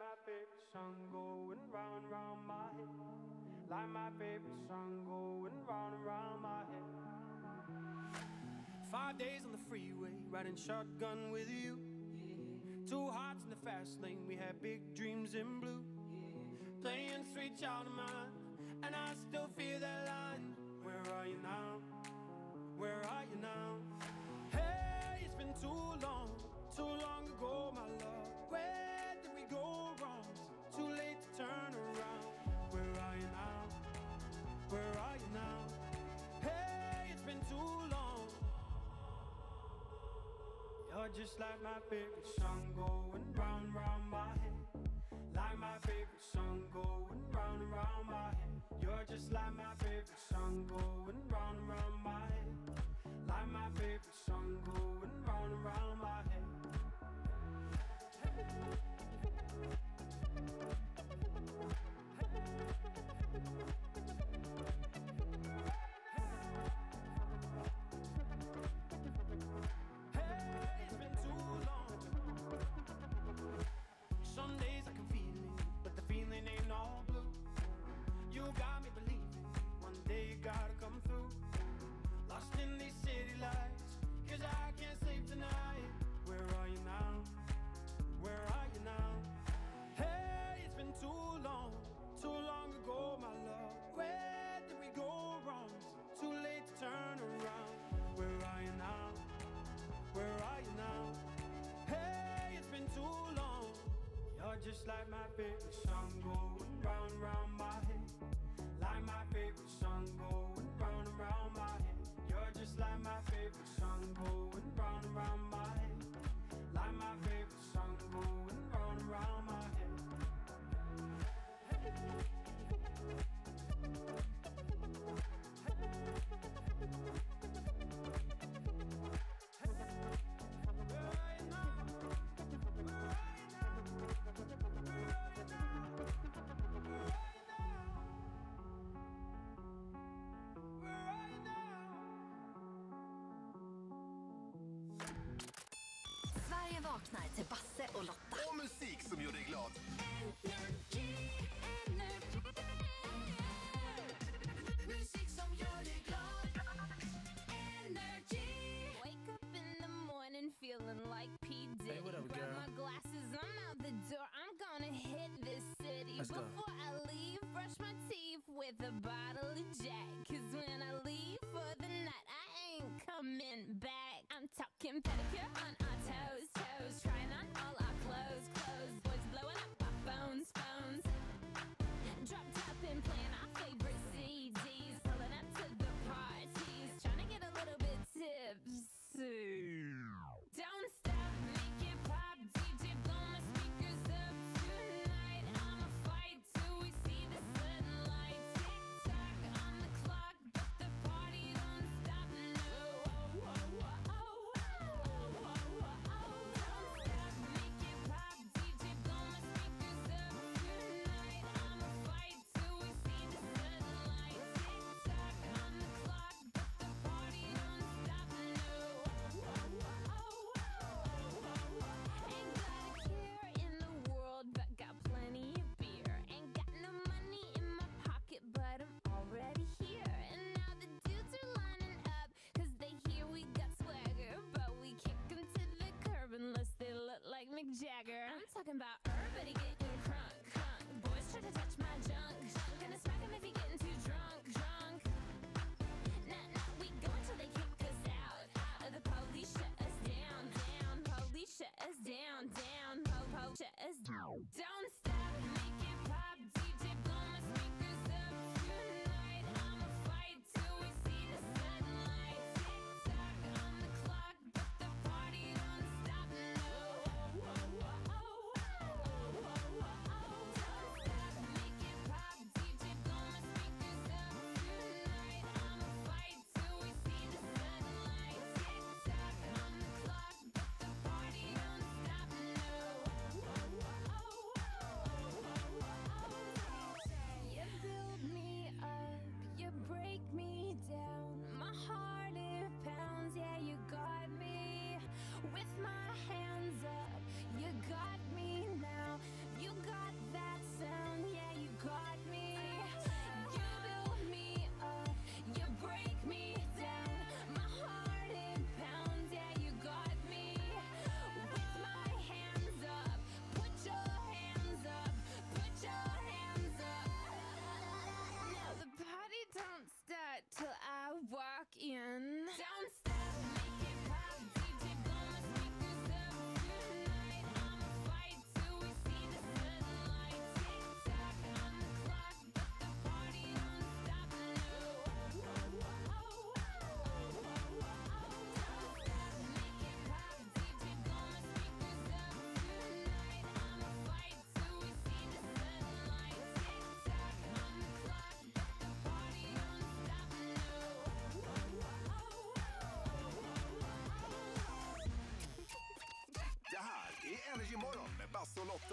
Like my favorite song going round and round my head. 5 days on the freeway, riding shotgun with you. 2 hearts in the fast lane, we had big dreams in blue. Playing sweet child of mine, and I still feel that line. Where are you now? Where are you now? Hey, it's been too long ago, my love. Where did we go wrong? Too late to turn around. Where are you now? Where are you now? Hey, it's been too long. You're just like my favorite song going round and round my head. Like my favorite song going round and round my head. You're just like my favorite song going round and round my head. Like my favorite song going round and round my head. Some days I can feel it, but the feeling ain't all blue. You got me believing, one day you gotta come through. Lost in these city lights, 'cause I can't sleep tonight. Where are you now? Where are you now? Hey, it's been too long ago, my love. Where did we go wrong? Too late to turn around. Where are you now? Where are you now? Hey, it's been too long. You're just like my favorite song going round and round my head. Like my favorite song going round and round my head. You're just like my favorite song going round and round my head. Like my favorite song going round and round my head. Sverige vaknar till Basse och Lotta. Och musik som gör dig glad. Musik som gör dig glad. Energy. Wake up in the morning feeling like P. Diddy. Hey, what up, Grab girl? my glasses, I'm out the door. I'm gonna hit this city. Let's go. Before I leave, brush my teeth with a bottle of Jack. 'Cause when I leave for the night, I ain't coming back. I'm talking pedicure on our toes, toes. Trying on all our clothes, clothes. Boys blowing up our phones, phones. Drop top and playing our favorite CDs. Pulling up to the parties. Trying to get a talking about everybody getting crunk, crunk. Boys try to touch my junk, junk. Gonna smack him if he getting too drunk, drunk. Nah, nah, we go until they kick us out, out. Or the police shut us down, down. Police shut us down, down. Po, shut us down. Don't stop, make it pop. DJ blow my speakers up tonight. I'ma fight till we see the sunlight. Tick tock on the clock, but the party don't stop. No. Don't stop, make it pop. DJ blow my speakers up tonight. I'ma fight till we see the sunlight. Tick tock on the clock, but the party don't stop. No. You build me up, you break me down. My heart it pounds, yeah, you got me. With my hands up, you got me now. You got that sound, yeah, you got me. You build me up, you break me down. My heart it pounds, yeah, you got me. With my hands up, put your hands up, put your hands up. Now the party don't start till I walk in. Don't stop, make it pop. DJ blow my speakers up tonight. I'ma fight till we see the sunlight. Tick tock on the clock, but the party don't stop. No. Don't stop, make it pop. DJ blow my speakers up tonight. I'ma fight till we see the sunlight. Tick tock on the clock, but the party don't stop. No. Det här är Energy Morgon med Basse och Lotta.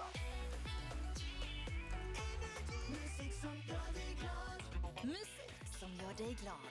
Musik som gör dig glad. Musik som gör dig glad.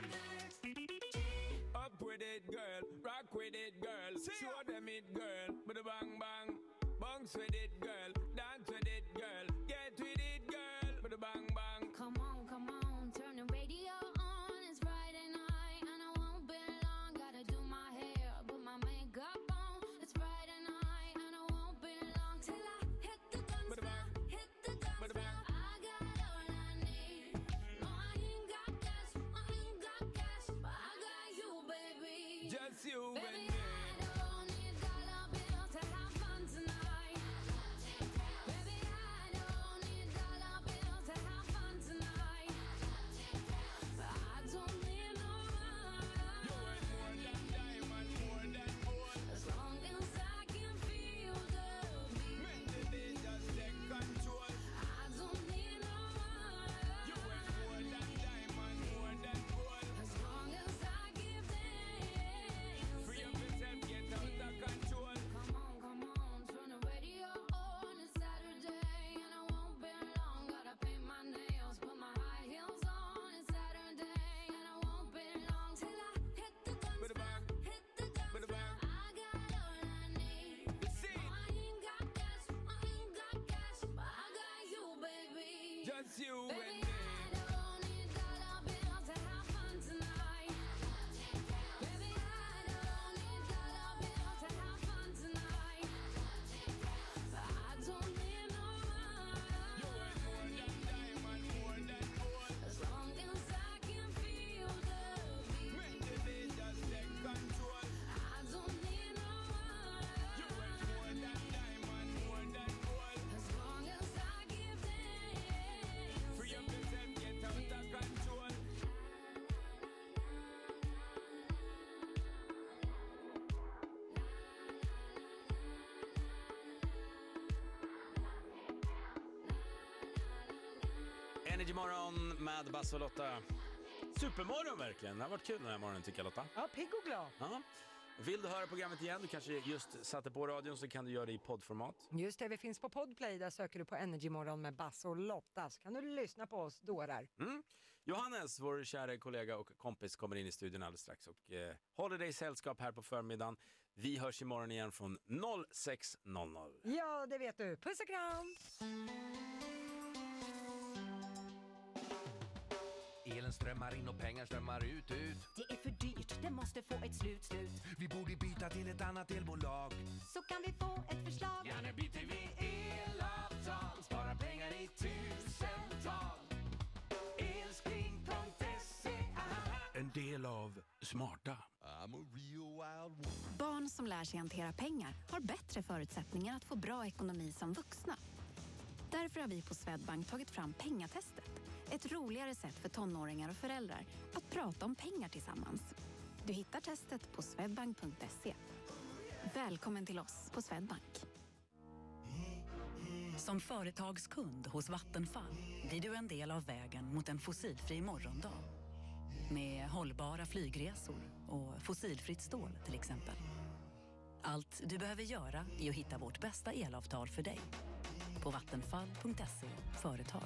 Up with it, girl. Rock with it, girl. Show them it, girl. With a bang bang. Bounce with it, girl. Dance with it, girl. Get with it, girl. With a bang bang. Come on, turn the radio on. It's Friday night and I won't be long. Gotta do my hair, put my makeup on. It's Friday night and I won't be long till I hit the guns now. Hit the guns now. I got all I need. No, I ain't got cash, but I got you, baby. Just you and Baby, me. I don't need dollar bills to have fun tonight. Baby, I don't need dollar bills to have fun tonight. I don't need no money. More than diamond, more than gold. As long as I can feel the beat. Make the day just take control. I don't need no money. You ain't more than diamond, more than gold. As long as I give thanks. Free up yourself, get out of control. Come on, turn the radio on. It's Saturday and I won't be long. Gotta paint my nails, put my high heels on. It's Saturday and I won't be long till I hit the guns With a bang. now. Hit the guns With a bang. now. I got all I need. See? No, I ain't got cash, but I got you, baby. Just you and Baby, me. I don't need dollar bills to have fun tonight. Baby, I don't need dollar bills to have fun tonight. I don't need no You money. ain't more than diamond, more than gold. As long as I can feel the beat. Make the day just take control. I don't need no You money. ain't more than diamond, more than gold. As long as I give thanks. Free up yourself, get out of control. Energy Morgon med Basse och Lotta. Supermorgon verkligen. Det har varit kul den här morgonen tycker jag, Lotta. Ja, pigg och glad. Ja. Vill du höra programmet igen, du kanske just satte på radion, så kan du göra det i poddformat. Just det, vi finns på Podplay. Där söker du på Energy Morgon med Basse och Lotta. Så kan du lyssna på oss dårar. Johannes, vår kära kollega och kompis, kommer in i studion alldeles strax och håller dig sällskap här på förmiddagen. Vi hörs imorgon igen från 06:00. Ja, det vet du. Puss och kram! Elen strömmar in och pengar strömmar ut. Det är för dyrt, det måste få ett slut. Vi borde byta till ett annat elbolag. Så kan vi få ett förslag. Ja, när byter vi en del av smarta. Barn som lär sig hantera pengar har bättre förutsättningar att få bra ekonomi som vuxna. Därför har vi på Swedbank tagit fram pengatestet. Ett roligare sätt för tonåringar och föräldrar att prata om pengar tillsammans. Du hittar testet på swedbank.se. Välkommen till oss på Swedbank. Som företagskund hos Vattenfall blir du en del av vägen mot en fossilfri morgondag. Med hållbara flygresor och fossilfritt stål till exempel. Allt du behöver göra är att hitta vårt bästa elavtal för dig. På vattenfall.se företag.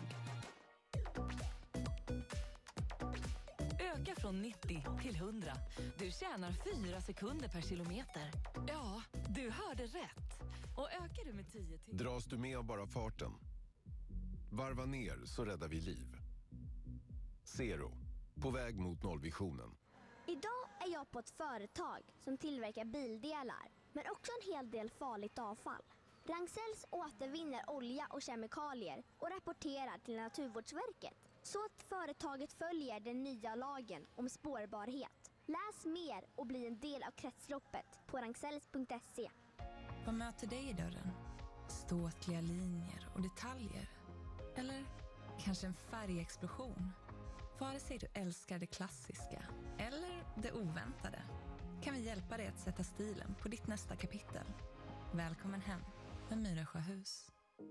Öka från 90 till 100. Du tjänar 4 sekunder per kilometer. Ja, du hörde rätt. Och ökar du med 10 till... Dras du med av bara farten? Varva ner så räddar vi liv. Zero. På väg mot nollvisionen. Idag är jag på ett företag som tillverkar bildelar, men också en hel del farligt avfall. Ragn-Sells återvinner olja och kemikalier och rapporterar till Naturvårdsverket så att företaget följer den nya lagen om spårbarhet. Läs mer och bli en del av kretsloppet på ragn-sells.se. Vad möter dig i dörren? Ståtliga linjer och detaljer? Eller kanske en färgexplosion? Vare sig du älskar det klassiska eller det oväntade kan vi hjälpa dig att sätta stilen på ditt nästa kapitel. Välkommen hem med Myrasjöhus.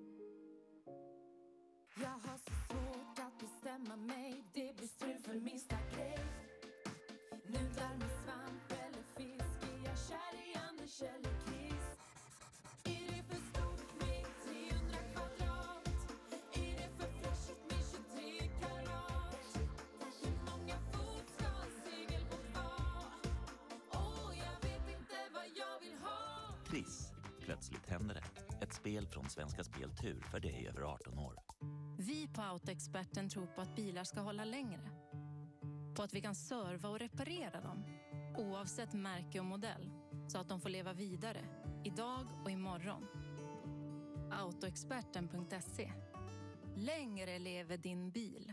Jag har så svårt att bestämma mig. Det blir strul för minsta grej. Nudlar med svamp eller fisk. Är jag kär i Anders eller Chris? Är det för stort med 300 kvadrat? Är det för flashigt med 23 karat? Hur många fot ska en segelbåt vara? Jag vet inte vad jag vill ha. Triss. Plötsligt händer det. Ett spel från Svenska Speltur för dig över 18 år. Vi på Autoexperten tror på att bilar ska hålla längre. På att vi kan serva och reparera dem. Oavsett märke och modell. Så att de får leva vidare. Idag och imorgon. Autoexperten.se. Längre lever din bil.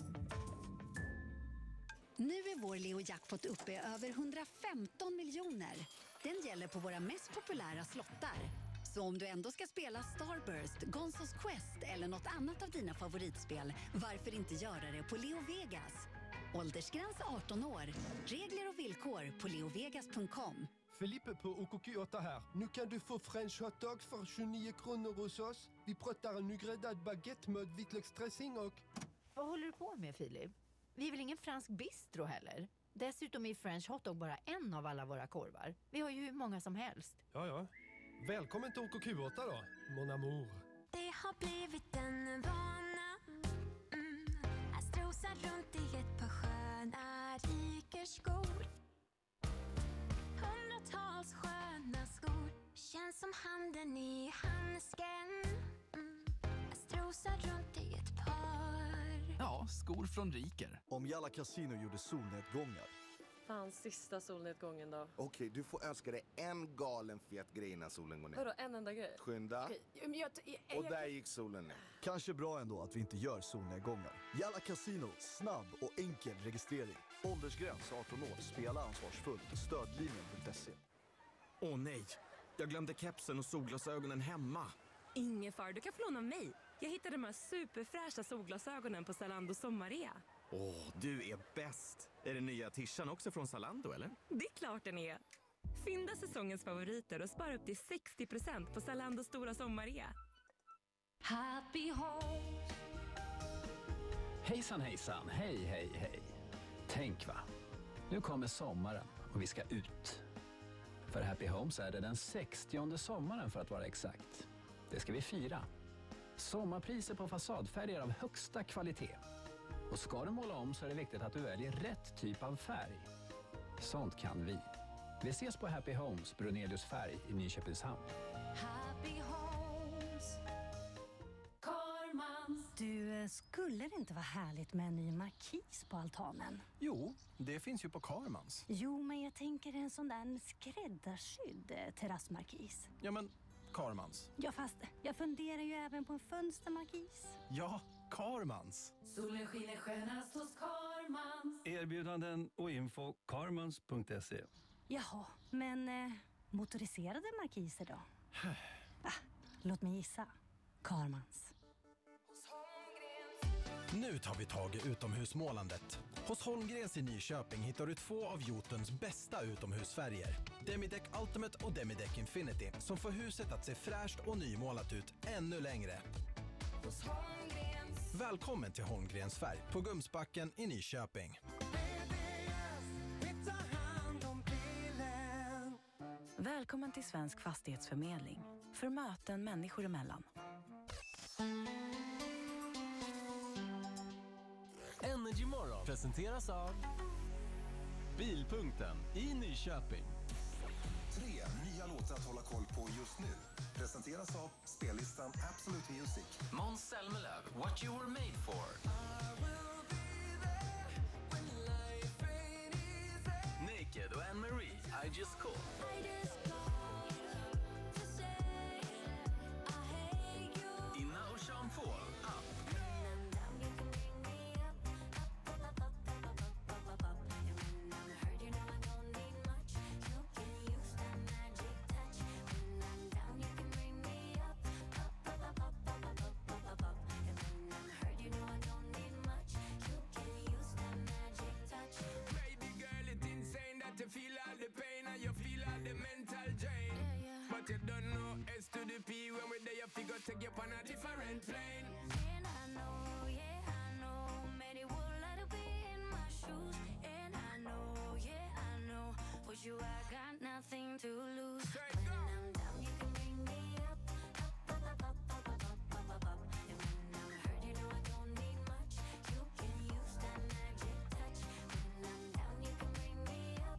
Nu är vår Leo Jackpot uppe i över 115 miljoner. Den gäller på våra mest populära slottar. Så om du ändå ska spela Starburst, Gonzos Quest eller något annat av dina favoritspel, varför inte göra det på Leo Vegas? Åldersgräns 18 år. Regler och villkor på leovegas.com. Felipe på OKQ8 här. Nu kan du få French hotdog för 29 kronor hos oss. Vi pratar en nygräddad baguette med vitlöksdressing och... Vad håller du på med, Filip? Vi är väl ingen fransk bistro heller? Dessutom är French hotdog bara en av alla våra korvar. Vi har ju hur många som helst. Ja. Välkommen till OKQ8 då, mon amour. Det har blivit en vana att strosa runt i ett par sköna rikerskor. Hundratals sköna skor känns som handen i handsken. Att strosa runt i ett par. Ja, skor från Riker. Om Jalla Casino gjorde solnedgångar. Fan, sista solnedgången då. Okej, du får önska dig en galen fet grej innan solen går ner. Vadå, en enda grej? Skynda. Okej, och där gick solen ner. Kanske bra ändå att vi inte gör solnedgångar. Jalla Casino, snabb och enkel registrering. Åldersgräns 18 år, spela ansvarsfullt. Stödlinjen.se. Åh nej, jag glömde kepsen och solglasögonen hemma. Ingen far, du kan få låna mig. Jag hittade de här superfräscha solglasögonen på Zalando Sommarrea. Åh, du är bäst. Är den nya tishan också från Zalando, eller? Det är klart den är. Fynda säsongens favoriter och spara upp till 60% på Zalando stora sommarrea. Happy home. Hejsan, hejsan. Hej. Tänk va, nu kommer sommaren och vi ska ut. För Happy Homes är det den 60:e sommaren för att vara exakt. Det ska vi fira. Sommarpriser på fasadfärger av högsta kvalitet. Och ska du måla om så är det viktigt att du väljer rätt typ av färg. Sånt kan vi. Vi ses på Happy Homes, Brunelius färg i Nyköpingshamn. Happy homes. Karmans. Du, skulle det inte vara härligt med en ny markis på altanen? Jo, det finns ju på Karmans. Jo, men jag tänker en sån där skräddarsydd terrassmarkis. Ja, men Karmans. Ja, fast jag funderar ju även på en fönstermarkis. Ja, Karmans. Solen skiner skönast hos Karmans. Karmans. Erbjudanden och info karmans.se. Jaha, men motoriserade markiser då? Låt mig gissa. Karmans. Nu tar vi tag i utomhusmålandet. Hos Holmgrens i Nyköping hittar du 2 av Jotuns bästa utomhusfärger. Demideck Ultimate och Demideck Infinity som får huset att se fräscht och nymålat ut ännu längre. Hos Holmgrens. Välkommen till Holmgrens färg på Gumsbacken i Nyköping. Välkommen till Svensk Fastighetsförmedling. För möten människor emellan. Energy Morgon presenteras av Bilpunkten i Nyköping. 3 nya låtar att hålla koll på just nu. Presenteras av spellistan Absolute Music. Måns Zelmerlöw, What You Were Made For. Naked och Anne-Marie, I Just Call. Inna och Sean Paul, Up. Feel all the pain and you feel all the mental drain. But you don't know S to the P when we're there, you figure take you on a different plane. And I know, many would like to be in my shoes. And I know, for you I got nothing to lose. When I'm down, you can bring me up, up, up, up, up, up, up, up, up. And when I'm hurt, you know I don't need much. You can use that magic touch. When I'm down, you can bring me up.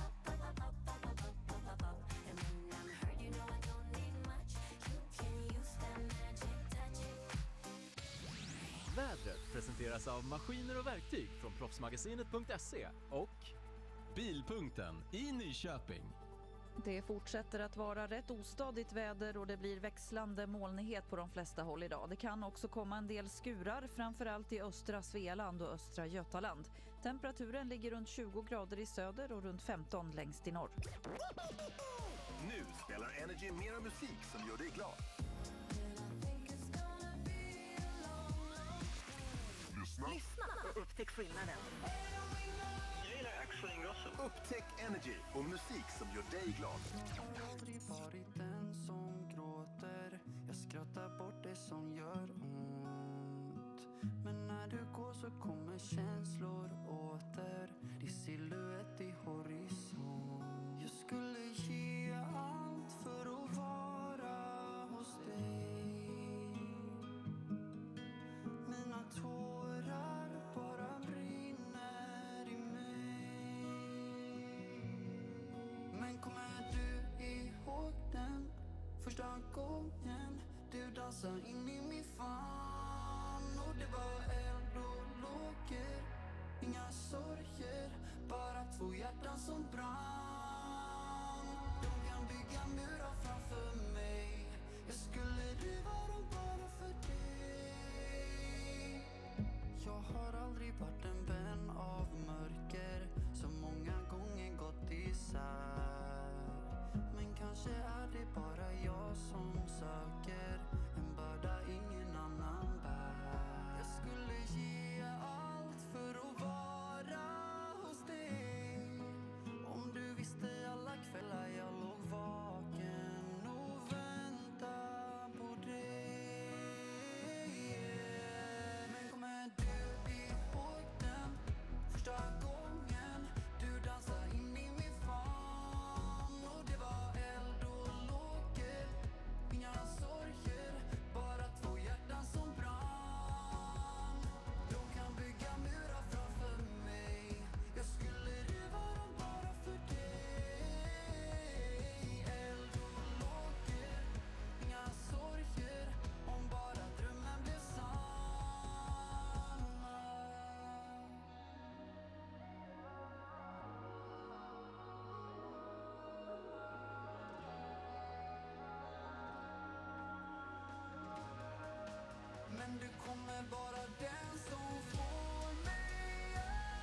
Vädret presenteras av maskiner och verktyg från proffsmagasinet.se och Bilpunkten i Nyköping. Det fortsätter att vara rätt ostadigt väder och det blir växlande molnighet på de flesta håll idag. Det kan också komma en del skurar, framförallt i östra Svealand och östra Götaland. Temperaturen ligger runt 20 grader i söder och runt 15 längst i norr. Nu spelar Energy mera musik som gör dig glad. Lyssna och upptäck skillnaden. Jag gillar Axel Ingrosso. Upptäck Energy och musik som gör dig glad. Jag har aldrig varit den som gråter. Jag skrattar bort det som gör ont. Men när du går så kommer känslor åter. Det är silhuett i horisont. Jag skulle ge allt för att vara hos dig. Mina tårar bara brinner i mig. Men kommer du ihåg den första gången du dansade in i min famn? Och det var eld och lågor, inga sorger, bara 2 hjärtan som brann. De kan bygga murar framför mig. Jag skulle riva dem bara för dig. Jag har aldrig varit en vän av mörker, så många gånger gått isär. Men kanske är det bara jag som söker en börda ingen annan bär. Jag skulle ge allt för att vara hos dig. Om du visste alla kvällar jag låg vaken och väntar på dig. Men kommer du ihåg den första gången du dansade in i min famn? Och det var eld och lågor, inga sorger, bara 2 hjärtan som brann. De kan bygga murar framför mig. Jag skulle riva dem bara för dig. Eld och lågor, inga sorger, om bara drömmen blev sann. Men du kommer vara den som får mig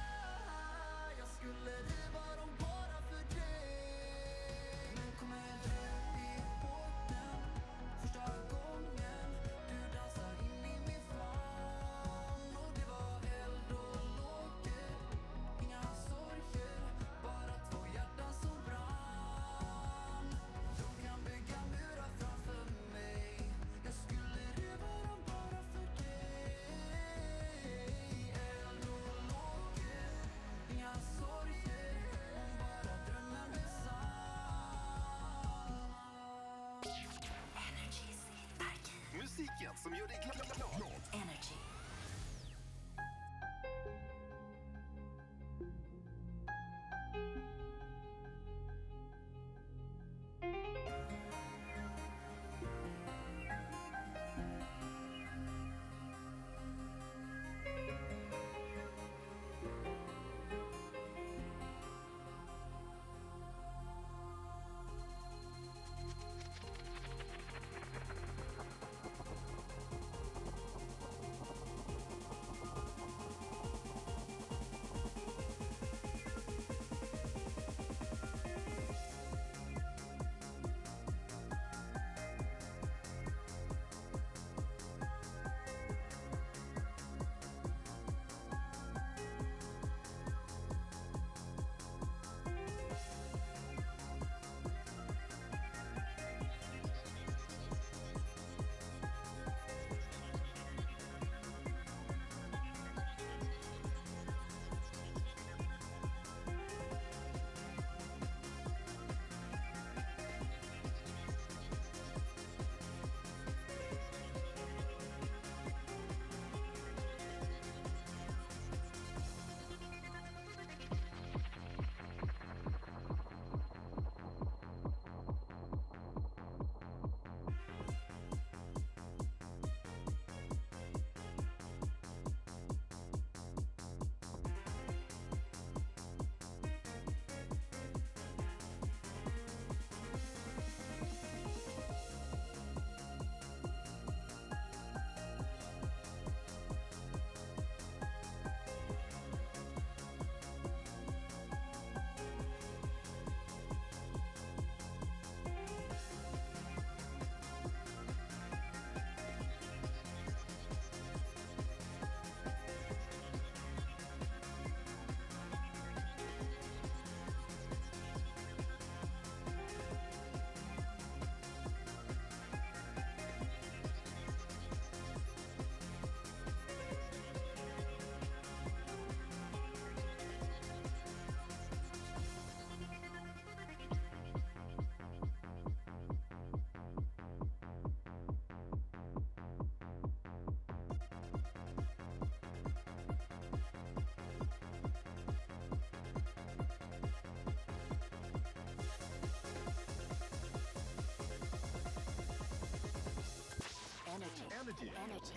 Energy.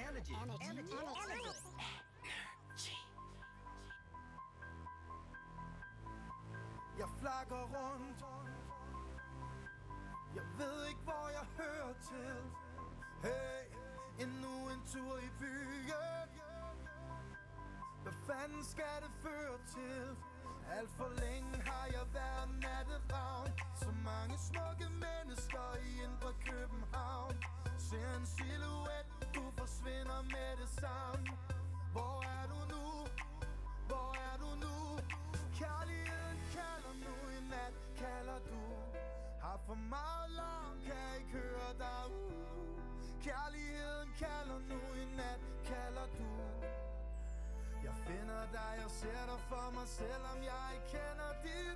Jeg flakker rundt. Jeg ved ikke, hvor jeg hører til. Hey, endnu en tur i byen. Hvad fanden skal det føre til? Alt for længe har jeg været natteravn. Så mange smukke mennesker i indre København. Ser en silhuet, du forsvinder med det samme. Hvor er du nu? Hvor er du nu? Kærligheden kalder nu, i nat kalder du. Har for meget larm, kan ikke høre dig ud. Kærligheden kalder nu, i nat kalder du. Jeg finder dig, jeg ser dig for mig, selvom jeg ikke kender dit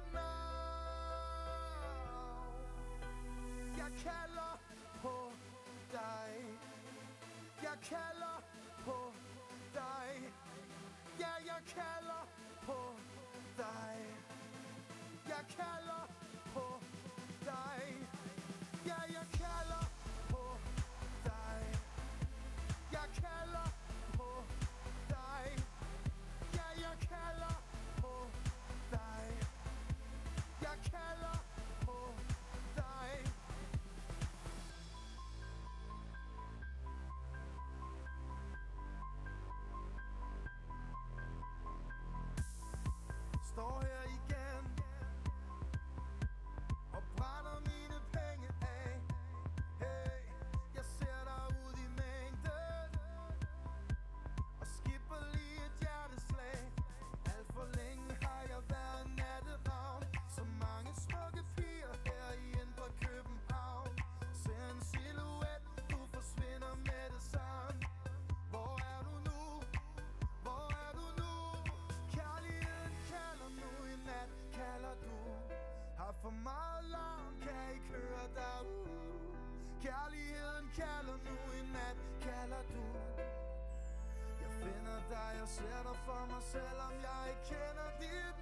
navn. Jeg kalder på dig. Jeg kalder på dig. Ja, jeg kalder på dig. Jeg kalder på dig. Ja, jeg kalder på dig. Jeg kalder på dig. Ja, jeg kalder på dig. Jeg kalder på dig. Står her igen og brænder mine penge af. Hey, jeg ser dig ud i mængden og skipper lige et hjerteslag. Alt for længe har jeg været natteravn. Så mange smukke piger her i indre København. Ser en silhuet, du forsvinder med det samme. Hvor er du nu? Hvor er du nu? Kærligheden kalder nu, i nat kalder du. Har for meget larm, kan ikke høre dig ud. Kærligheden kalder nu, i nat kalder du. Jeg finder dig, jeg ser dig for mig, selvom jeg ikke kender dit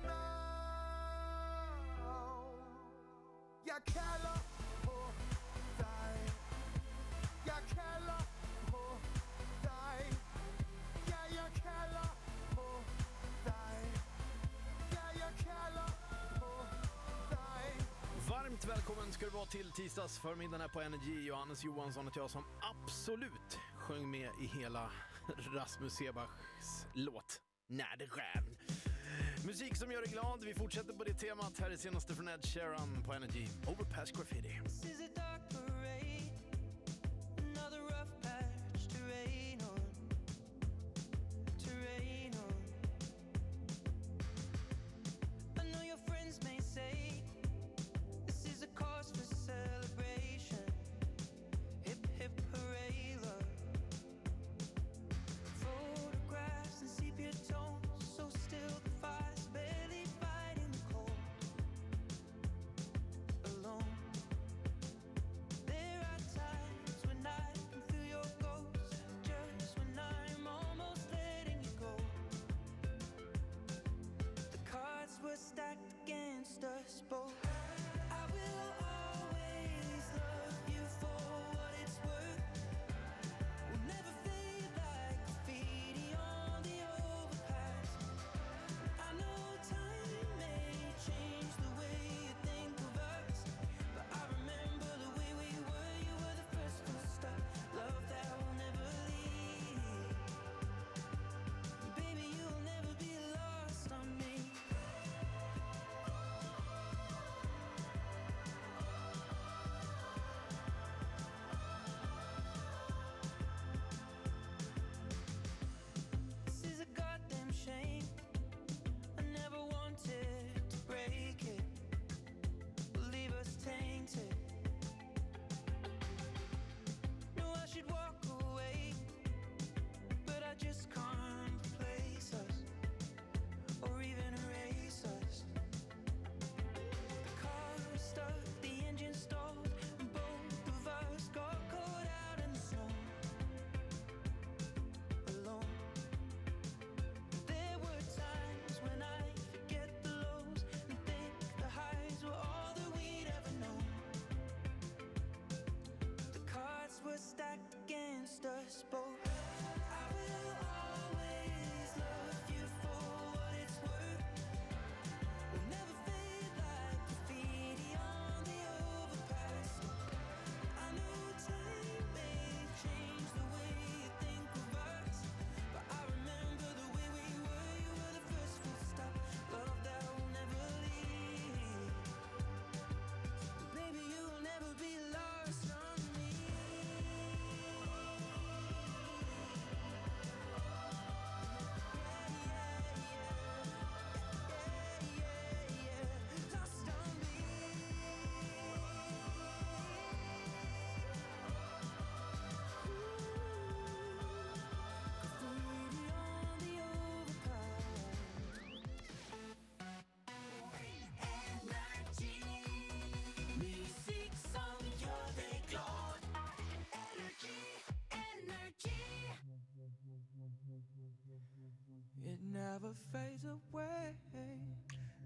navn. Jeg kalder på dig. Jeg kalder på dig. Ja, jeg kalder på dig. Ja, jeg kalder på dig. Varmt välkommen ska du vara till tisdags förmiddagen här på Energy. Johannes Johansson heter jag som absolut sjöng med i hela Rasmus Sebachs låt När det skär. Musik som gör dig glad. Vi fortsätter på det temat. Här är senaste från Ed Sheeran på Energy. Overpass Graffiti. This is a dark parade, another rough patch to rain on, to rain on. I know your friends may say this is a cause for celebration. Hip hip hooray, love. Photographs and sepia tones, so still the fire's barely fighting the cold. Alone.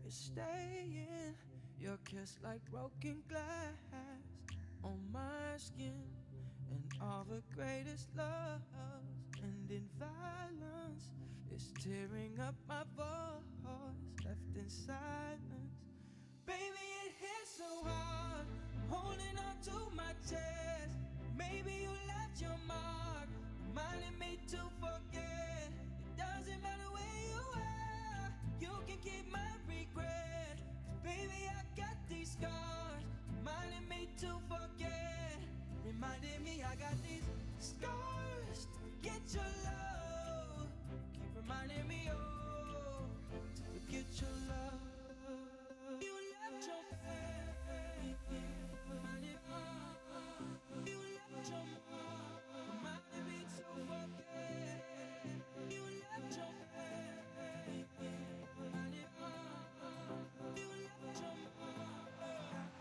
you're staying. Your kiss like broken glass on my skin. And all the greatest loves end in violence. It's tearing up my voice, left in silence. Baby, it hits so hard, I'm holding on to my chest. Maybe you left your mark, reminding me to forget. It doesn't matter where you are, you can keep my regret. 'Cause baby, I got these scars, reminding me to forget. Reminding me I got these scars to forget your love. Keep reminding me, oh, to forget your love. You left your bed, reminding me. You left your mark, reminding me to forget. You left your bed, reminding me. You left your mark.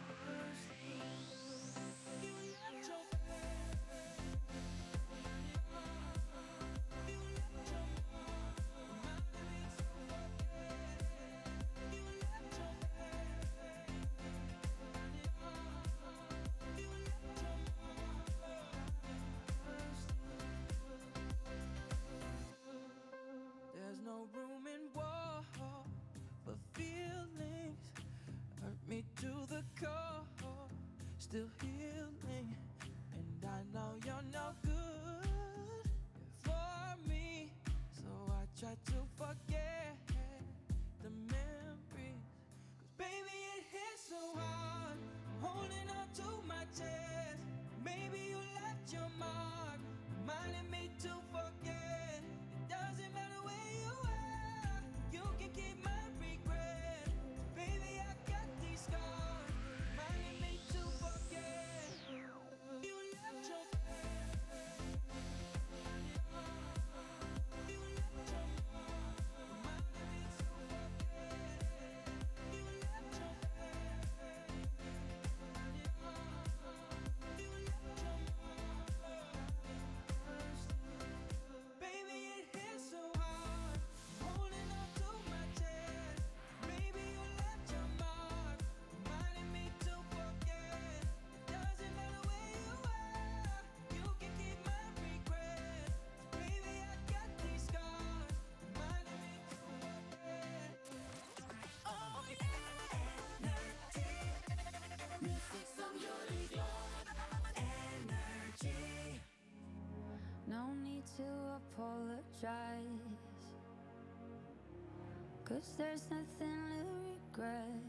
You left your There's no room in war for feelings. Hurt me to the core, still healing. And I know you're no good for me, so I try to forget the memories. 'Cause baby, it hits so hard, I'm holding on to my chest. Maybe you left your mark, reminding me to forget. It doesn't matter where you are, you can keep my regret. Baby, I got these scars, reminding me to forget. You left your you left your mark, reminding me to forget. You left your baby, it hits so hard, holding on to my chest. Maybe you left your mark, reminding me to forget. It doesn't matter where you are, you can keep my regret. Baby, I got these scars, reminding me to forget. Oh yeah, energy, music som gör dig glad. Energy. No need to apologize, 'cause there's nothing to regret.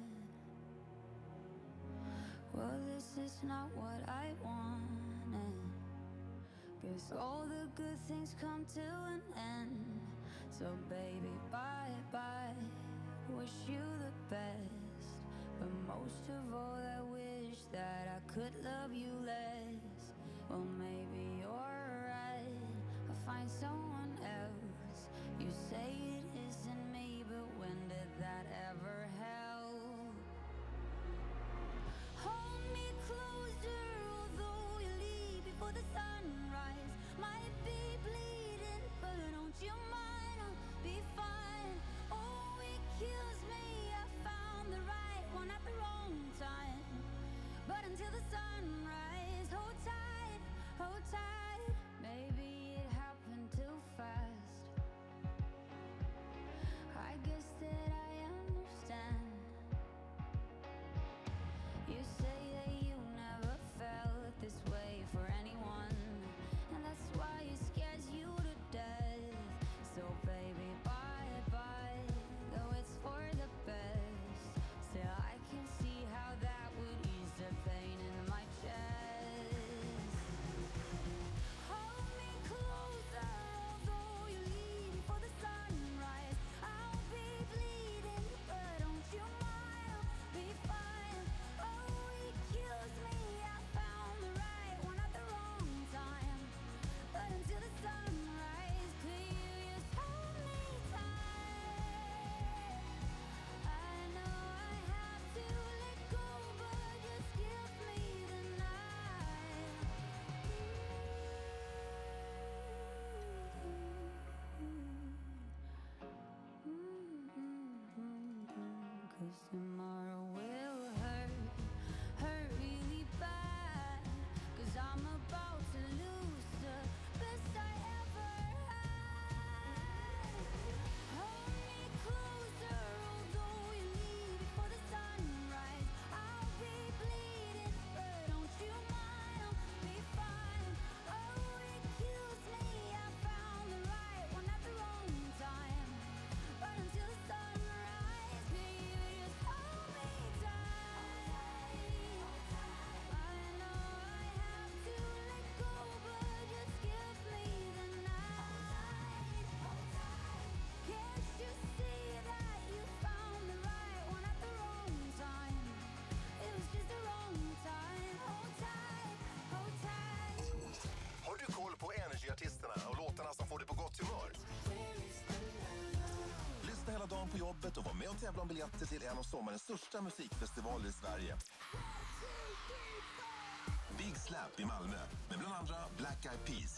Well, this is not what I wanted, 'cause all the good things come to an end. So baby, bye bye, wish you the best. But most of all, I wish that I could love you less. Well, maybe you're right, I'll find someone else. You say it isn't me, but when did that ever help? Hold me closer, although you leave before the sunrise. Might be bleeding, but don't you mind, I'll be fine. Oh, it kills me, I found the right one at the wrong time. But until the sun på jobbet och var med och tävla om biljetter till en av sommarens största musikfestivaler i Sverige. Big Slap i Malmö med bland andra Black Eyed Peas.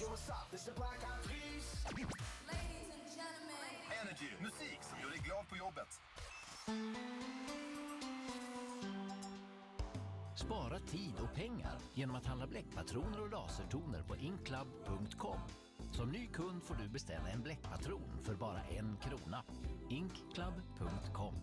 Energy, musik som gör dig glad på jobbet. Spara tid och pengar genom att handla bläckpatroner och lasertoner på inkclub.com. Som ny kund får du beställa en bläckpatron för bara 1 krona. inkclub.com.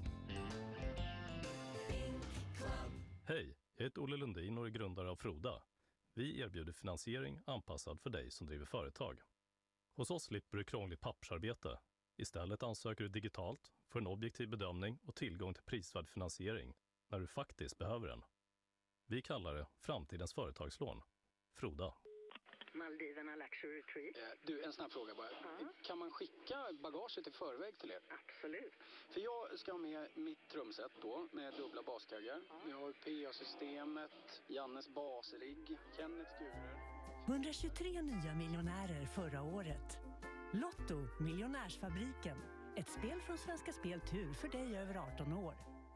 Hej, jag heter Olle Lundin och är grundare av Froda. Vi erbjuder finansiering anpassad för dig som driver företag. Hos oss slipper du krångligt pappersarbete. Istället ansöker du digitalt, får en objektiv bedömning och tillgång till prisvärd finansiering när du faktiskt behöver den. Vi kallar det framtidens företagslån. Froda. Maldiverna Luxury Retreat. Du, en snabb fråga bara. Kan man skicka bagaget i förväg till er? Absolut. För jag ska ha med mitt trumset då, med dubbla baskaggar. Vi har PA-systemet, Jannes basrigg, Kennets skurer. 123 nya miljonärer förra året. Lotto, Miljonärsfabriken. Ett spel från Svenska Spel Tur för dig över 18 år.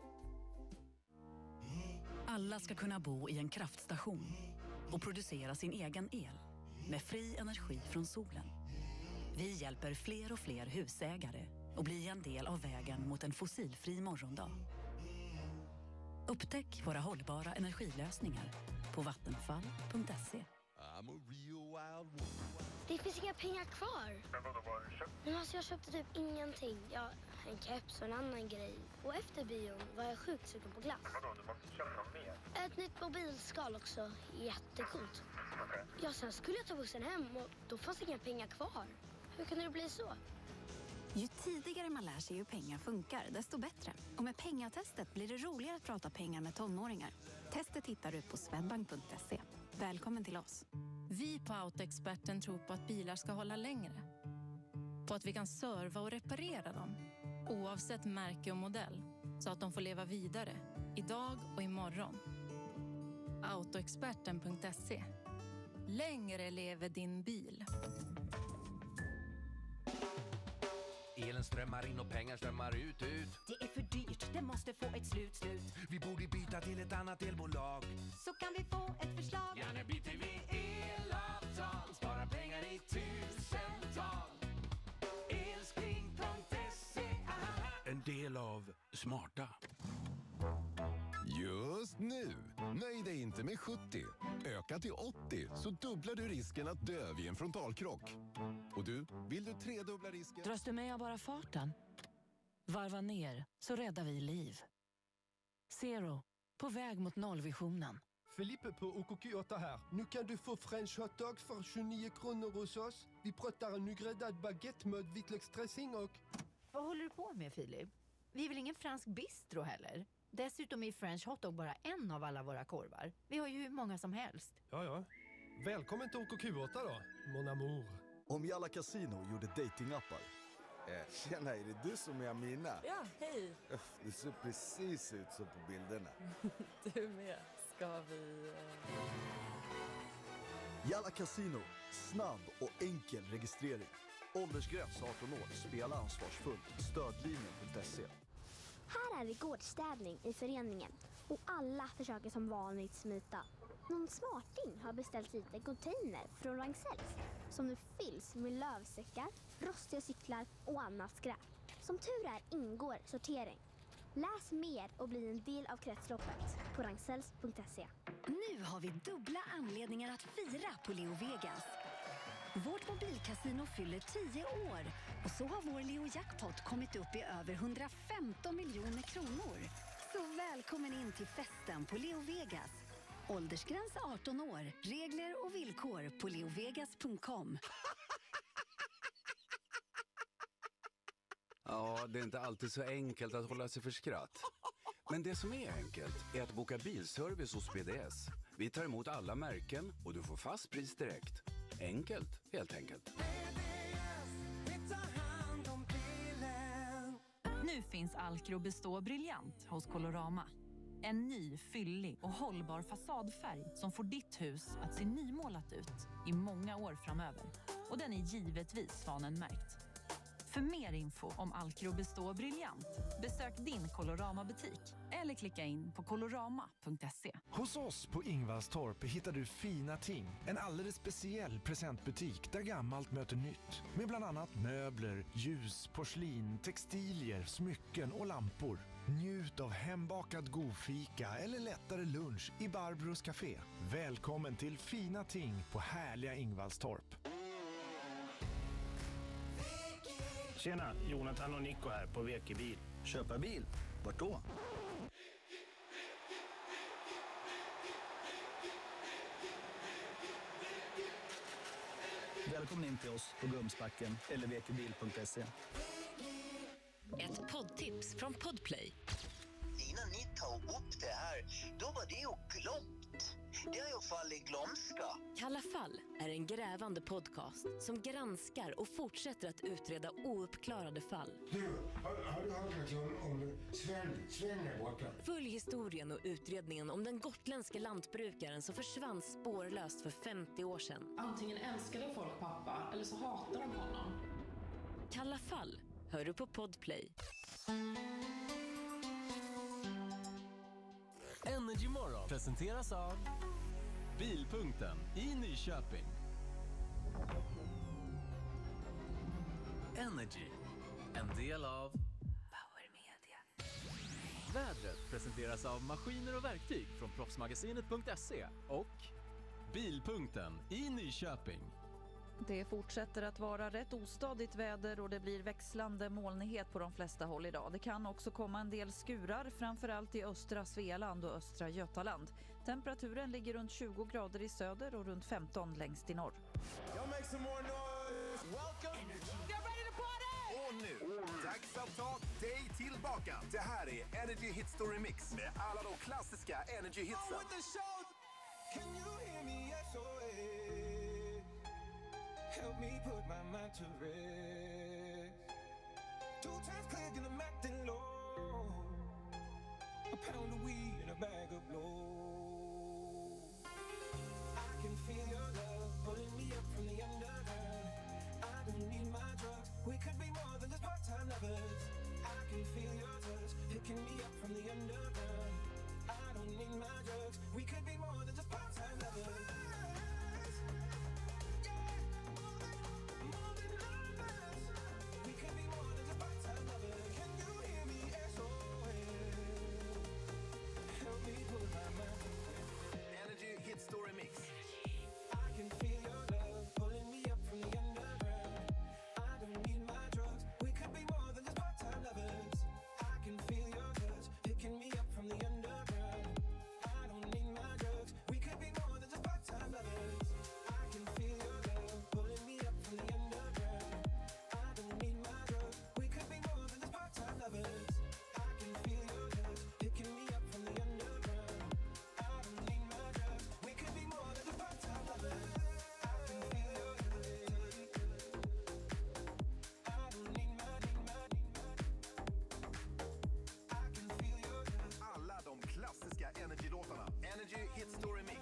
Alla ska kunna bo i en kraftstation och producera sin egen el med fri energi från solen. Vi hjälper fler och fler husägare och blir en del av vägen mot en fossilfri morgondag. Upptäck våra hållbara energilösningar på vattenfall.se. Det finns inga pengar kvar. Men vadå, vad har du köpt? Men alltså jag köpte typ ingenting. Ja, en keps och en annan grej. Och efter bion var jag sjukt sugen på glass. Men vadå, du måste köpa något mer. Ett nytt mobilskal också. Jättecoolt. Okej. Ja, sen skulle jag ta bussen hem och då fanns inga pengar kvar. Hur kunde det bli så? Ju tidigare man lär sig hur pengar funkar, desto bättre. Och med pengatestet blir det roligare att prata pengar med tonåringar. Testet hittar du på swedbank.se. Välkommen till oss. Vi på Autoexperten tror på att bilar ska hålla längre. På att vi kan serva och reparera dem, oavsett märke och modell, så att de får leva vidare, idag och imorgon. Autoexperten.se. Längre lever din bil. Elen strömmar in och pengar strömmar ut. Det är för dyrt, det måste få ett slut. Vi borde byta till ett annat elbolag. Så kan vi få ett förslag. Ja, nu byter vi elavtal. Spara pengar i tusental. Elspring.se. En del av smarta. Just nu! Nöj dig inte med 70. Öka till 80 så dubblar du risken att dö vid en frontalkrock. Och du, vill du tredubbla risken? Dras du med av bara farten? Varva ner så räddar vi liv. Zero, på väg mot nollvisionen. Felipe på OKQ8 här. Nu kan du få French hotdog för 29 kronor hos oss. Vi pratar en nygräddad baguette med vitlöksdressing och... Vad håller du på med, Filip? Vi är väl ingen fransk bistro heller? Dessutom är French hotdog bara en av alla våra korvar. Vi har ju hur många som helst. Ja. Välkommen till OKQ8 då, mon amour. Om Jalla Casino gjorde datingappar. Tjena, är det du som är Amina? Ja, hej. Du ser precis ut som på bilderna. Du med. Ska vi... Jalla Casino. Snabb och enkel registrering. Åldersgräns 18 år. Spela ansvarsfullt. Stödlinjen.se. Här är det gårdsstädning i föreningen och alla försöker som vanligt smita. Någon smarting har beställt hit en container från Ragn-Sells som nu fylls med lövsäckar, rostiga cyklar och annat skräp. Som tur är ingår sortering. Läs mer och bli en del av kretsloppet på ragn-sells.se. Nu har vi dubbla anledningar att fira på Leo Vegas. Vårt mobilkasino fyller 10 år och så har vår Leo Jackpot kommit upp i över 115 miljoner kronor. Så välkommen in till festen på Leo Vegas. Åldersgräns 18 år. Regler och villkor på leovegas.com. Ja, det är inte alltid så enkelt att hålla sig för skratt. Men det som är enkelt är att boka bilservice hos BDS. Vi tar emot alla märken och du får fast pris direkt. Enkelt, helt enkelt. Nu finns Alcro Bestå Brilliant hos Colorama. En ny, fyllig och hållbar fasadfärg som får ditt hus att se nymålat ut i många år framöver. Och den är givetvis Svanen-märkt. För mer info om Alcro Bestå Brilliant, besök din Colorama-butik eller klicka in på colorama.se. Hos oss på Ingvalstorp hittar du fina ting. En alldeles speciell presentbutik där gammalt möter nytt. Med bland annat möbler, ljus, porslin, textilier, smycken och lampor. Njut av hembakad godfika eller lättare lunch i Barbros Café. Välkommen till fina ting på härliga Ingvalstorp. Tjena, Jonathan och Nico här på VK Bil. Köpa bil? Vart då? Välkommen in till oss på Gumsbacken eller vkbil.se. Ett poddtips från Podplay. Innan ni tar upp det här, då var det ju glömt. Det har ju fallit glömska. Kalla fall är en grävande podcast som granskar och fortsätter att utreda ouppklarade fall. Du, har du hört något om Sven är borta? Följ historien och utredningen om den gotländska lantbrukaren som försvann spårlöst för 50 år sedan. Antingen älskade folk pappa eller så hatar de honom. Kalla fall hör du på Podplay. Energy Morgon presenteras av Bilpunkten i Nyköping. Energy, en del av Power Media. Vädret presenteras av maskiner och verktyg från proffsmagasinet.se och Bilpunkten i Nyköping. Det fortsätter att vara rätt ostadigt väder och det blir växlande molnighet på de flesta håll idag. Det kan också komma en del skurar, framförallt i östra Svealand och östra Götaland. Temperaturen ligger runt 20 grader i söder och runt 15 längst i norr. Och nu, dags att ta dig tillbaka. Det här är Energy Hit Story Mix med alla de klassiska Energy-hitsen. Help me put my mind to rest. 2 times click and I'm acting low. A pound of weed and a bag of blow. I can feel your love pulling me up from the underground. I don't need my drugs. We could be more than just part-time lovers. I can feel your touch picking me up from the underground. I don't need my drugs. We could be more than just part-time lovers. Energy Hit Story Mix. I can feel your love pulling me up from the underground. I don't need my drugs. We could be more than just part-time lovers. I can feel your touch picking me up from the underground. I don't need my drugs. We could be more than just part-time lovers. I can feel your love pulling me up from the underground. I don't need my drugs. We could be more than just part-time lovers. I can feel your touch picking me up from the underground. I don't need my drugs. We could be more than just part-time lovers. I can feel your touch. I don't need my. I can feel your touch. Alla de klassiska Energy-låtarna. Energy Hit Story Mix.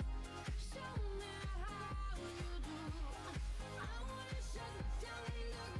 Show me how you do. I wanna shut down the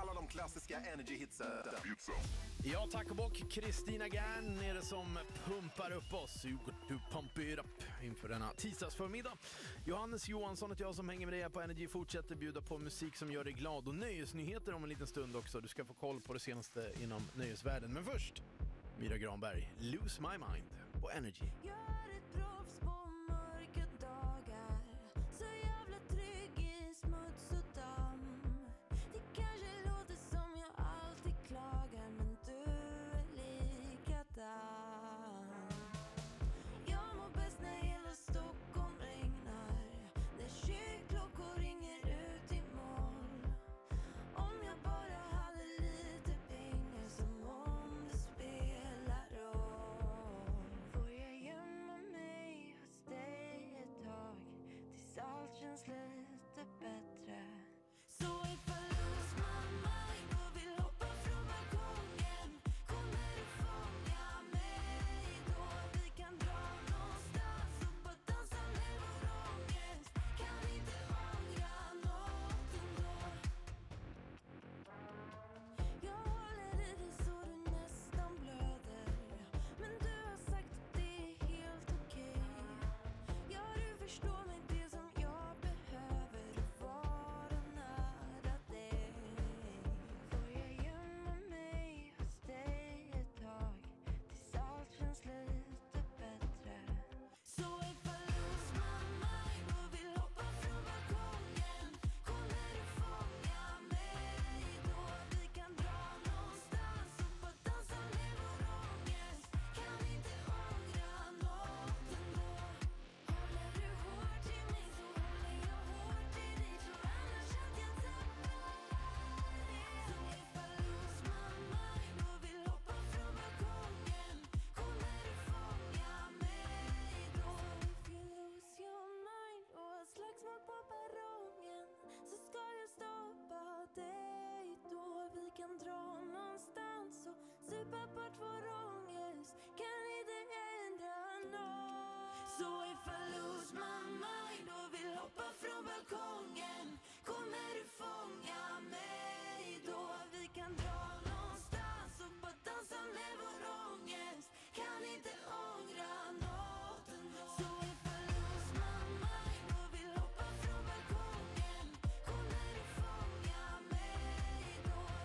alla de klassiska Energy-hitsen. Ja, tack och bock. Kristina Gern är det som pumpar upp oss. You got to pump it up inför denna tisdagsförmiddag. Johannes Johansson och jag som hänger med dig här på Energy fortsätter bjuda på musik som gör dig glad. Och nöjesnyheter om en liten stund också. Du ska få koll på det senaste inom nöjesvärlden. Men först, Myra Granberg, Lose My Mind på Energy. Gör ett proffs på